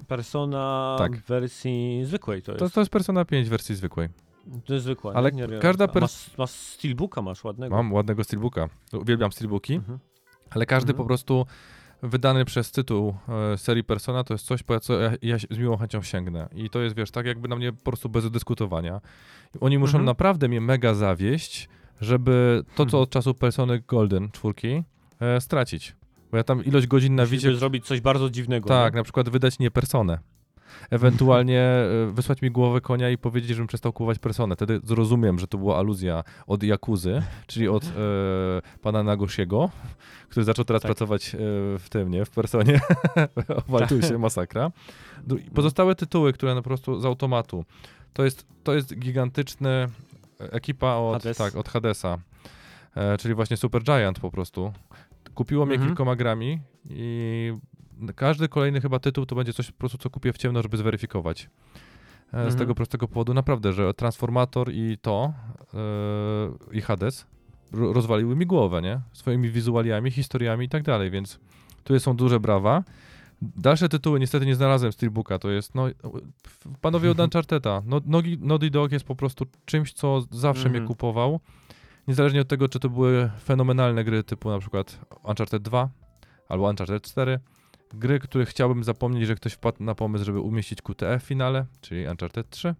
[SPEAKER 1] Persona
[SPEAKER 2] Tak.
[SPEAKER 1] w wersji zwykłej to jest.
[SPEAKER 2] To, to jest Persona pięć w wersji zwykłej.
[SPEAKER 1] To jest zwykła,
[SPEAKER 2] Ale
[SPEAKER 1] nie? Nie, nie,
[SPEAKER 2] każda
[SPEAKER 1] A
[SPEAKER 2] pers-
[SPEAKER 1] Masz, masz steelbooka, masz ładnego.
[SPEAKER 2] Mam ładnego steelbooka. Uwielbiam steelbooki.
[SPEAKER 1] Mhm.
[SPEAKER 2] Ale każdy
[SPEAKER 1] Mhm.
[SPEAKER 2] po prostu wydany przez tytuł e, serii Persona to jest coś, po co ja, ja z miłą chęcią sięgnę. I to jest, wiesz, tak jakby na mnie po prostu bez dyskutowania. Oni muszą
[SPEAKER 1] Mhm.
[SPEAKER 2] naprawdę mnie mega zawieść, żeby to, co
[SPEAKER 1] Mhm.
[SPEAKER 2] od czasu Persony Golden czwórki e, stracić. Bo ja tam ilość godzin na
[SPEAKER 1] Musieliby
[SPEAKER 2] widzie...
[SPEAKER 1] zrobić coś bardzo dziwnego.
[SPEAKER 2] Tak,
[SPEAKER 1] nie?
[SPEAKER 2] na przykład wydać nie Personę. Ewentualnie e, wysłać mi głowę konia i powiedzieć, żebym przestał kupować Personę. Wtedy zrozumiem, że to była aluzja od Yakuzy, czyli od e, pana Nagosiego, który zaczął teraz
[SPEAKER 1] Tak.
[SPEAKER 2] pracować e, w tym, nie? W Personie. Walczył się, masakra. Du- i Pozostałe tytuły, które po prostu z automatu. To jest, to jest gigantyczny ekipa od,
[SPEAKER 1] Hades.
[SPEAKER 2] tak, od Hadesa, e, czyli właśnie Super Giant po prostu. Kupiło mnie
[SPEAKER 1] Mhm.
[SPEAKER 2] kilkoma grami i każdy kolejny chyba tytuł to będzie coś po prostu, co kupię w ciemno, żeby zweryfikować. E, Z
[SPEAKER 1] Mhm.
[SPEAKER 2] tego prostego powodu naprawdę, że Transformator i to e, i Hades ro- rozwaliły mi głowę, nie? Swoimi wizualiami, historiami i tak dalej, więc tu są duże brawa. Dalsze tytuły niestety nie znalazłem Steelbooka, to jest, no, panowie od Uncharted'a. No, Nogi- Naughty Dog jest po prostu czymś, co zawsze
[SPEAKER 1] Mhm.
[SPEAKER 2] mnie kupował. Niezależnie od tego, czy to były fenomenalne gry typu na przykład Uncharted dwa albo Uncharted cztery. Gry, których chciałbym zapomnieć, że ktoś wpadł na pomysł, żeby umieścić Q T E w finale, czyli Uncharted trzy.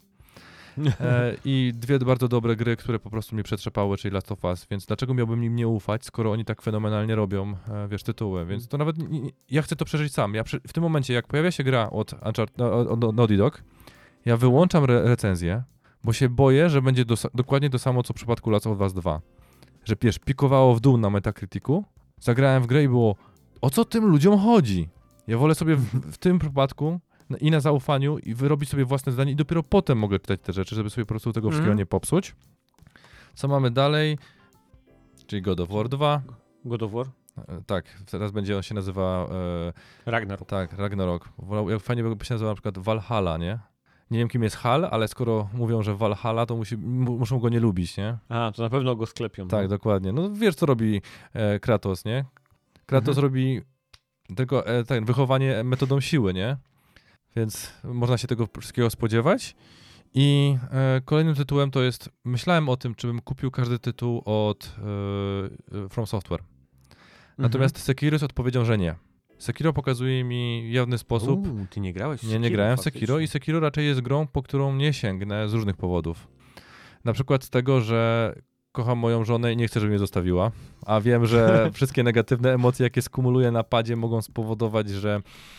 [SPEAKER 2] E, I dwie bardzo dobre gry, które po prostu mnie przetrzepały, czyli Last of Us, więc dlaczego miałbym im nie ufać, skoro oni tak fenomenalnie robią, e, wiesz, tytuły, więc to nawet, nie, nie, ja chcę to przeżyć sam. Ja przy, w tym momencie, jak pojawia się gra od, Uncharted, no, od, od Naughty Dog, ja wyłączam re, recenzję, bo się boję, że będzie dos- dokładnie to samo, co w przypadku Last of Us dwa. Że, wiesz, pikowało w dół na Metacriticu, zagrałem w grę i było, o co tym ludziom chodzi? Ja wolę sobie w, w tym przypadku na- i na zaufaniu i wyrobić sobie własne zdanie i dopiero potem mogę czytać te rzeczy, żeby sobie po prostu tego wszystkiego
[SPEAKER 1] Mhm.
[SPEAKER 2] nie popsuć. Co mamy dalej? Czyli God of War dwa.
[SPEAKER 1] God of War?
[SPEAKER 2] E, tak, teraz będzie on się nazywa e,
[SPEAKER 1] Ragnarok.
[SPEAKER 2] tak, Ragnarok. Wolał- jak fajnie by się nazywał na przykład Valhalla, nie? Nie wiem kim jest Hal, ale skoro mówią, że Valhalla, to musi, mu- muszą go nie lubić, nie?
[SPEAKER 1] A, to na pewno go sklepią.
[SPEAKER 2] Tak,
[SPEAKER 1] no.
[SPEAKER 2] dokładnie. No wiesz, co robi e, Kratos, nie? Kratos
[SPEAKER 1] Mhm.
[SPEAKER 2] robi tylko e, tak, wychowanie metodą siły, nie? Więc można się tego wszystkiego spodziewać. I e, kolejnym tytułem to jest, myślałem o tym, czy bym kupił każdy tytuł od e, From Software. Natomiast Sekiro jest odpowiedzią, że nie. Sekiro pokazuje mi w jawny sposób,
[SPEAKER 1] Uuu, ty nie grałeś w
[SPEAKER 2] nie, nie
[SPEAKER 1] Sekiro
[SPEAKER 2] grałem w
[SPEAKER 1] faktycznie.
[SPEAKER 2] Sekiro i Sekiro raczej jest grą, po którą nie sięgnę z różnych powodów. Na przykład z tego, że kocham moją żonę i nie chcę, żeby mnie zostawiła, a wiem, że wszystkie negatywne emocje, jakie skumuluję na padzie, mogą spowodować, że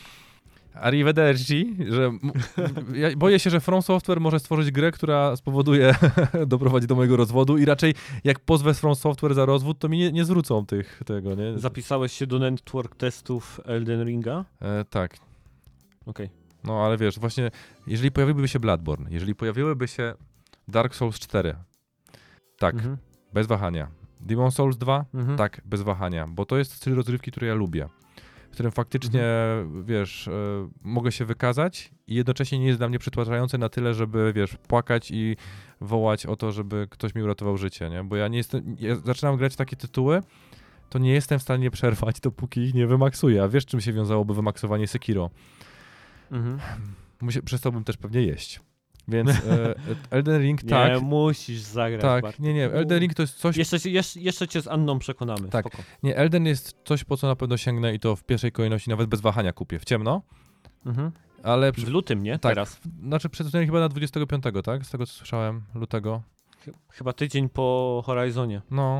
[SPEAKER 2] arrivederci, że m- ja boję się, że From Software może stworzyć grę, która spowoduje, doprowadzi do mojego rozwodu i raczej jak pozwę z From Software za rozwód, to mi nie, nie zwrócą tych, tego, nie?
[SPEAKER 1] Zapisałeś się do network testów Elden Ringa?
[SPEAKER 2] E, tak.
[SPEAKER 1] Okej.
[SPEAKER 2] No ale wiesz, właśnie, jeżeli pojawiłby się Bloodborne, jeżeli pojawiłyby się Dark Souls cztery, tak,
[SPEAKER 1] Mhm.
[SPEAKER 2] bez wahania. Demon Souls dwa,
[SPEAKER 1] Mhm.
[SPEAKER 2] tak, bez wahania, bo to jest styl rozrywki, który ja lubię, w którym faktycznie, wiesz, e, mogę się wykazać i jednocześnie nie jest dla mnie przytłaczające na tyle, żeby, wiesz, płakać i wołać o to, żeby ktoś mi uratował życie, nie? Bo ja nie jestem, ja zaczynam grać w takie tytuły, to nie jestem w stanie przerwać, dopóki ich nie wymaksuję. A wiesz, czym się wiązałoby wymaksowanie Sekiro?
[SPEAKER 1] Mhm.
[SPEAKER 2] Musi, przestałbym też pewnie jeść. Więc e, Elden Ring,
[SPEAKER 1] nie,
[SPEAKER 2] tak.
[SPEAKER 1] Nie, musisz zagrać.
[SPEAKER 2] Tak,
[SPEAKER 1] Bartek.
[SPEAKER 2] nie, nie, Elden Ring to jest coś...
[SPEAKER 1] Jeszcze, jeszcze, jeszcze cię z Anną przekonamy.
[SPEAKER 2] Tak,
[SPEAKER 1] Spoko.
[SPEAKER 2] nie, Elden jest coś, po co na pewno sięgnę i to w pierwszej kolejności nawet bez wahania kupię. W ciemno,
[SPEAKER 1] Mhm.
[SPEAKER 2] ale... Przy...
[SPEAKER 1] W lutym, nie?
[SPEAKER 2] Tak,
[SPEAKER 1] Teraz.
[SPEAKER 2] Znaczy przedstawienie chyba na dwudziestego piątego, tak? Z tego, co słyszałem, lutego.
[SPEAKER 1] Chyba tydzień po Horizonie.
[SPEAKER 2] No.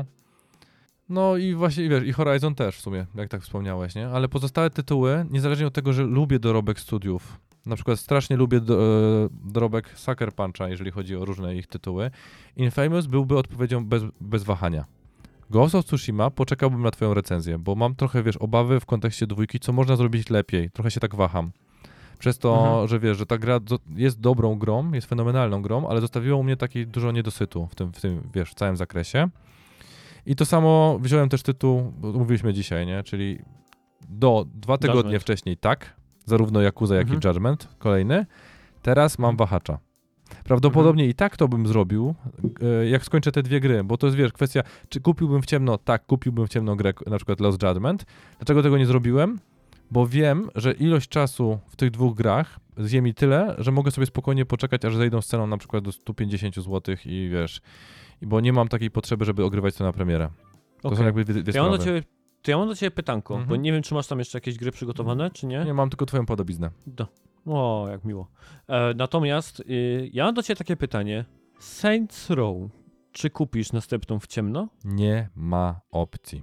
[SPEAKER 2] No i właśnie, wiesz, i Horizon też w sumie, jak tak wspomniałeś, nie? Ale pozostałe tytuły, niezależnie od tego, że lubię dorobek studiów, na przykład strasznie lubię do, e, dorobek Sucker Puncha, jeżeli chodzi o różne ich tytuły, Infamous byłby odpowiedzią bez, bez wahania. Ghost of Tsushima poczekałbym na twoją recenzję, bo mam trochę, wiesz, obawy w kontekście dwójki, co można zrobić lepiej, trochę się tak waham. Przez to, mhm. że wiesz, że ta gra jest dobrą grą, jest fenomenalną grą, ale zostawiło u mnie taki dużo niedosytu w tym, w tym, wiesz, w całym zakresie. I to samo wziąłem też tytuł, bo mówiliśmy dzisiaj, nie? Czyli do dwa tygodnie Judgment. Wcześniej tak, zarówno Yakuza, jak mhm. i Judgment, kolejny. Teraz mam wahacza. Prawdopodobnie mhm. i tak to bym zrobił, jak skończę te dwie gry, bo to jest, wiesz, kwestia, czy kupiłbym w ciemno? Tak, kupiłbym w ciemno grę, na przykład Lost Judgment. Dlaczego tego nie zrobiłem? Bo wiem, że ilość czasu w tych dwóch grach zje mi tyle, że mogę sobie spokojnie poczekać, aż zejdą z ceną na przykład do sto pięćdziesiąt złotych i wiesz, bo nie mam takiej potrzeby, żeby ogrywać to na premierę. To
[SPEAKER 1] okay.
[SPEAKER 2] są jakby dwie, dwie
[SPEAKER 1] ja mam
[SPEAKER 2] sprawy.
[SPEAKER 1] do ciebie, to ja mam do ciebie pytanko,
[SPEAKER 2] mhm.
[SPEAKER 1] bo nie wiem, czy masz tam jeszcze jakieś gry przygotowane, czy nie?
[SPEAKER 2] Nie, mam tylko twoją podobiznę.
[SPEAKER 1] Do. O, jak miło. E, natomiast y, ja mam do ciebie takie pytanie. Saints Row, czy kupisz następną w ciemno?
[SPEAKER 2] Nie ma opcji.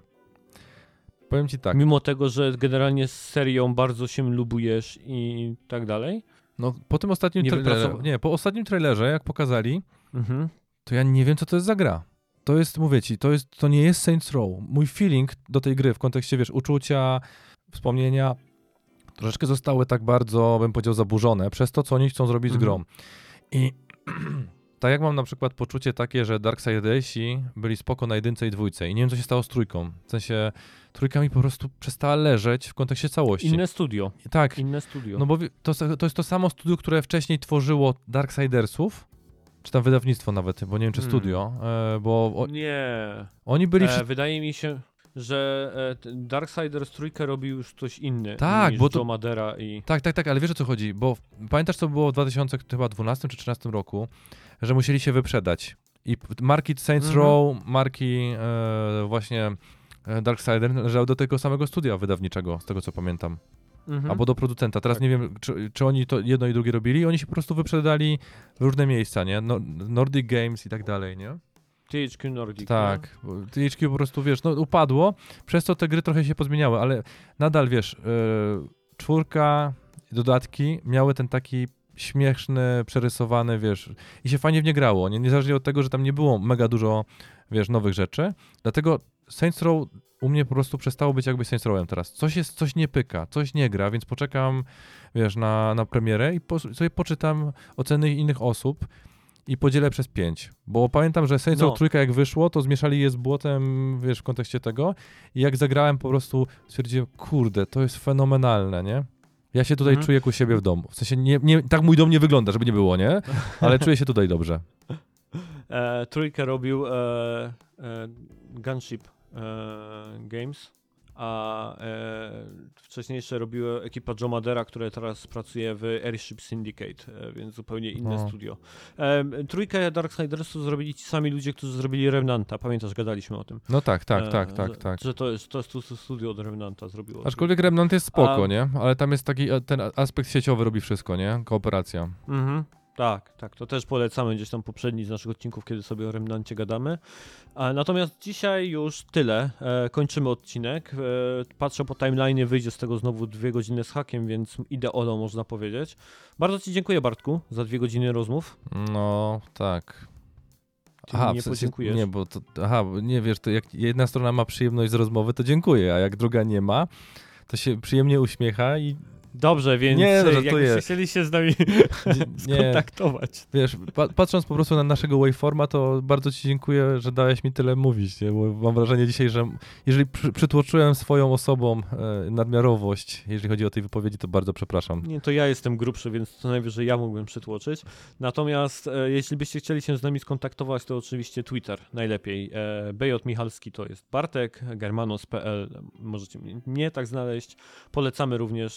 [SPEAKER 2] Powiem ci tak.
[SPEAKER 1] Mimo tego, że generalnie z serią bardzo się lubujesz i tak dalej?
[SPEAKER 2] No, po tym ostatnim
[SPEAKER 1] nie
[SPEAKER 2] trailerze,
[SPEAKER 1] wypracow-
[SPEAKER 2] nie, po ostatnim trailerze, jak pokazali,
[SPEAKER 1] mhm.
[SPEAKER 2] to ja nie wiem, co to jest za gra. To jest, mówię ci, to, jest, to nie jest Saints Row. Mój feeling do tej gry w kontekście, wiesz, uczucia, wspomnienia, troszeczkę zostały tak bardzo, bym powiedział, zaburzone przez to, co oni chcą zrobić mhm. z grą. I tak jak mam na przykład poczucie takie, że Darksiders-i byli spoko na jedynce i dwójce i nie wiem, co się stało z trójką. W sensie trójka mi po prostu przestała leżeć w kontekście całości.
[SPEAKER 1] Inne studio.
[SPEAKER 2] Tak.
[SPEAKER 1] Inne studio.
[SPEAKER 2] No bo to, to jest to samo studio, które wcześniej tworzyło Darksidersów, czy tam wydawnictwo nawet, bo nie wiem, czy hmm. studio, e, bo... O,
[SPEAKER 1] nie.
[SPEAKER 2] Oni byli...
[SPEAKER 1] E, wydaje mi się, że e, Darksiders trójkę robił już ktoś inny
[SPEAKER 2] tak,
[SPEAKER 1] niż
[SPEAKER 2] bo to...
[SPEAKER 1] Joe Madera i...
[SPEAKER 2] Tak, tak, tak, ale wiesz, o co chodzi, bo pamiętasz, co było w dwa tysiące dwunastym czy trzynastym roku, że musieli się wyprzedać i marki Saints mm-hmm. Row, marki e, właśnie e, Darksider należały do tego samego studia wydawniczego, z tego co pamiętam. Mm-hmm. Albo do producenta. Teraz tak. nie wiem, czy, czy oni to jedno i drugie robili, oni się po prostu wyprzedali w różne miejsca, nie? No, Nordic Games i tak dalej, nie?
[SPEAKER 1] T H Q Nordic.
[SPEAKER 2] Tak, nie? T H Q po prostu, wiesz, no upadło, przez co te gry trochę się pozmieniały, ale nadal, wiesz, yy, czwórka, dodatki miały ten taki śmieszny, przerysowany, wiesz, i się fajnie w nie grało, nie? Niezależnie od tego, że tam nie było mega dużo, wiesz, nowych rzeczy, dlatego Saints Row u mnie po prostu przestało być jakby Saints Rowem teraz. Coś jest, coś nie pyka, coś nie gra, więc poczekam, wiesz, na, na premierę i po, sobie poczytam oceny innych osób i podzielę przez pięć. Bo pamiętam, że Saints Row no. trójka jak wyszło, to zmieszali je z błotem, wiesz, w kontekście tego i jak zagrałem po prostu stwierdziłem, kurde, to jest fenomenalne, nie? Ja się tutaj mhm. czuję ku siebie w domu. W sensie, nie, nie, tak mój dom nie wygląda, żeby nie było, nie? Ale czuję się tutaj dobrze.
[SPEAKER 1] E, trójkę robił e, e, Gunship e, Games, a e, wcześniejsze robiła ekipa Joe Madera, która teraz pracuje w Airship Syndicate, e, więc zupełnie inne o. studio. E, trójkę Darksidersów zrobili ci sami ludzie, którzy zrobili Remnanta. Pamiętasz, gadaliśmy o tym.
[SPEAKER 2] No tak, tak, tak,
[SPEAKER 1] e,
[SPEAKER 2] tak,
[SPEAKER 1] że,
[SPEAKER 2] tak.
[SPEAKER 1] Że to jest, to jest studio od Remnanta zrobiło.
[SPEAKER 2] Aczkolwiek Remnant jest spoko,
[SPEAKER 1] a...
[SPEAKER 2] nie? Ale tam jest taki, ten aspekt sieciowy robi wszystko, nie? Kooperacja.
[SPEAKER 1] Mhm. Tak, tak, to też polecamy gdzieś tam poprzedni z naszych odcinków, kiedy sobie o Remnancie gadamy. E, natomiast dzisiaj już tyle. E, kończymy odcinek. E, patrzę po timeline'ie, wyjdzie z tego znowu dwie godziny z hakiem, więc ideolo można powiedzieć. Bardzo ci dziękuję, Bartku, za dwie godziny rozmów.
[SPEAKER 2] No, tak.
[SPEAKER 1] Ty aha, nie w sensie, podziękujesz.
[SPEAKER 2] Nie, bo to, aha, nie wiesz, to jak jedna strona ma przyjemność z rozmowy, to dziękuję, a jak druga nie ma, to się przyjemnie uśmiecha i
[SPEAKER 1] Dobrze, więc nie, no, jakbyście chcieli się z nami skontaktować.
[SPEAKER 2] Nie, wiesz, pa- patrząc po prostu na naszego waveforma, to bardzo ci dziękuję, że dałeś mi tyle mówić, nie? Bo mam wrażenie dzisiaj, że jeżeli przy- przytłoczyłem swoją osobą e, nadmiarowość, jeżeli chodzi o tej wypowiedzi, to bardzo przepraszam.
[SPEAKER 1] Nie, to ja jestem grubszy, więc co najwyżej ja mógłbym przytłoczyć. Natomiast e, jeśli byście chcieli się z nami skontaktować, to oczywiście Twitter najlepiej. E, B J Michalski to jest Bartek, germanos kropka p l, możecie mnie tak znaleźć. Polecamy również zajrzeć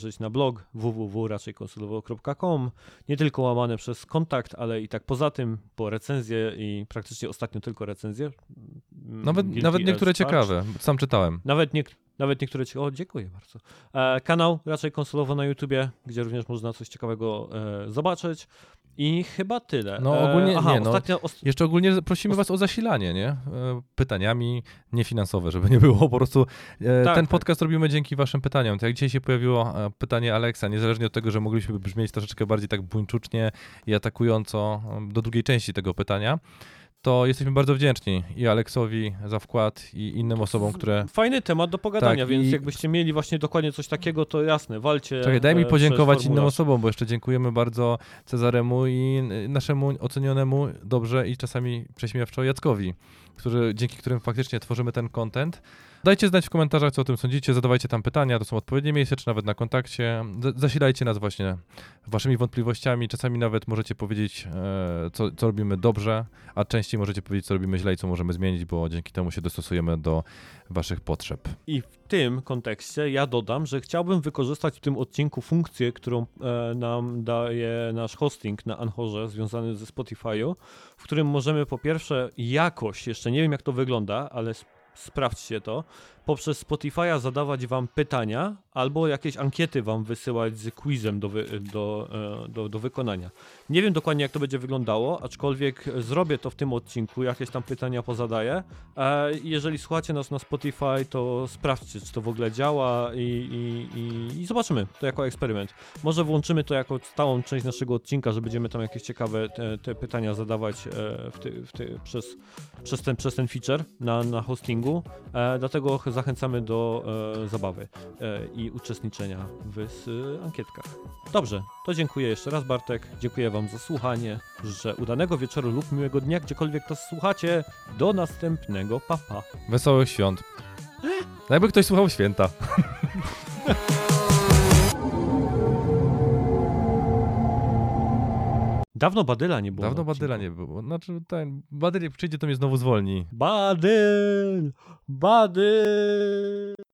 [SPEAKER 1] zajrzeć na blog w w w kropka raczej konsolowo kropka com, nie tylko łamane przez kontakt, ale i tak poza tym po recenzje i praktycznie ostatnio tylko recenzje.
[SPEAKER 2] Nawet, nawet niektóre ciekawe, sam czytałem.
[SPEAKER 1] Nawet, nie, nawet niektóre ciekawe, o dziękuję bardzo. E, kanał raczej konsolowo na YouTubie, gdzie również można coś ciekawego e, zobaczyć. I chyba tyle.
[SPEAKER 2] No ogólnie,
[SPEAKER 1] Aha,
[SPEAKER 2] nie, no,
[SPEAKER 1] ostatnio, ost...
[SPEAKER 2] jeszcze ogólnie prosimy was o zasilanie, nie? Pytaniami, niefinansowe, żeby nie było, po prostu e,
[SPEAKER 1] tak,
[SPEAKER 2] ten
[SPEAKER 1] tak.
[SPEAKER 2] podcast robimy dzięki waszym pytaniom. To jak dzisiaj się pojawiło pytanie Aleksa, niezależnie od tego, że mogliśmy brzmieć troszeczkę bardziej tak buńczucznie i atakująco do drugiej części tego pytania, to jesteśmy bardzo wdzięczni i Aleksowi za wkład i innym osobom, które...
[SPEAKER 1] Fajny temat do pogadania,
[SPEAKER 2] tak,
[SPEAKER 1] więc
[SPEAKER 2] i...
[SPEAKER 1] jakbyście mieli właśnie dokładnie coś takiego, to jasne, walcie.
[SPEAKER 2] Czekaj, daj mi podziękować innym
[SPEAKER 1] formularz.
[SPEAKER 2] osobom, bo jeszcze dziękujemy bardzo Cezaremu i naszemu ocenionemu dobrze i czasami prześmiewczo Jackowi, którzy, dzięki którym faktycznie tworzymy ten content. Dajcie znać w komentarzach, co o tym sądzicie, zadawajcie tam pytania, to są odpowiednie miejsca, czy nawet na kontakcie. Zasilajcie nas właśnie waszymi wątpliwościami, czasami nawet możecie powiedzieć, e, co, co robimy dobrze, a częściej możecie powiedzieć, co robimy źle i co możemy zmienić, bo dzięki temu się dostosujemy do waszych potrzeb.
[SPEAKER 1] I w tym kontekście ja dodam, że chciałbym wykorzystać w tym odcinku funkcję, którą e, nam daje nasz hosting na Anchorze związany ze Spotify'u, w którym możemy po pierwsze jakoś, jeszcze nie wiem jak to wygląda, ale sprawdźcie to, poprzez Spotify'a zadawać wam pytania albo jakieś ankiety wam wysyłać z quizem do, wy, do, do, do wykonania. Nie wiem dokładnie jak to będzie wyglądało, aczkolwiek zrobię to w tym odcinku, jakieś tam pytania pozadaję. Jeżeli słuchacie nas na Spotify, to sprawdźcie, czy to w ogóle działa i, i, i, i zobaczymy to jako eksperyment. Może włączymy to jako stałą część naszego odcinka, że będziemy tam jakieś ciekawe te, te pytania zadawać w ty, w ty, przez, przez, ten, przez ten feature na, na hostingu. Dlatego zachęcamy do e, zabawy e, i uczestniczenia w s, ankietkach. Dobrze, to dziękuję jeszcze raz Bartek, dziękuję wam za słuchanie, życzę udanego wieczoru lub miłego dnia, gdziekolwiek nas słuchacie. Do następnego, pa pa.
[SPEAKER 2] Wesołych świąt. Jakby ktoś słuchał święta.
[SPEAKER 1] Dawno Badyla nie było.
[SPEAKER 2] Dawno Badyla nie było. Znaczy, ten Badyl jak przyjdzie, to mnie znowu zwolni.
[SPEAKER 1] Badyl! Badyl!